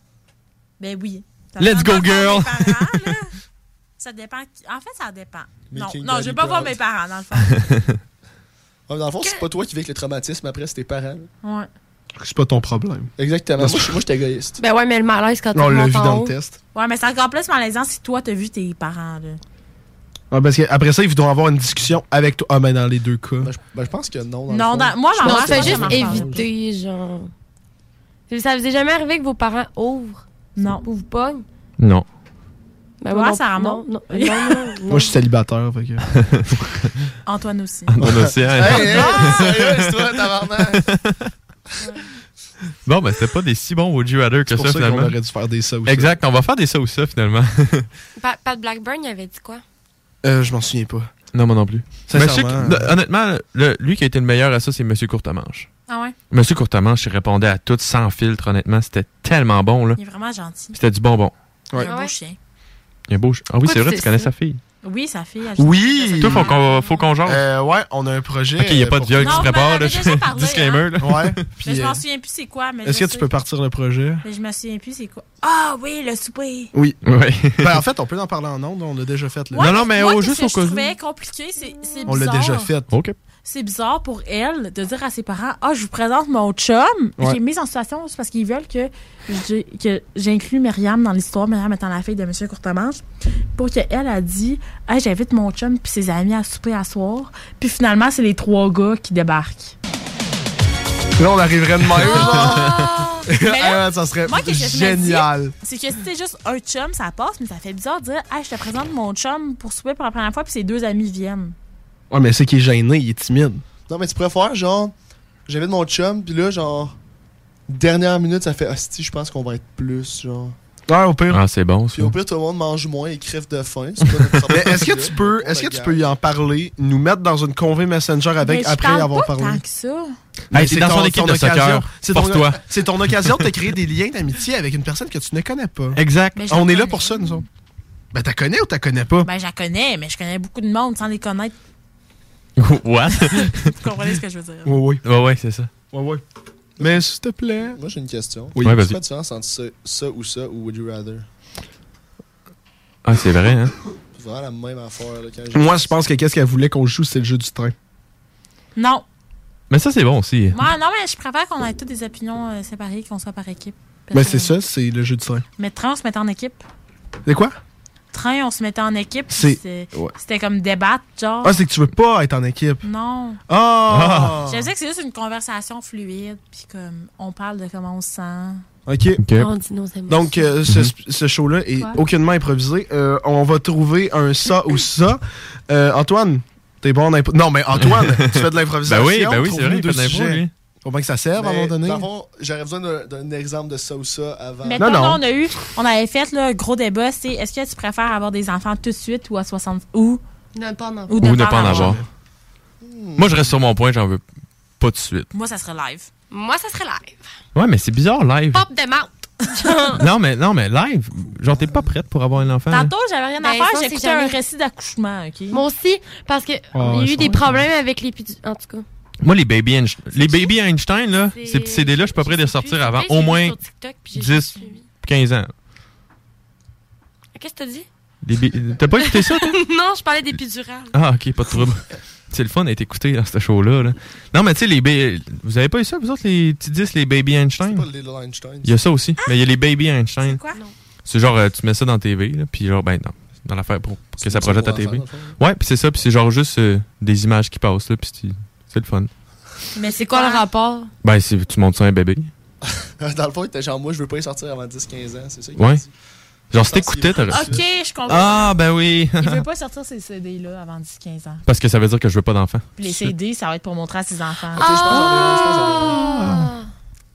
Ben oui. Let's go, girl! Parents, là, ça dépend. En fait, ça dépend. Non, je vais pas voir mes parents, dans le fond. Dans le fond, c'est pas toi qui vis avec le traumatisme après, c'est tes parents. Ouais. C'est pas ton problème. Exactement. Moi, je suis égoïste. Ben ouais, mais le malaise quand tu on l'a montes vu en dans haut. le test. Ouais, mais c'est encore plus malaisant si toi, t'as vu tes parents, là. Ouais, parce qu'après ça, ils voudront avoir une discussion avec toi. Ah, ben dans les deux cas. Je pense que non. Non, moi, Non, maman, fais juste éviter, genre. Ça vous est jamais arrivé que vos parents ouvrent? Non. Ou vous pognent? Non. Ben ouais, non, ça remonte. non. Moi, je suis célibataire, fait que... Antoine aussi. Antoine aussi, hein? Sérieux, c'est toi, tabarnak! Bon, ben, c'était pas des si bons Would You Rather que C'est pour ça, ça finalement. qu'on aurait dû faire des ça ou ça. Exact, on va faire des ça ou ça, finalement. Pat Blackburn, il avait dit quoi? Je m'en souviens pas. Non, moi non plus. Mais je sais Sincèrement, que, honnêtement, lui qui a été le meilleur à ça, c'est Monsieur Courtemanche. Ah ouais? Monsieur Courtemanche, il répondait à tout sans filtre, honnêtement. C'était tellement bon, là. Il est vraiment gentil. C'était du bonbon. Il a un beau chien. Il a un beau chien. Ah oui, Pourquoi c'est vrai, tu tu sais connais ça? sa fille. Oui, sa fille. Oui! Toi, faut qu'on jase. Ouais, on a un projet. Ok, il n'y a pas de viol qui se prépare, là. Disclaimer, là. Ouais. Mais je m'en souviens plus c'est quoi. Mais Est-ce que tu peux partir le projet? Mais je me souviens plus c'est quoi. Ah oui, le souper. Oui. Ouais. Ben, en fait, on peut en parler en ondes, on l'a déjà fait. Là. Ouais, non, mais moi, juste ce au que cas je où. trouvais compliqué, c'est bizarre. On l'a déjà fait. OK. C'est bizarre pour elle de dire à ses parents « Ah, je vous présente mon chum. Ouais. J'ai mis en situation juste parce qu'ils veulent que j'inclue Myriam dans l'histoire, Myriam étant la fille de M. Courtemanche, pour qu'elle a dit « Hey, j'invite mon chum puis ses amis à souper à soir. » Puis finalement, c'est les 3 gars qui débarquent. Là, on arriverait de même. Mais là, ça serait moi, qu'est-ce que je me génial. dis, c'est que si c'est juste un chum, ça passe, mais ça fait bizarre de dire « Hey, je te présente mon chum pour souper pour la première fois puis ses 2 amis viennent. » Ouais, mais c'est qu'il est gêné, il est timide. Non, mais tu pourrais faire genre, j'invite mon chum, puis là, genre, dernière minute, ça fait hostie, je pense qu'on va être plus, genre. Ouais, au pire. Ah, c'est bon, ça. Puis au pire, tout le monde mange moins et crève de faim. C'est pas notre problème. Mais est-ce que tu peux y en parler, nous mettre dans une convée Messenger avec Mais je après parle avoir pas parlé? tant que ça. Hey, t'es dans son équipe de soccer. Force-toi. C'est ton occasion de te créer des liens d'amitié avec une personne que tu ne connais pas. Exact. Mais je On la est là connais. pour ça, nous autres. Ben, t'as connais ou t'as connais pas? Ben, je la connais, mais je connais beaucoup de monde sans les connaître. What? Vous comprenez ce que je veux dire? Oui. Ouais, c'est ça. Ouais. Mais s'il te plaît. Moi, j'ai une question. Oui, ouais, C'est vas-y. quoi la différence entre ça ou ça ou Would You Rather? Ah, c'est vrai, hein? C'est vraiment la même affaire. Là, quand Moi, je pense que qu'est-ce qu'elle voulait qu'on joue, c'est le jeu du train. Non. Mais ça, c'est bon aussi. Moi, non, mais je préfère qu'on ait toutes des opinions séparées, qu'on soit par équipe. Ben, c'est ça, c'est le jeu du train. Mais train, on se mettait en équipe. C'est quoi? Train, on se mettait en équipe. C'est- puis ouais. C'était comme débattre, genre. Ah, c'est que tu veux pas être en équipe. Non. Ah! Je sais que c'est juste une conversation fluide, puis comme on parle de comment on se sent. OK. On dit nos émotions. Donc, ce show-là est Quoi? aucunement improvisé. On va trouver un ça ou ça. Antoine, t'es bon en impro... Non, mais Antoine, tu fais de l'improvisation. Ben oui, c'est vrai, trouve-nous il deux fait de l'impro, sujets. lui. Faut bien que ça serve à un moment donné. Dans le fond, j'aurais besoin d'un exemple de ça ou ça avant. Mettons, là, on avait fait le gros débat, c'est est-ce que tu préfères avoir des enfants tout de suite ou à 60 ou Ne pas en avoir. Ou ne pas en avoir. Moi, je reste sur mon point, j'en veux pas tout de suite. Moi, ça serait live. Moi, ça serait live. Ouais, mais c'est bizarre, live. Pop them out. non, mais live, genre, t'es pas prête pour avoir un enfant. là? Tantôt, j'avais rien à Ben, faire, ça, c'est j'écoutais jamais- un récit d'accouchement, OK? Moi aussi, parce que Ah, il y a ouais, eu je des comprends. problèmes avec les en tout cas. Moi, les Baby Einstein, là, ces petits CD-là, je suis pas prêt de les sortir avant au moins 10, 15 ans. Qu'est-ce que t'as dit? T'as pas écouté ça, toi? Non, je parlais d'épidurale. Ah, ok, pas de trouble. C'est le fun d'être écouté dans ce show-là. Là. Non, mais tu sais, vous avez pas eu ça, vous autres, les petits disques, les Baby Einstein? C'est pas le Little Einstein. Il y a ça aussi, mais il y a les Baby Einstein. C'est quoi? C'est genre, tu mets ça dans TV, là, puis genre, ben non, dans l'affaire pour que ça mets ça projette pour ta TV. enfants, dans le fond. Ouais, puis c'est ça, puis c'est genre juste des images qui passent, là, puis c'est le fun. Mais c'est quoi le rapport? Ben, tu montes ça à un bébé. Dans le fond, il était genre, moi, je veux pas y sortir avant 10-15 ans. C'est ça qu'il Ouais. a dit. Genre, si t'écoutais, t'aurais OK, je comprends. Ah, ben oui. Il veut pas sortir ces CD-là avant 10-15 ans. Parce que ça veut dire que je veux pas d'enfant. Puis les CD, ça va être pour montrer à ses enfants. Ok, je pense que j'en ai un.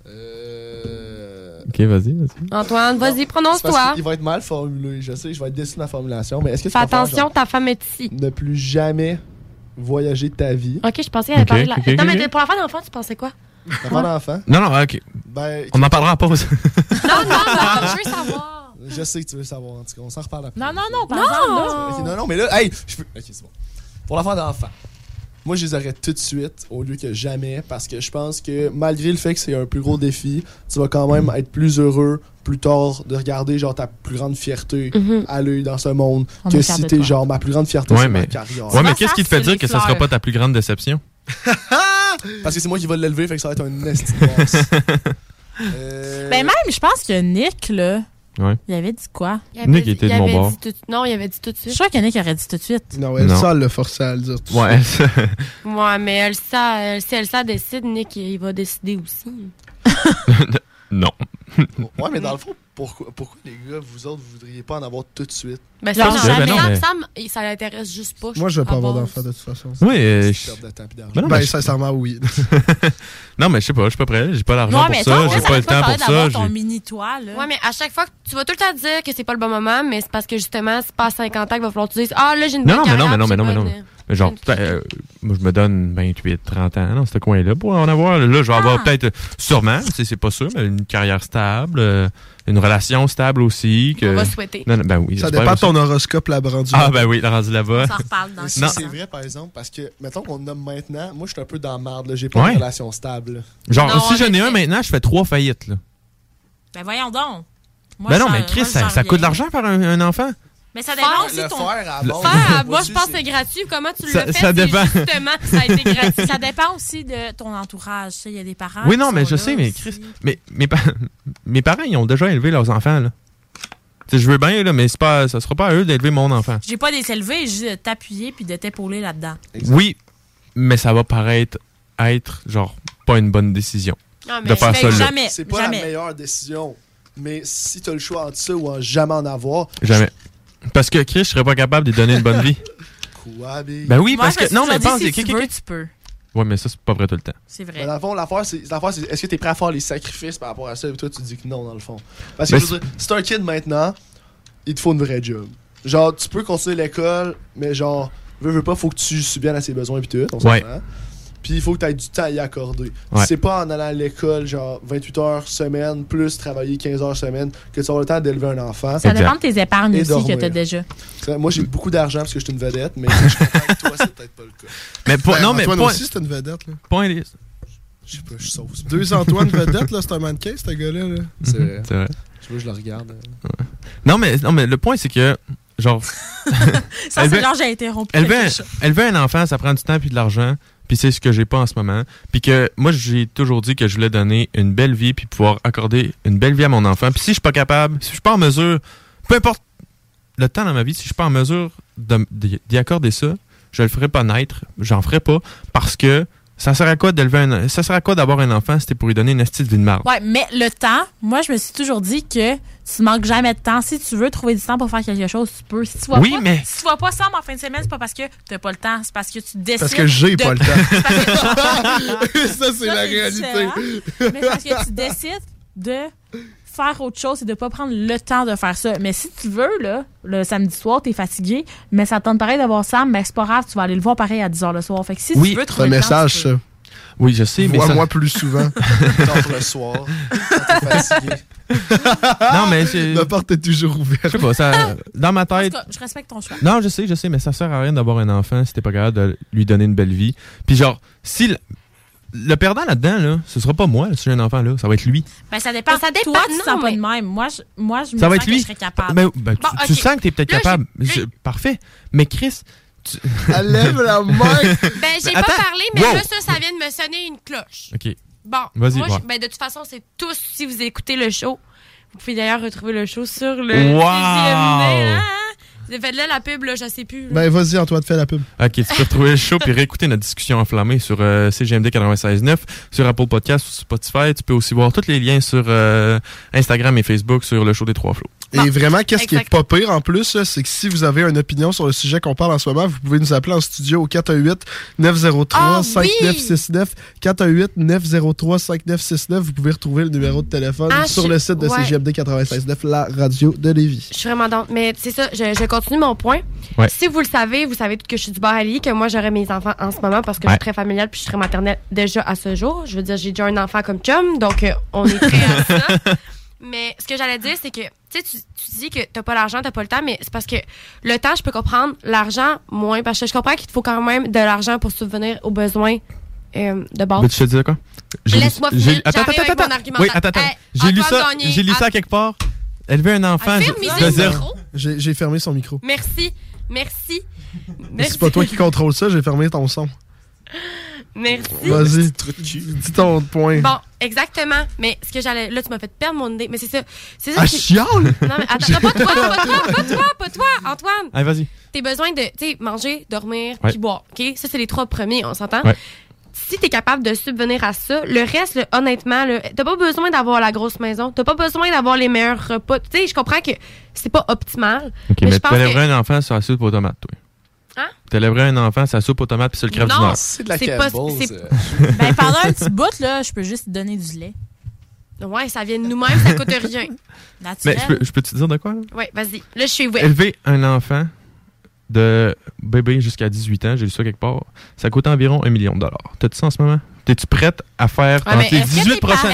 Ok, vas-y. Antoine, vas-y, C'est prononce-toi. parce qu'il va être mal formulé. Je sais, je vais être déçu de ma formulation. Mais est-ce que tu Fais préfères, attention, genre, ta femme est ici. ne plus jamais voyager de ta vie? Ok, je pensais qu'elle avait parlé de la. Ok, non, ok, mais ok. pour la fin d'enfant, tu pensais quoi? T'as pas d'enfant? Non, ok. Ben, on en parlera en pause. Non, je veux savoir. Je sais que tu veux savoir, en tout cas, on s'en reparle après. Non, par exemple, là. Non, mais là, hey, je peux. Ok, c'est bon. Pour l'enfant d'enfant, moi, je les aurais tout de suite au lieu que jamais parce que je pense que malgré le fait que c'est un plus gros défi, tu vas quand même être plus heureux plus tard de regarder genre ta plus grande fierté à l'œil dans ce monde que si t'es genre ma plus grande fierté c'est ma carrière. Ouais, mais qu'est-ce qui te fait dire que ça sera pas ta plus grande déception? Parce que c'est moi qui vais l'élever, fait que ça va être un esti de boss. Ben même, je pense que Nick, là, ouais. Il avait dit quoi? Nick était de mon bord. Non, il avait dit tout de suite. Je crois que Nick aurait dit tout de suite. Non, Elsa l'a forcé à le dire tout de ouais, suite. Ouais, mais si Elsa décide, Nick, il va décider aussi. Non. Ouais, mais dans le fond, pourquoi les gars, vous autres, vous voudriez pas en avoir tout de suite? Ben, Sam, ça l'intéresse juste pas. Moi, je vais pas avoir d'enfant de toute façon. Oui, sincèrement, oui. Non, mais je sais pas, je suis pas prêt. J'ai pas l'argent pour ça, j'ai pas le temps pour ça. Ton mini-toit, là. Ouais, mais à chaque fois, tu vas tout le temps dire que c'est pas le bon moment, mais c'est parce que justement, c'est pas à 50 ans qu'il va falloir que tu dises ah, là, j'ai une bonne carrière. Non. Genre, moi, je me donne 28, 30 ans dans ce coin-là pour en avoir. Là, je vais avoir peut-être, sûrement, c'est pas sûr, mais une carrière stable, une relation stable aussi. On va souhaiter. Non, ben oui. Ça dépend de ton horoscope, là, rendu là. Ah, ben oui, rendu là-bas. On s'en reparle dans ça. C'est vrai, par exemple, parce que, mettons qu'on nomme maintenant, moi, je suis un peu dans la marde, j'ai pas de relation stable. Genre, si j'en ai un maintenant, je fais 3 faillites, là. Ben voyons donc. Moi, ben non, mais Chris, ça coûte de l'argent faire un enfant. Mais ça dépend aussi le ton... moi, je pense que c'est gratuit. Comment tu le fais? Ça dépend. Justement, ça a été gratuit. Ça dépend aussi de ton entourage. Il y a des parents. Oui, non, mais je sais, mais Chris, mes parents, ils ont déjà élevé leurs enfants, là. T'sais, je veux bien, là, mais ça sera pas à eux d'élever mon enfant. J'ai pas d'élever, j'ai de t'appuyer puis de t'épauler là-dedans. Exact. Oui, mais ça va paraître être, genre, pas une bonne décision. Non, mais de faire ça, là. C'est pas la meilleure décision. Mais si t'as le choix entre ça ou en jamais en avoir... Jamais. Parce que Chris, je serais pas capable de lui donner une bonne vie. Quoi, mais... Ben oui, parce que... Non, mais pense... Si tu veux, tu peux. Ouais, mais ça, c'est pas vrai tout le temps. C'est vrai. Mais dans le fond, l'affaire, c'est est-ce que t'es prêt à faire les sacrifices par rapport à ça? Et toi, tu dis que non, dans le fond. Parce que, je veux dire, si t'es un kid maintenant, il te faut une vraie job. Genre, tu peux continuer l'école, mais genre, veux pas, faut que tu subviennes à ses besoins pis tout, on s'entend. Puis il faut que tu aies du temps à y accorder. Ouais. C'est pas en allant à l'école, genre 28 heures semaine, plus travailler 15 heures semaine, que tu vas avoir le temps d'élever un enfant. Ça dépend de tes épargnes aussi que tu as déjà. Moi, j'ai beaucoup d'argent parce que je suis une vedette, mais je comprends que toi, c'est peut-être pas le cas. Mais non, mais Antoine aussi, c'est une vedette. Là. Point. Je sais pas, je suis sauce. 2 Antoine vedettes, là, c'est un mannequin, ce gars-là. Là. C'est vrai. C'est vrai. Je veux, je le regarde. Ouais. Non, mais le point, c'est que, genre. Ça, c'est genre, j'ai interrompu. Élever un enfant, ça prend du temps puis de l'argent. Puis c'est ce que j'ai pas en ce moment. Puis que moi, j'ai toujours dit que je voulais donner une belle vie puis pouvoir accorder une belle vie à mon enfant. Puis si je suis pas capable, si je suis pas en mesure, peu importe le temps dans ma vie, si je suis pas en mesure d'y accorder ça, je le ferai pas naître, j'en ferai pas parce que ça sert à quoi d'avoir un enfant si t'es pour lui donner une astuce de vie de marde? Ouais, mais le temps, moi, je me suis toujours dit que tu manques jamais de temps. Si tu veux trouver du temps pour faire quelque chose, tu peux. Si tu vois si tu vois pas ça en fin de semaine, c'est pas parce que t'as pas le temps, c'est parce que tu décides. Parce que j'ai pas le temps. Ça, c'est la réalité. Mais parce que tu décides de faire autre chose et de pas prendre le temps de faire ça. Mais si tu veux, là, le samedi soir, t'es fatigué, mais ça te tente pareil d'avoir Sam, mais c'est pas grave, tu vas aller le voir pareil à 10h le soir. Fait que si tu veux trouver le message, ça. Oui, je sais, mais vois-moi plus souvent. Tente le soir, quand t'es fatigué. Non, mais la porte est toujours ouverte. Je sais pas, ça, dans ma tête... Je respecte ton choix. Non, je sais, mais ça sert à rien d'avoir un enfant si t'es pas capable de lui donner une belle vie. Puis genre, si... Le perdant là-dedans, là, ce sera pas moi, si j'ai un enfant, là. Ça va être lui. Ben, ça dépend. Ça dépend. Toi, tu sens pas de même. Moi, je me sens que je serais capable. Ben, tu sens que t'es peut-être capable. Parfait. Mais Chris... Elle lève la main. Ben, j'ai pas parlé, mais là, ça vient de me sonner une cloche. OK. Bon, vas-y, moi, de toute façon, c'est tous, si vous écoutez le show, vous pouvez d'ailleurs retrouver le show sur le CJMD. Faites là la pub, là, je sais plus. Là. Ben, vas-y, Antoine, fais la pub. OK, tu peux retrouver le show puis réécouter notre discussion enflammée sur CGMD 96.9, sur Apple Podcasts, sur Spotify. Tu peux aussi voir tous les liens sur Instagram et Facebook sur le show des Trois Flots. Et vraiment, qu'est-ce qui est pas pire en plus, là, c'est que si vous avez une opinion sur le sujet qu'on parle en ce moment, vous pouvez nous appeler en studio au 418-903-5969. 418-903-5969. Vous pouvez retrouver le numéro de téléphone sur le site de CJMD 96.9, la radio de Lévis. Je suis vraiment dans. Mais c'est ça, je continue mon point. Ouais. Si vous le savez, vous savez que je suis du bord à Lily, que moi, j'aurais mes enfants en ce moment parce que je suis très familiale puis je suis très maternelle déjà à ce jour. Je veux dire, j'ai déjà un enfant comme chum, donc on est prêt à ça. Mais ce que j'allais dire, c'est que tu dis que t'as pas l'argent, t'as pas le temps, mais c'est parce que le temps, je peux comprendre, l'argent, moins, parce que je comprends qu'il te faut quand même de l'argent pour subvenir aux besoins de base. Mais tu te dis quoi? Laisse-moi finir, j'arrive avec mon argumentaire. Oui, attends. J'ai lu ça quelque part. Élever un enfant... J'ai fermé son micro. Merci. C'est pas toi qui contrôle ça, j'ai fermé ton son. Merci. Vas-y, dis ton point. Bon, exactement. Mais ce que j'allais... Là, tu m'as fait perdre mon idée. Mais c'est ça. Chiale! Non, mais attends, pas toi, Antoine. Allez, vas-y. T'as besoin de, manger, dormir, Ouais. puis boire. OK? Ça, c'est les 3 premiers, on s'entend? Ouais. Si t'es capable de subvenir à ça, le reste, là, honnêtement, là, t'as pas besoin d'avoir la grosse maison. T'as pas besoin d'avoir les meilleurs repas. Tu sais, je comprends que c'est pas optimal. OK, mais je pense t'élèverais un enfant sur la soupe aux tomates, toi. Hein? T'élèverais un enfant sur la soupe aux tomates puis sur le crève du Nord. C'est de la c'est Campbell's. Ben, pendant un petit bout, là, je peux juste te donner du lait. Ouais, ça vient de nous-mêmes, ça coûte rien. Mais je peux te dire de quoi? Là? Ouais, vas-y. Là, je suis ouverte. Élever un enfant de bébé jusqu'à 18 ans, j'ai lu ça quelque part, ça coûte environ $1 million. T'as-tu ça en ce moment? T'es-tu prête à faire dans tes 18 prochaines...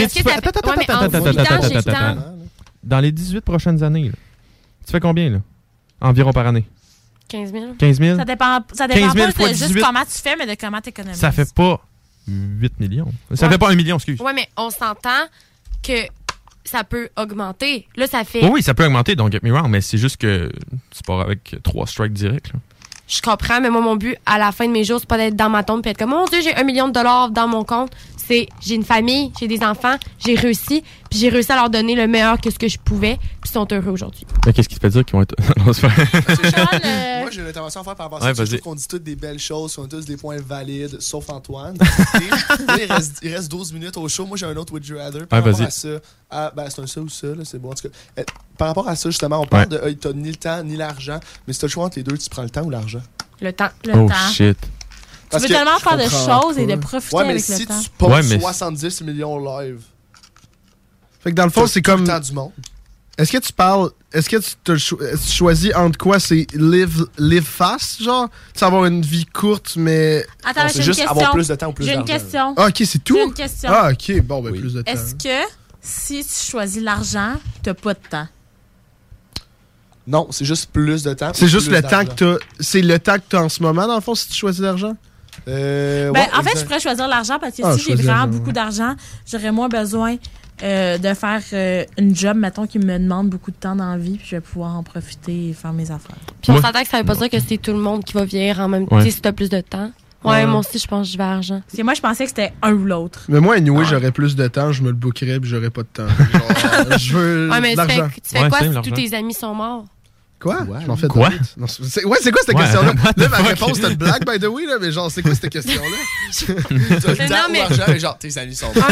Dans les 18 prochaines années, là, tu fais combien, là? Environ par année? 15 000. 15 000? Ça dépend 15 000 pas fois de juste 18. comment tu fais, mais de comment tu économises. Ça fait pas 8 millions. Ça fait pas 1 million, excuse. Ouais, mais on s'entend que ça peut augmenter. Là, ça fait... Oui, ça peut augmenter, donc get me wrong, mais c'est juste que tu pars avec 3 strikes directs. Là. Je comprends, mais moi, mon but, à la fin de mes jours, c'est pas d'être dans ma tombe et être comme, mon Dieu, j'ai $1 million dans mon compte. C'est, j'ai une famille, j'ai des enfants, j'ai réussi, puis j'ai réussi à leur donner le meilleur que ce que je pouvais, puis ils sont heureux aujourd'hui. Mais qu'est-ce qui te fait dire qu'ils vont être... Non, c'est pas... Moi, j'ai une intervention à faire par rapport à ça. Je trouve qu'on dit toutes des belles choses, on a tous des points valides, sauf Antoine. Là, il reste 12 minutes au show. Moi, j'ai un autre Would You Rather. Par rapport à ça, c'est un ça ou ça, là, c'est bon. En tout cas, par rapport à ça, justement, on parle de t'as ni le temps ni l'argent, mais si t'as le choix entre les deux, tu prends le temps ou l'argent? Le temps. Oh shit. Tu veux tellement faire de choses et de profiter avec le temps. Si tu poses 70 millions live. Fait que dans le fond, c'est comme... le temps du monde. Est-ce que tu parles... Est-ce que tu choisis entre quoi? C'est live fast, genre? Tu sais, avoir une vie courte, mais... Attends, j'ai une question. Avoir plus de temps ou plus d'argent. J'ai une question. Ah, OK, c'est tout? J'ai une question. Ah, OK, bon, ben plus de temps. Est-ce que si tu choisis l'argent, t'as pas de temps? Non, c'est juste plus de temps. C'est juste le temps que t'as... C'est le temps que t'as en ce moment, dans le fond, si tu choisis l'argent? En fait, je pourrais choisir l'argent parce que si j'ai vraiment beaucoup d'argent, j'aurais moins besoin de faire une job, mettons, qui me demande beaucoup de temps dans la vie, puis je vais pouvoir en profiter et faire mes affaires. Puis on s'entend que ça veut pas dire que c'est tout le monde qui va vieillir en même temps, si t'as plus de temps. Ouais, moi aussi, je pense que je vais à argent. Parce que moi, je pensais que c'était un ou l'autre. Mais moi, anyway, j'aurais plus de temps, je me le bookerais, puis j'aurais pas de temps. Genre, je veux mais l'argent. tu fais quoi si tous tes amis sont morts? Quoi? Je m'en fais quoi? C'est quoi cette question-là? Là, ma réponse, c'était une blague, by the way, là, mais genre, c'est quoi cette question-là? T'as le temps ou l'argent, mais genre, tes amis sont morts.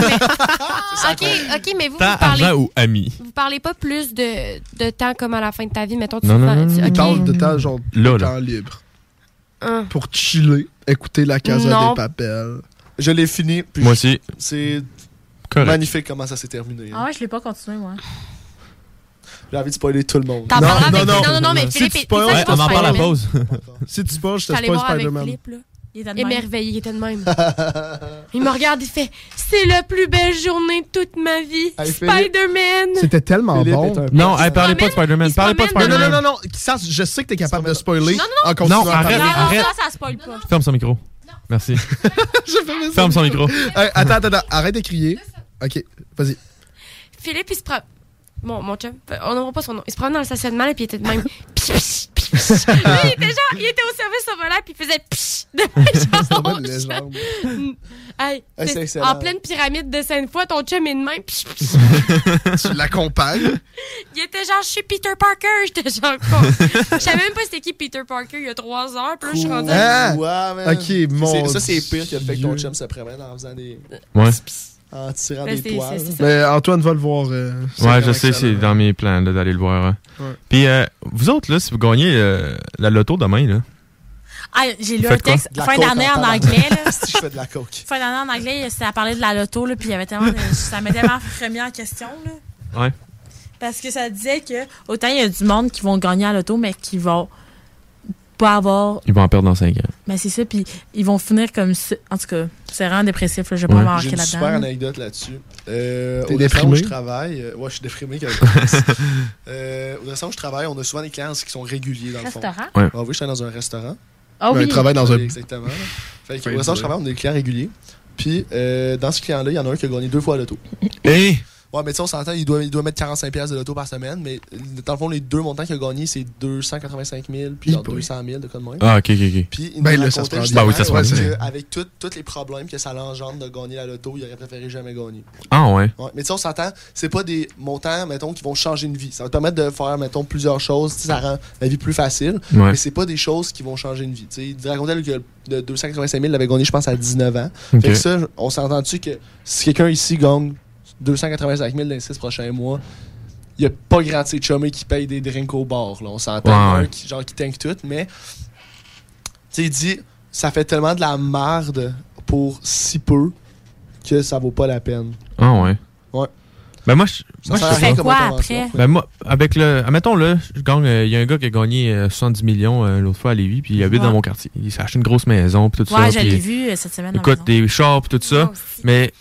OK, mais vous Temps, parlez... argent ou amis? Vous parlez pas plus de temps comme à la fin de ta vie, mettons, Non, il parle de temps, genre, de temps libre. Pour chiller, écouter la Casa des Papel. Je l'ai fini. Puis moi aussi. C'est magnifique comment ça s'est terminé. Ah ouais, je l'ai pas continué, moi. J'ai envie de spoiler tout le monde. Non, mais Philippe... Si tu spoil, on en parle à la pause. Si tu spoil, je te spoil Spider-Man. Il est émerveillé, il était de même. Il me regarde, il fait « C'est la plus belle journée de toute ma vie, Spider-Man! » C'était tellement bon. Non, parlez pas de Spider-Man. Parlez pas de Spider-Man. Non. Je sais que t'es capable de spoiler en Non, continuant à arrête. Ça spoil pas. Ferme son micro. Merci. Ferme son micro. Attends. Arrête de crier. OK, vas-y. Philippe, il se prend... Mon chum, on n'aura pas son nom. Il se promenait dans le stationnement et puis il était de même. Psh. Lui, il était au service au volant puis il faisait psh de même. En pleine pyramide de Sainte-Foy, ton chum est de même. Tu l'accompagnes? Il était genre, je suis Peter Parker. J'étais genre quoi? Je savais même pas c'était qui Peter Parker il y a 3 heures. Puis là, je suis rendu. OK, mon ça, c'est pire que le fait que ton chum se promène en faisant des... Ouais. en tirant Ben, des toiles. Mais Antoine va le voir. Ouais, je sais, c'est dans mes plans là, d'aller le voir. Hein. Ouais. Puis vous autres, là, si vous gagnez la loto demain, là. Ah, j'ai lu Vous un faites quoi? texte De la fin coke d'année en en anglais. Là. Si je fais de la coke. Fin d'année en anglais, ça parlait de la loto, là, puis il y avait tellement ça m'a tellement remis en question. Là. Ouais. Parce que ça disait que autant il y a du monde qui vont gagner à l'auto, mais qui vont pas avoir. Ils vont en perdre dans 5 ans. Ben c'est ça, puis ils vont finir comme ça. En tout cas, c'est vraiment dépressif, là, je vais pas Ouais. m'embarquer J'ai une là-dedans. super anecdote là-dessus. T'es Au déprimé? restaurant où je travaille, ouais, je suis déprimé. Au restaurant où je travaille, on a souvent des clients qui sont réguliers dans le fond. Restaurant? Ouais. Ah oui, je travaille dans un restaurant. Ah oui. Il travaille dans un. Exactement. Fait que, au restaurant où je travaille, on a des clients réguliers. Puis, dans ce client-là, il y en a un qui a gagné 2 fois à l'auto. Hey! Ouais, mais tu sais, on s'entend, il doit mettre 45$ de l'auto par semaine, mais dans le fond, les 2 montants qu'il a gagnés, c'est 285 000 puis genre 200 000 de quoi de moins. Ah, ok. Puis il Ben, nous là, ça se racontait prend justement bien. Ben oui, ça se prend bien. qu'avec tous les problèmes que ça l'engendre de gagner la loto, il aurait préféré jamais gagner. Ah, ouais. Ouais, mais tu sais, on s'entend, c'est pas des montants, mettons, qui vont changer une vie. Ça va te permettre de faire, mettons, plusieurs choses, tu sais, ça rend la vie plus facile, Ouais. mais c'est pas des choses qui vont changer une vie. Tu sais, il racontait que de 285 000, il l'avait gagné, je pense, à 19 ans. Ok. Fait que ça, on s'entend-tu que si quelqu'un ici gagne 285 000 dans les 6 prochains mois, il n'y a pas grand de chummy qui paye des drinks au bar. Là. On s'entend, Ouais. un qui tank tout, mais tu sais, il dit ça fait tellement de la merde pour si peu que ça vaut pas la peine. Ah, ouais. Ouais. Ben, moi, Ça sert à fais rien comme quoi intervention. après? Ben moi, avec le... Admettons, là, je gagne... Il y a un gars qui a gagné 70 millions l'autre fois à Lévis, puis il habite Ouais. dans mon quartier. Il s'est acheté une grosse maison, puis tout Ouais, ça. je l'ai puis vu cette semaine. dans la écoute, maison. des chars, puis tout ça. Moi aussi. Mais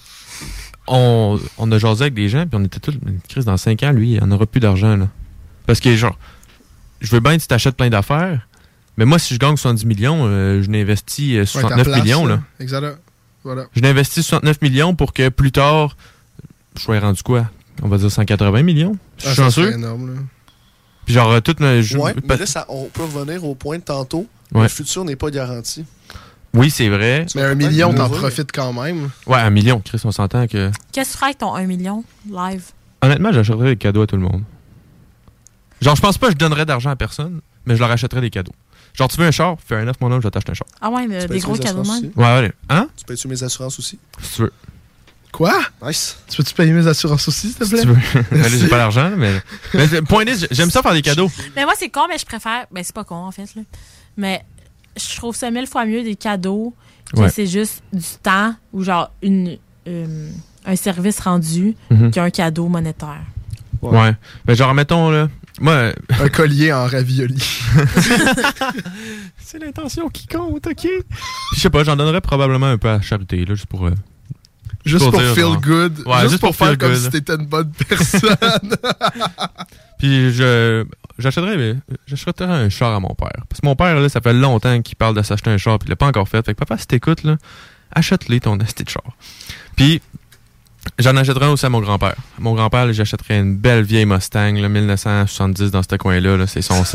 on a jasé avec des gens, puis on était tous... Chris, dans 5 ans, lui, il en aura plus d'argent, là. Parce que, genre, je veux bien que tu t'achètes plein d'affaires, mais moi, si je gagne 70 millions, je n'investis 69 millions, là. Exactement. Voilà. Je n'investis 69 millions pour que plus tard, je sois rendu quoi? On va dire 180 millions. Je suis Ça chanceux. serait énorme, là. Puis genre, tout... Ouais, mais là, on peut revenir au point de tantôt. Ouais. Le futur n'est pas garanti. Oui, c'est vrai. Mais 1 million, t'en mourir. profites quand même. Ouais, 1 million, Chris, on s'entend que... Qu'est-ce que tu ferais avec ton 1 million live? Honnêtement, j'achèterais des cadeaux à tout le monde. Genre, je pense pas que je donnerais d'argent à personne, mais je leur achèterais des cadeaux. Genre, tu veux un char? Fais un œuf, mon homme, je vais t'acheter un char. Ah ouais, mais Tu des payes-tu gros mes cadeaux assurances même. aussi? Ouais, allez. Hein? Tu payes-tu mes assurances aussi? Si tu veux. Quoi? Nice. Tu peux-tu payer mes assurances aussi, s'il te Si plaît? tu veux. Ben là, j'ai pas l'argent, mais point is, j'aime ça faire des cadeaux. Mais moi, c'est con, mais je préfère. Ben, c'est pas con, en fait, là. Mais je trouve ça 1000 fois mieux des cadeaux que Ouais. c'est juste du temps ou genre un service rendu Mhm. qu'un cadeau monétaire. Ouais. Ben genre, mettons, là... Moi... Un collier en ravioli. C'est l'intention qui compte, OK? Puis, je sais pas, j'en donnerais probablement un peu à charité, là, juste pour... Juste pour dire, feel genre. good. Ouais, juste pour faire feel comme good. si t'étais une bonne personne. Puis j'achèterais un char à mon père. Parce que mon père, là, ça fait longtemps qu'il parle de s'acheter un char, puis il l'a pas encore fait. Fait que papa, si t'écoutes, là, achète-les ton esti de char. Puis j'en achèterais un aussi à mon grand-père. Mon grand-père, là, j'achèterais une belle vieille Mustang, là, 1970 dans ce coin-là. Là, c'est son...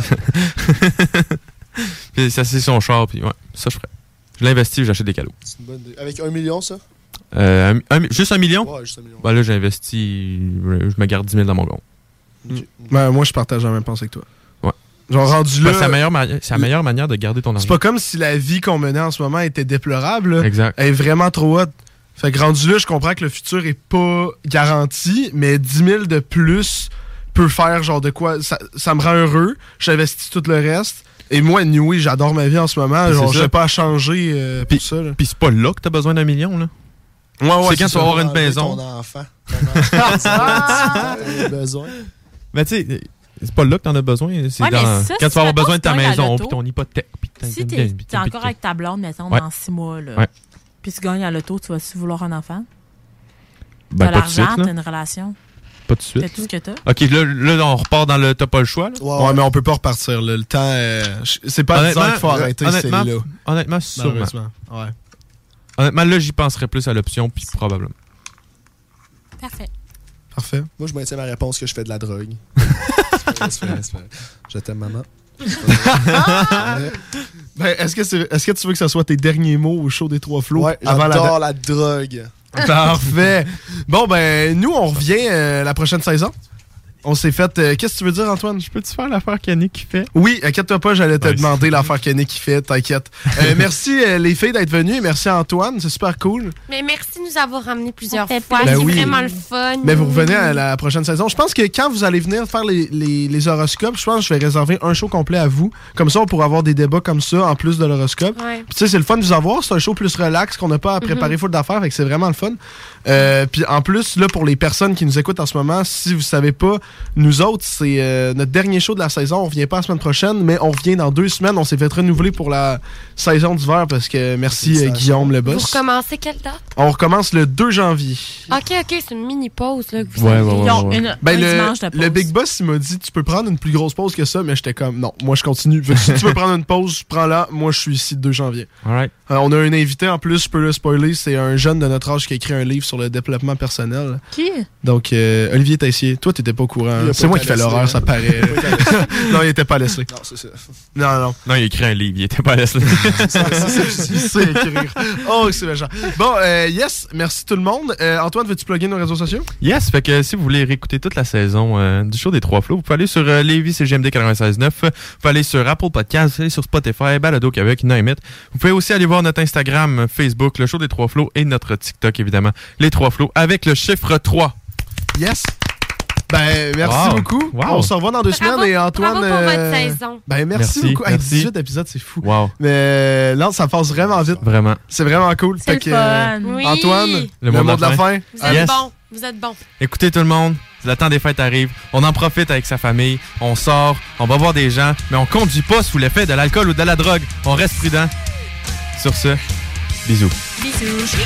Puis ça, c'est son char, puis ouais, ça je ferais. Je l'investis et j'achète des cadeaux. C'est une bonne idée. Avec 1 million, ça? Juste 1 million? Ouais, juste 1 million. Ben là, j'investis, je me garde 10 000 dans mon compte. Ben, moi, je partage la même pensée que toi. Ouais. Genre, rendu là. C'est la meilleure manière de garder ton argent. C'est pas comme si la vie qu'on menait en ce moment était déplorable. Là. Exact. Elle est vraiment trop haute. Fait que rendu là, je comprends que le futur est pas garanti, mais 10 000 de plus peut faire genre de quoi. Ça me rend heureux. J'investis tout le reste. Et moi, anyway, j'adore ma vie en ce moment. Puis Genre, c'est je ça. sais pas à changer pour ça. Là. Puis c'est pas là que t'as besoin d'un million, là. Ouais, c'est quand tu vas avoir une maison. Ton enfant. T'as besoin. Mais tu sais, c'est pas là que t'en as besoin. C'est Ouais, mais dans... ça, quand tu vas avoir mettons, besoin de ta tu gagnes la maison, loto, puis ton hypothèque. Puis Si t'es encore avec ta blonde, mettons, Ouais. dans 6 mois, là, Ouais. puis tu gagnes à l'auto, tu vas-tu vouloir un enfant? Ben, T'as pas tout de suite, l'argent, là. t'as une relation. Pas tout de suite. T'as tout ce que t'as. OK, là, on repart dans le t'as pas le choix. Là. Ouais, mais on peut pas repartir. Là. Le temps, c'est pas à 10 ans qu'il faut arrêter, c'est là. Honnêtement, sûrement. Malheureusement. Ouais. Honnêtement, là, j'y penserais plus à l'option, puis probablement. Parfait. Parfait. Moi, je maintiens ma réponse que je fais de la drogue. C'est vrai. Je t'aime, maman. Ben, est-ce que tu veux que ce soit tes derniers mots au show des Trois Flots? Ouais, avant j'adore la drogue. Parfait. Bon, ben, nous, on revient la prochaine saison. On s'est fait... qu'est-ce que tu veux dire, Antoine? Je peux-tu faire l'affaire qu'Yannick fait? Oui, inquiète-toi pas, j'allais te demander l'affaire qu'Yannick fait, t'inquiète. Merci les filles d'être venues et merci à Antoine, c'est super cool. Mais merci de nous avoir ramenés plusieurs fois. Ben C'est oui. vraiment le fun. Mais vous revenez à la prochaine saison. Je pense que quand vous allez venir faire les horoscopes, je pense que je vais réserver un show complet à vous. Comme ça, on pourra avoir des débats comme ça en plus de l'horoscope. Ouais. Puis tu sais, c'est le fun de vous avoir. C'est un show plus relax qu'on n'a pas à préparer full d'affaires, fait que c'est vraiment le fun. Puis en plus, là, pour les personnes qui nous écoutent en ce moment, si vous savez pas, nous autres, c'est notre dernier show de la saison. On revient pas la semaine prochaine, mais on revient dans 2 semaines. On s'est fait renouveler pour la saison d'hiver parce que merci Guillaume le Vous boss. recommencez quelle date? On recommence le 2 janvier. OK, c'est une mini-pause là, que vous Ouais, avez. ouais, ouais, Ils ont ouais. un Ben, dimanche de pause. le Big Boss, il m'a dit tu peux prendre une plus grosse pause que ça, mais j'étais comme non, moi je continue. Fait que si tu veux prendre une pause, prends-la. Moi je suis ici le 2 janvier. Alright. On a un invité en plus, je peux le spoiler, c'est un jeune de notre âge qui a écrit un livre sur le développement personnel. Qui? Donc Olivier Tessier, toi t'étais pas au courant. Il a C'est pas moi été qui fais laissé, l'horreur, ça paraît. Non, il était pas laissé. Non, c'est ça. Non. Non, il a écrit un livre, il était pas laissé. Il sait écrire. Oh, c'est méchant. Bon, yes, merci tout le monde. Antoine, veux-tu plugger nos réseaux sociaux? Yes, fait que si vous voulez réécouter toute la saison du show des Trois Flots, vous pouvez aller sur Lévis CGMD 96.9, vous pouvez aller sur Apple Podcasts, vous pouvez aller sur Spotify, Balado Québec, name it. Vous pouvez aussi aller voir notre Instagram, Facebook, le show des Trois Flots et notre TikTok, évidemment, les Trois Flots, avec le chiffre 3. Yes. Ben, merci beaucoup. On se revoit dans 2 semaines et Antoine. Bravo pour votre saison. Ben, merci beaucoup. Hey, Merci. 18 épisodes, c'est fou. Wow. Mais là, ça passe vraiment vite. Vraiment. C'est vraiment cool. C'est Fait le que, fun. Oui. Antoine, le mot de la fin. Vous êtes bon. Vous êtes bon. Écoutez tout le monde, le temps des fêtes arrive, on en profite avec sa famille, on sort, on va voir des gens, mais on conduit pas sous l'effet de l'alcool ou de la drogue. On reste prudent. Sur ce, bisous. Bisous.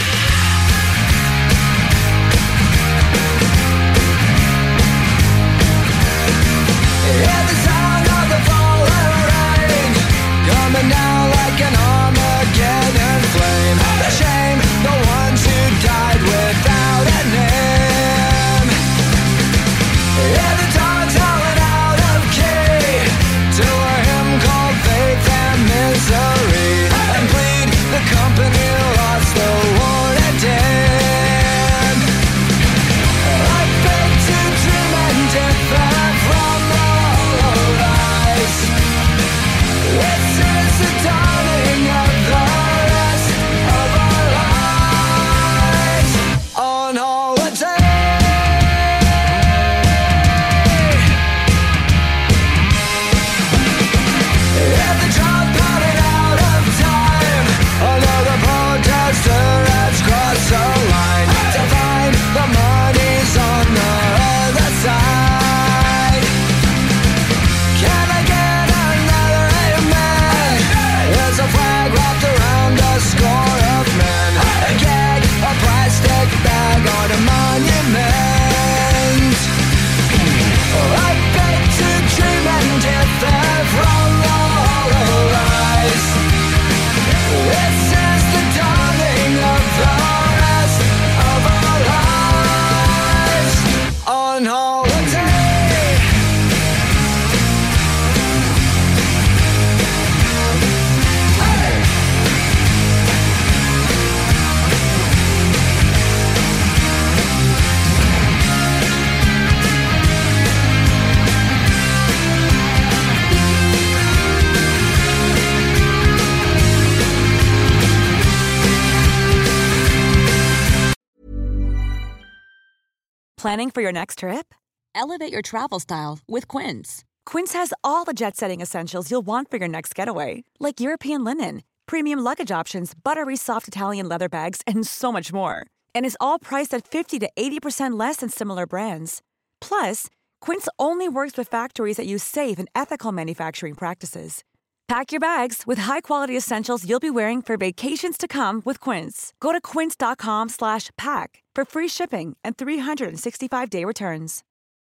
Coming down like an Armageddon flame. The shame, the ones who died without a name. Yeah, the dogs howling out of key to a hymn called Faith and Misery, and plead the company lost the war it did. I beg to dream and differ from the hollow lies. This is the dawning of the rest of our lives on holiday. At the drop running out of time, another protester has crossed the line to find the money's on the other side. Can I get another amen? There's a flag wrapped around a score of men, a gag, a plastic bag on a monument. I beg to dream and differ from the hollow lies. This is the dawning of the rest of our lives on holiday. Planning for your next trip? Elevate your travel style with Quince. Quince has all the jet-setting essentials you'll want for your next getaway, like European linen, premium luggage options, buttery soft Italian leather bags, and so much more. And is all priced at 50 to 80% less than similar brands. Plus, Quince only works with factories that use safe and ethical manufacturing practices. Pack your bags with high-quality essentials you'll be wearing for vacations to come with Quince. Go to quince.com/pack for free shipping and 365-day returns.